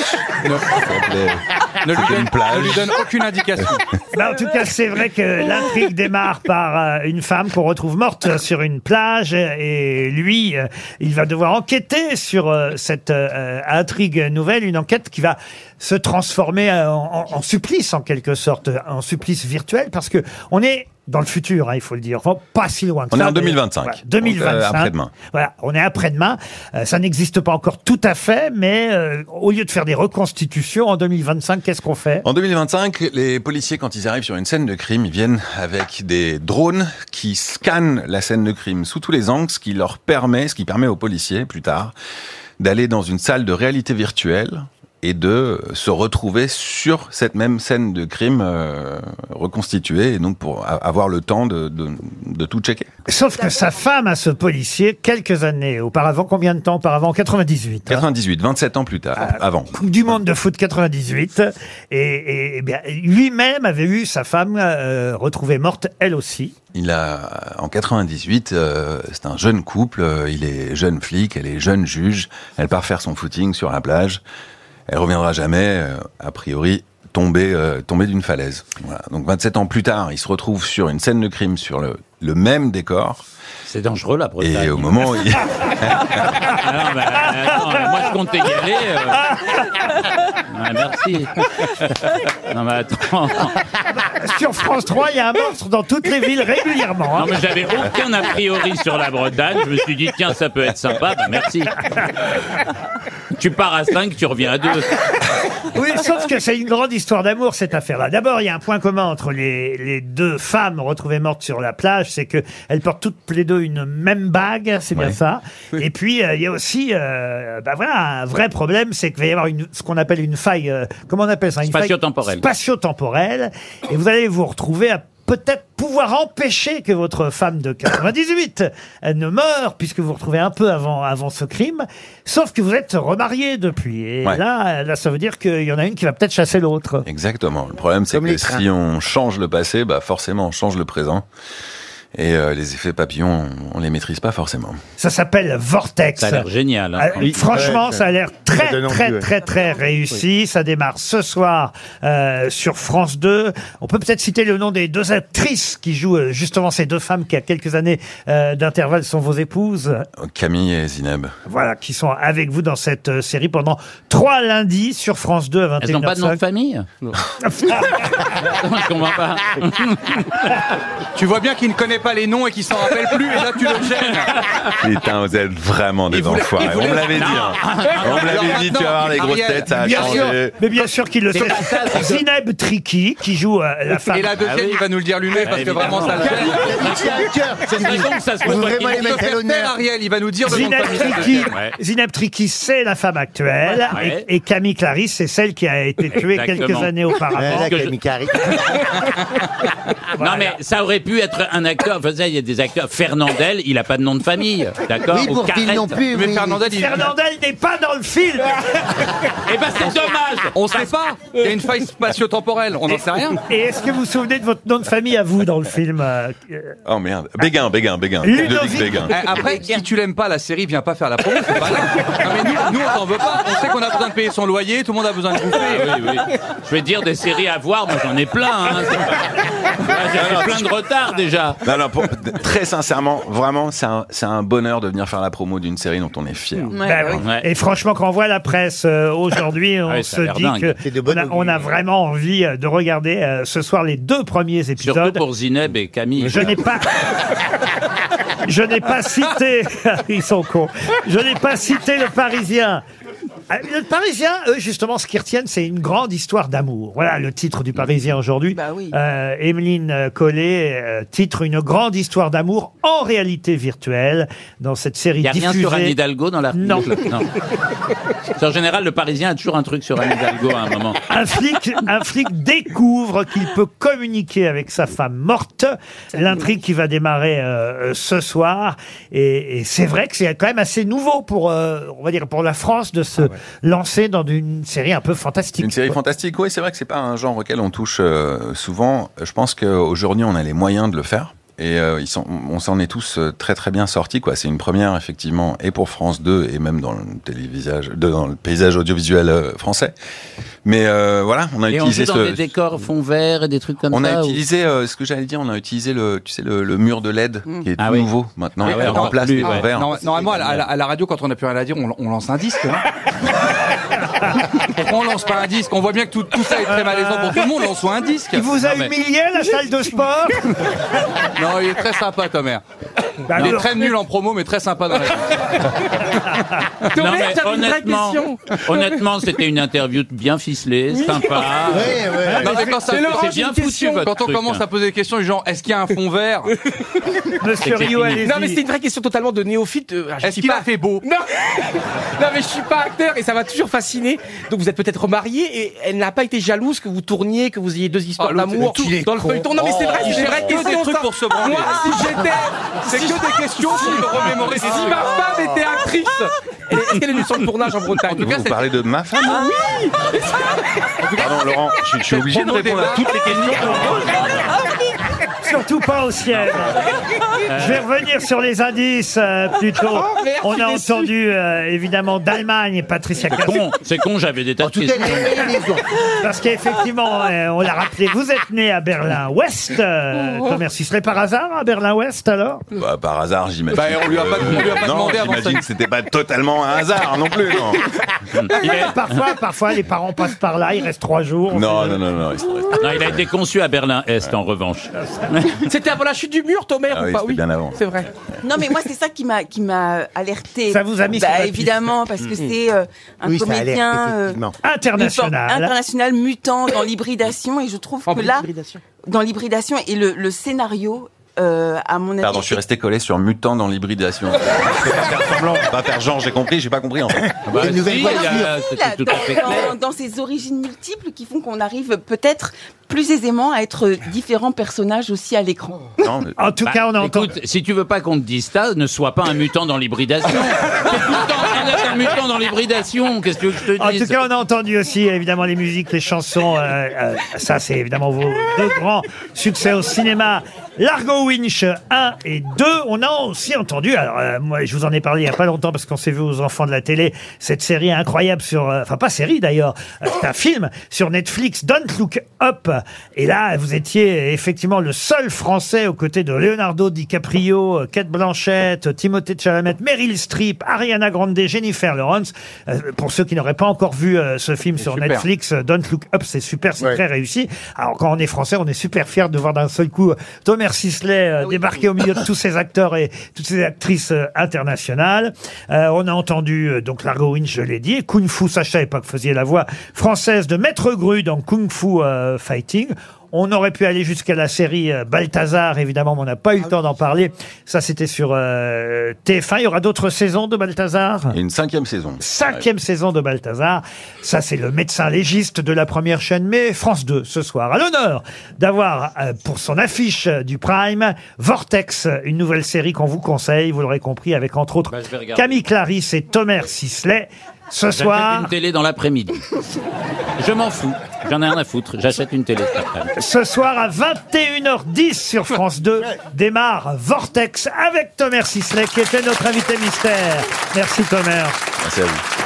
Ne lui donne aucune indication. Bah, en tout cas, c'est vrai que l'intrigue démarre par une femme qu'on retrouve morte sur une plage, et lui, il va devoir enquêter sur cette intrigue nouvelle, une enquête qui va se transformer en supplice en quelque sorte, en supplice virtuel, parce que on est dans le futur, hein, il faut le dire. Enfin, pas si loin que ça. On est en 2025. Voilà, 2025. Après-demain. Voilà, on est après-demain. Ça n'existe pas encore tout à fait, mais au lieu de faire des reconstitutions, en 2025, qu'est-ce qu'on fait? En 2025, les policiers, quand ils arrivent sur une scène de crime, ils viennent avec des drones qui scannent la scène de crime sous tous les angles, ce qui permet aux policiers, plus tard, d'aller dans une salle de réalité virtuelle et de se retrouver sur cette même scène de crime reconstituée, et donc pour avoir le temps de tout checker. Sauf que sa femme a ce policier quelques années auparavant. Combien de temps auparavant? 98. 98, 27 ans plus tard, avant. Coupe du monde de foot 98. Et bien, lui-même avait eu sa femme retrouvée morte, elle aussi. En 98, c'est un jeune couple, il est jeune flic, elle est jeune juge, elle part faire son footing sur la plage. Elle reviendra jamais, a priori, tombée d'une falaise. Voilà. Donc 27 ans plus tard, il se retrouve sur une scène de crime sur le même décor. C'est dangereux, la Bretagne. Et au moment où il... moi je comptais y aller. Merci. Non mais attends. Sur France 3, il y a un monstre dans toutes les villes régulièrement. Non mais j'avais aucun a priori sur la Bretagne. Je me suis dit tiens, ça peut être sympa. Merci. Tu pars à 5, tu reviens à 2. Oui, sauf que c'est une grande histoire d'amour, cette affaire-là. D'abord, il y a un point commun entre les deux femmes retrouvées mortes sur la plage, c'est qu'elles portent toutes les deux une même bague, c'est bien ça. Et puis, il y a aussi un vrai problème, c'est qu'il va y avoir ce qu'on appelle une faille, comment on appelle ça, une Spatio-temporelle. Spatio-temporelle. Et vous allez vous retrouver à peut-être pouvoir empêcher que votre femme de 98 ne meure, puisque vous vous retrouvez un peu avant ce crime, sauf que vous êtes remariés depuis. Et là, ça veut dire qu'il y en a une qui va peut-être chasser l'autre. Exactement. Le problème, c'est que si on change le passé, forcément, on change le présent. Et les effets papillons, on les maîtrise pas forcément. Ça s'appelle Vortex. Ça a l'air génial. Hein. Franchement, ça a l'air très réussi. Ça démarre ce soir sur France 2. On peut peut-être citer le nom des deux actrices qui jouent justement ces deux femmes qui, à quelques années d'intervalle, sont vos épouses. Camille et Zineb. Voilà, qui sont avec vous dans cette série pendant 3 lundis sur France 2 à 21h05. Elles n'ont pas de nom de famille? Non. Je comprends pas. Tu vois bien qu'il ne connaît pas les noms et qu'il s'en rappelle plus, et là tu le gênes. Putain, vous êtes vraiment des enfoirés. On me l'avait dit. On me l'avait dit, tu vas voir les grosses têtes, ça a changé. Mais bien sûr qu'il le sait. Zineb Triki, qui joue la femme. Et la deuxième, il va nous le dire lui-même, parce que vraiment ça le gêne. C'est une raison que ça se vraiment les mettre à l'honneur. Ariel, il va nous dire le nom de famille. Zineb Triki, c'est la femme actuelle. Et Camille Clarisse, c'est celle qui a été tuée quelques années auparavant. Camille Clarisse. Non, mais ça aurait pu être un acteur. Enfin, il y a des acteurs. Fernandel, il a pas de nom de famille, d'accord? Oui, pour qu'il non plus. Mais Fernandel n'est pas dans le film. Eh ben, c'est dommage. On sait pas. Il y a une faille spatio-temporelle. On n'en sait rien. Et est-ce que vous vous souvenez de votre nom de famille à vous dans le film? Oh merde. Béguin. Ludovic Béguin. Après, si tu l'aimes pas, la série, viens pas faire la promo, c'est pas grave. Non, mais nous, on t'en veut pas. On sait qu'on a besoin de payer son loyer, tout le monde a besoin de bouffer. Oui. Je vais dire des séries à voir, moi j'en ai plein. Hein. J'ai plein de retard déjà. Non, très sincèrement, vraiment, c'est un bonheur de venir faire la promo d'une série dont on est fier. Et franchement, quand on voit la presse aujourd'hui, on se dit qu'on a vraiment envie de regarder ce soir les 2 premiers épisodes. Surtout pour Zineb et Camille. Je n'ai pas cité, ils sont cons, je n'ai pas cité Le Parisien. Le Parisien, eux, justement, ce qu'ils retiennent, c'est une grande histoire d'amour. Voilà le titre du Parisien aujourd'hui. Emeline Collet titre une grande histoire d'amour en réalité virtuelle dans cette série diffusée. Il n'y a rien sur Anne Hidalgo dans l'article? Non. En général, le Parisien a toujours un truc sur Anne Hidalgo à un moment. Un flic découvre qu'il peut communiquer avec sa femme morte. L'intrigue qui va démarrer ce soir. Et c'est vrai que c'est quand même assez nouveau pour, on va dire, pour la France de se lancer dans une série un peu fantastique. Une série fantastique, oui, c'est vrai que c'est pas un genre auquel on touche souvent. Je pense qu'aujourd'hui, on a les moyens de le faire. Et on s'en est tous très très bien sortis, quoi. C'est une première, effectivement, et pour France 2, et même dans le paysage audiovisuel français. Mais voilà, on a utilisé dans des décors fond vert et des trucs comme ça. On a utilisé, ce que j'allais dire, on a utilisé le mur de LED, qui est tout nouveau maintenant. Il remplace les fonds verts. Normalement, à la radio, quand on n'a plus rien à dire, on lance un disque. Pourquoi on lance pas un disque? On voit bien que tout ça est très malaisant pour tout le monde, lance un disque. Il vous a humilié, la salle de sport? Non, il est très sympa, ta mère. Il est très nul en promo, mais très sympa dans la vie. Non, mais honnêtement, c'était une interview bien ficelée, sympa. Non, mais quand c'est bien foutu. Quand on commence à poser des questions du genre, est-ce qu'il y a un fond vert? Monsieur Rio, allez-y. Non, mais c'est une vraie question totalement de néophyte. Est-ce qu'il a fait beau? Non, mais je suis pas acteur et ça m'a toujours fasciné. Donc vous êtes peut-être marié et elle n'a pas été jalouse que vous tourniez, que vous ayez 2 histoires d'amour dans le feuilleton. Non, mais c'est vrai, c'est vrai que des trucs pour se branler. Moi, si j'étais, c'est que des questions pour me remémorer. Si ma femme était actrice, est-ce qu'elle est venue sur le tournage en Bretagne? Vous parlez de ma femme? Oui. Pardon, Laurent, je suis obligé de répondre à toutes les questions. Surtout pas au ciel. Je vais revenir sur les indices plutôt. On a entendu évidemment d'Allemagne, Patricia Cass. C'est con, j'avais des tas de questions. Parce qu'effectivement, on l'a rappelé, vous êtes né à Berlin-Ouest. Thomas Sisley, par hasard à Berlin-Ouest alors? Par hasard, j'imagine. On lui a pas demandé avant ça. J'imagine que c'était pas totalement un hasard non plus. Non. Parfois, les parents passent par là, ils restent 3 jours. Non. Non, il a été conçu à Berlin-Est en revanche. C'était avant la chute du mur, Thomas, Ah ou oui, pas? c'était bien avant. C'est vrai. Non, mais moi, c'est ça qui m'a alerté. Ça vous a mis sur la piste. Évidemment, parce que c'est un Oui, ça alerte, comédien effectivement. International. mutant dans l'hybridation, et je trouve que là, dans l'hybridation et le scénario, à mon avis. Pardon, je suis resté collé sur mutant dans l'hybridation. Je peux pas faire semblant, je peux pas faire genre, j'ai compris, j'ai pas compris en fait. Une nouvelle voiture. C'était tout à fait clair. Dans ces origines multiples qui font qu'on arrive peut-être plus aisément à être différents personnages aussi à l'écran. En tout cas, on a entendu. Écoute, si tu veux pas qu'on te dise ça, ne sois pas un mutant dans l'hybridation. T'es tout le temps en train d'être un mutant dans l'hybridation. Qu'est-ce que tu veux que je te dise? En tout cas, on a entendu aussi, évidemment, les musiques, les chansons. Ça, c'est évidemment vos deux grands succès au cinéma. Largo Winch 1 et 2. On a aussi entendu, alors moi, je vous en ai parlé il y a pas longtemps parce qu'on s'est vu aux enfants de la télé, cette série incroyable sur, enfin pas série d'ailleurs, c'est un film sur Netflix, Don't Look Up. Et là, vous étiez effectivement le seul Français aux côtés de Leonardo DiCaprio, Cate Blanchett, Timothée Chalamet, Meryl Streep, Ariana Grande, Jennifer Lawrence. Pour ceux qui n'auraient pas encore vu ce film sur super. Netflix, Don't Look Up, c'est super, c'est très réussi. Alors quand on est français, on est super fiers de voir d'un seul coup Thomas Sisley débarquer au milieu de tous ces acteurs et toutes ces actrices internationales. On a entendu donc Largo Winch, je l'ai dit, Kung Fu, ça je savais pas que vous faisiez la voix française de Maître Gru dans Kung Fu Fighting. On aurait pu aller jusqu'à la série Balthazar, évidemment, mais on n'a pas eu le temps d'en parler. Ça, c'était sur TF1. Il y aura d'autres saisons de Balthazar. Et une 5e saison. 5e saison de Balthazar. Ça, c'est le médecin légiste de la première chaîne, mais France 2 ce soir. À l'honneur d'avoir pour son affiche du Prime Vortex, une nouvelle série qu'on vous conseille, vous l'aurez compris, avec entre autres je vais regarder. Camille Clarisse et Thomas Sisley. Ce soir. J'achète une télé dans l'après-midi. Je m'en fous. J'en ai rien à foutre. J'achète une télé. Ce soir à 21h10 sur France 2 démarre Vortex avec Thomas Sisley qui était notre invité mystère. Merci Thomas. Merci à vous.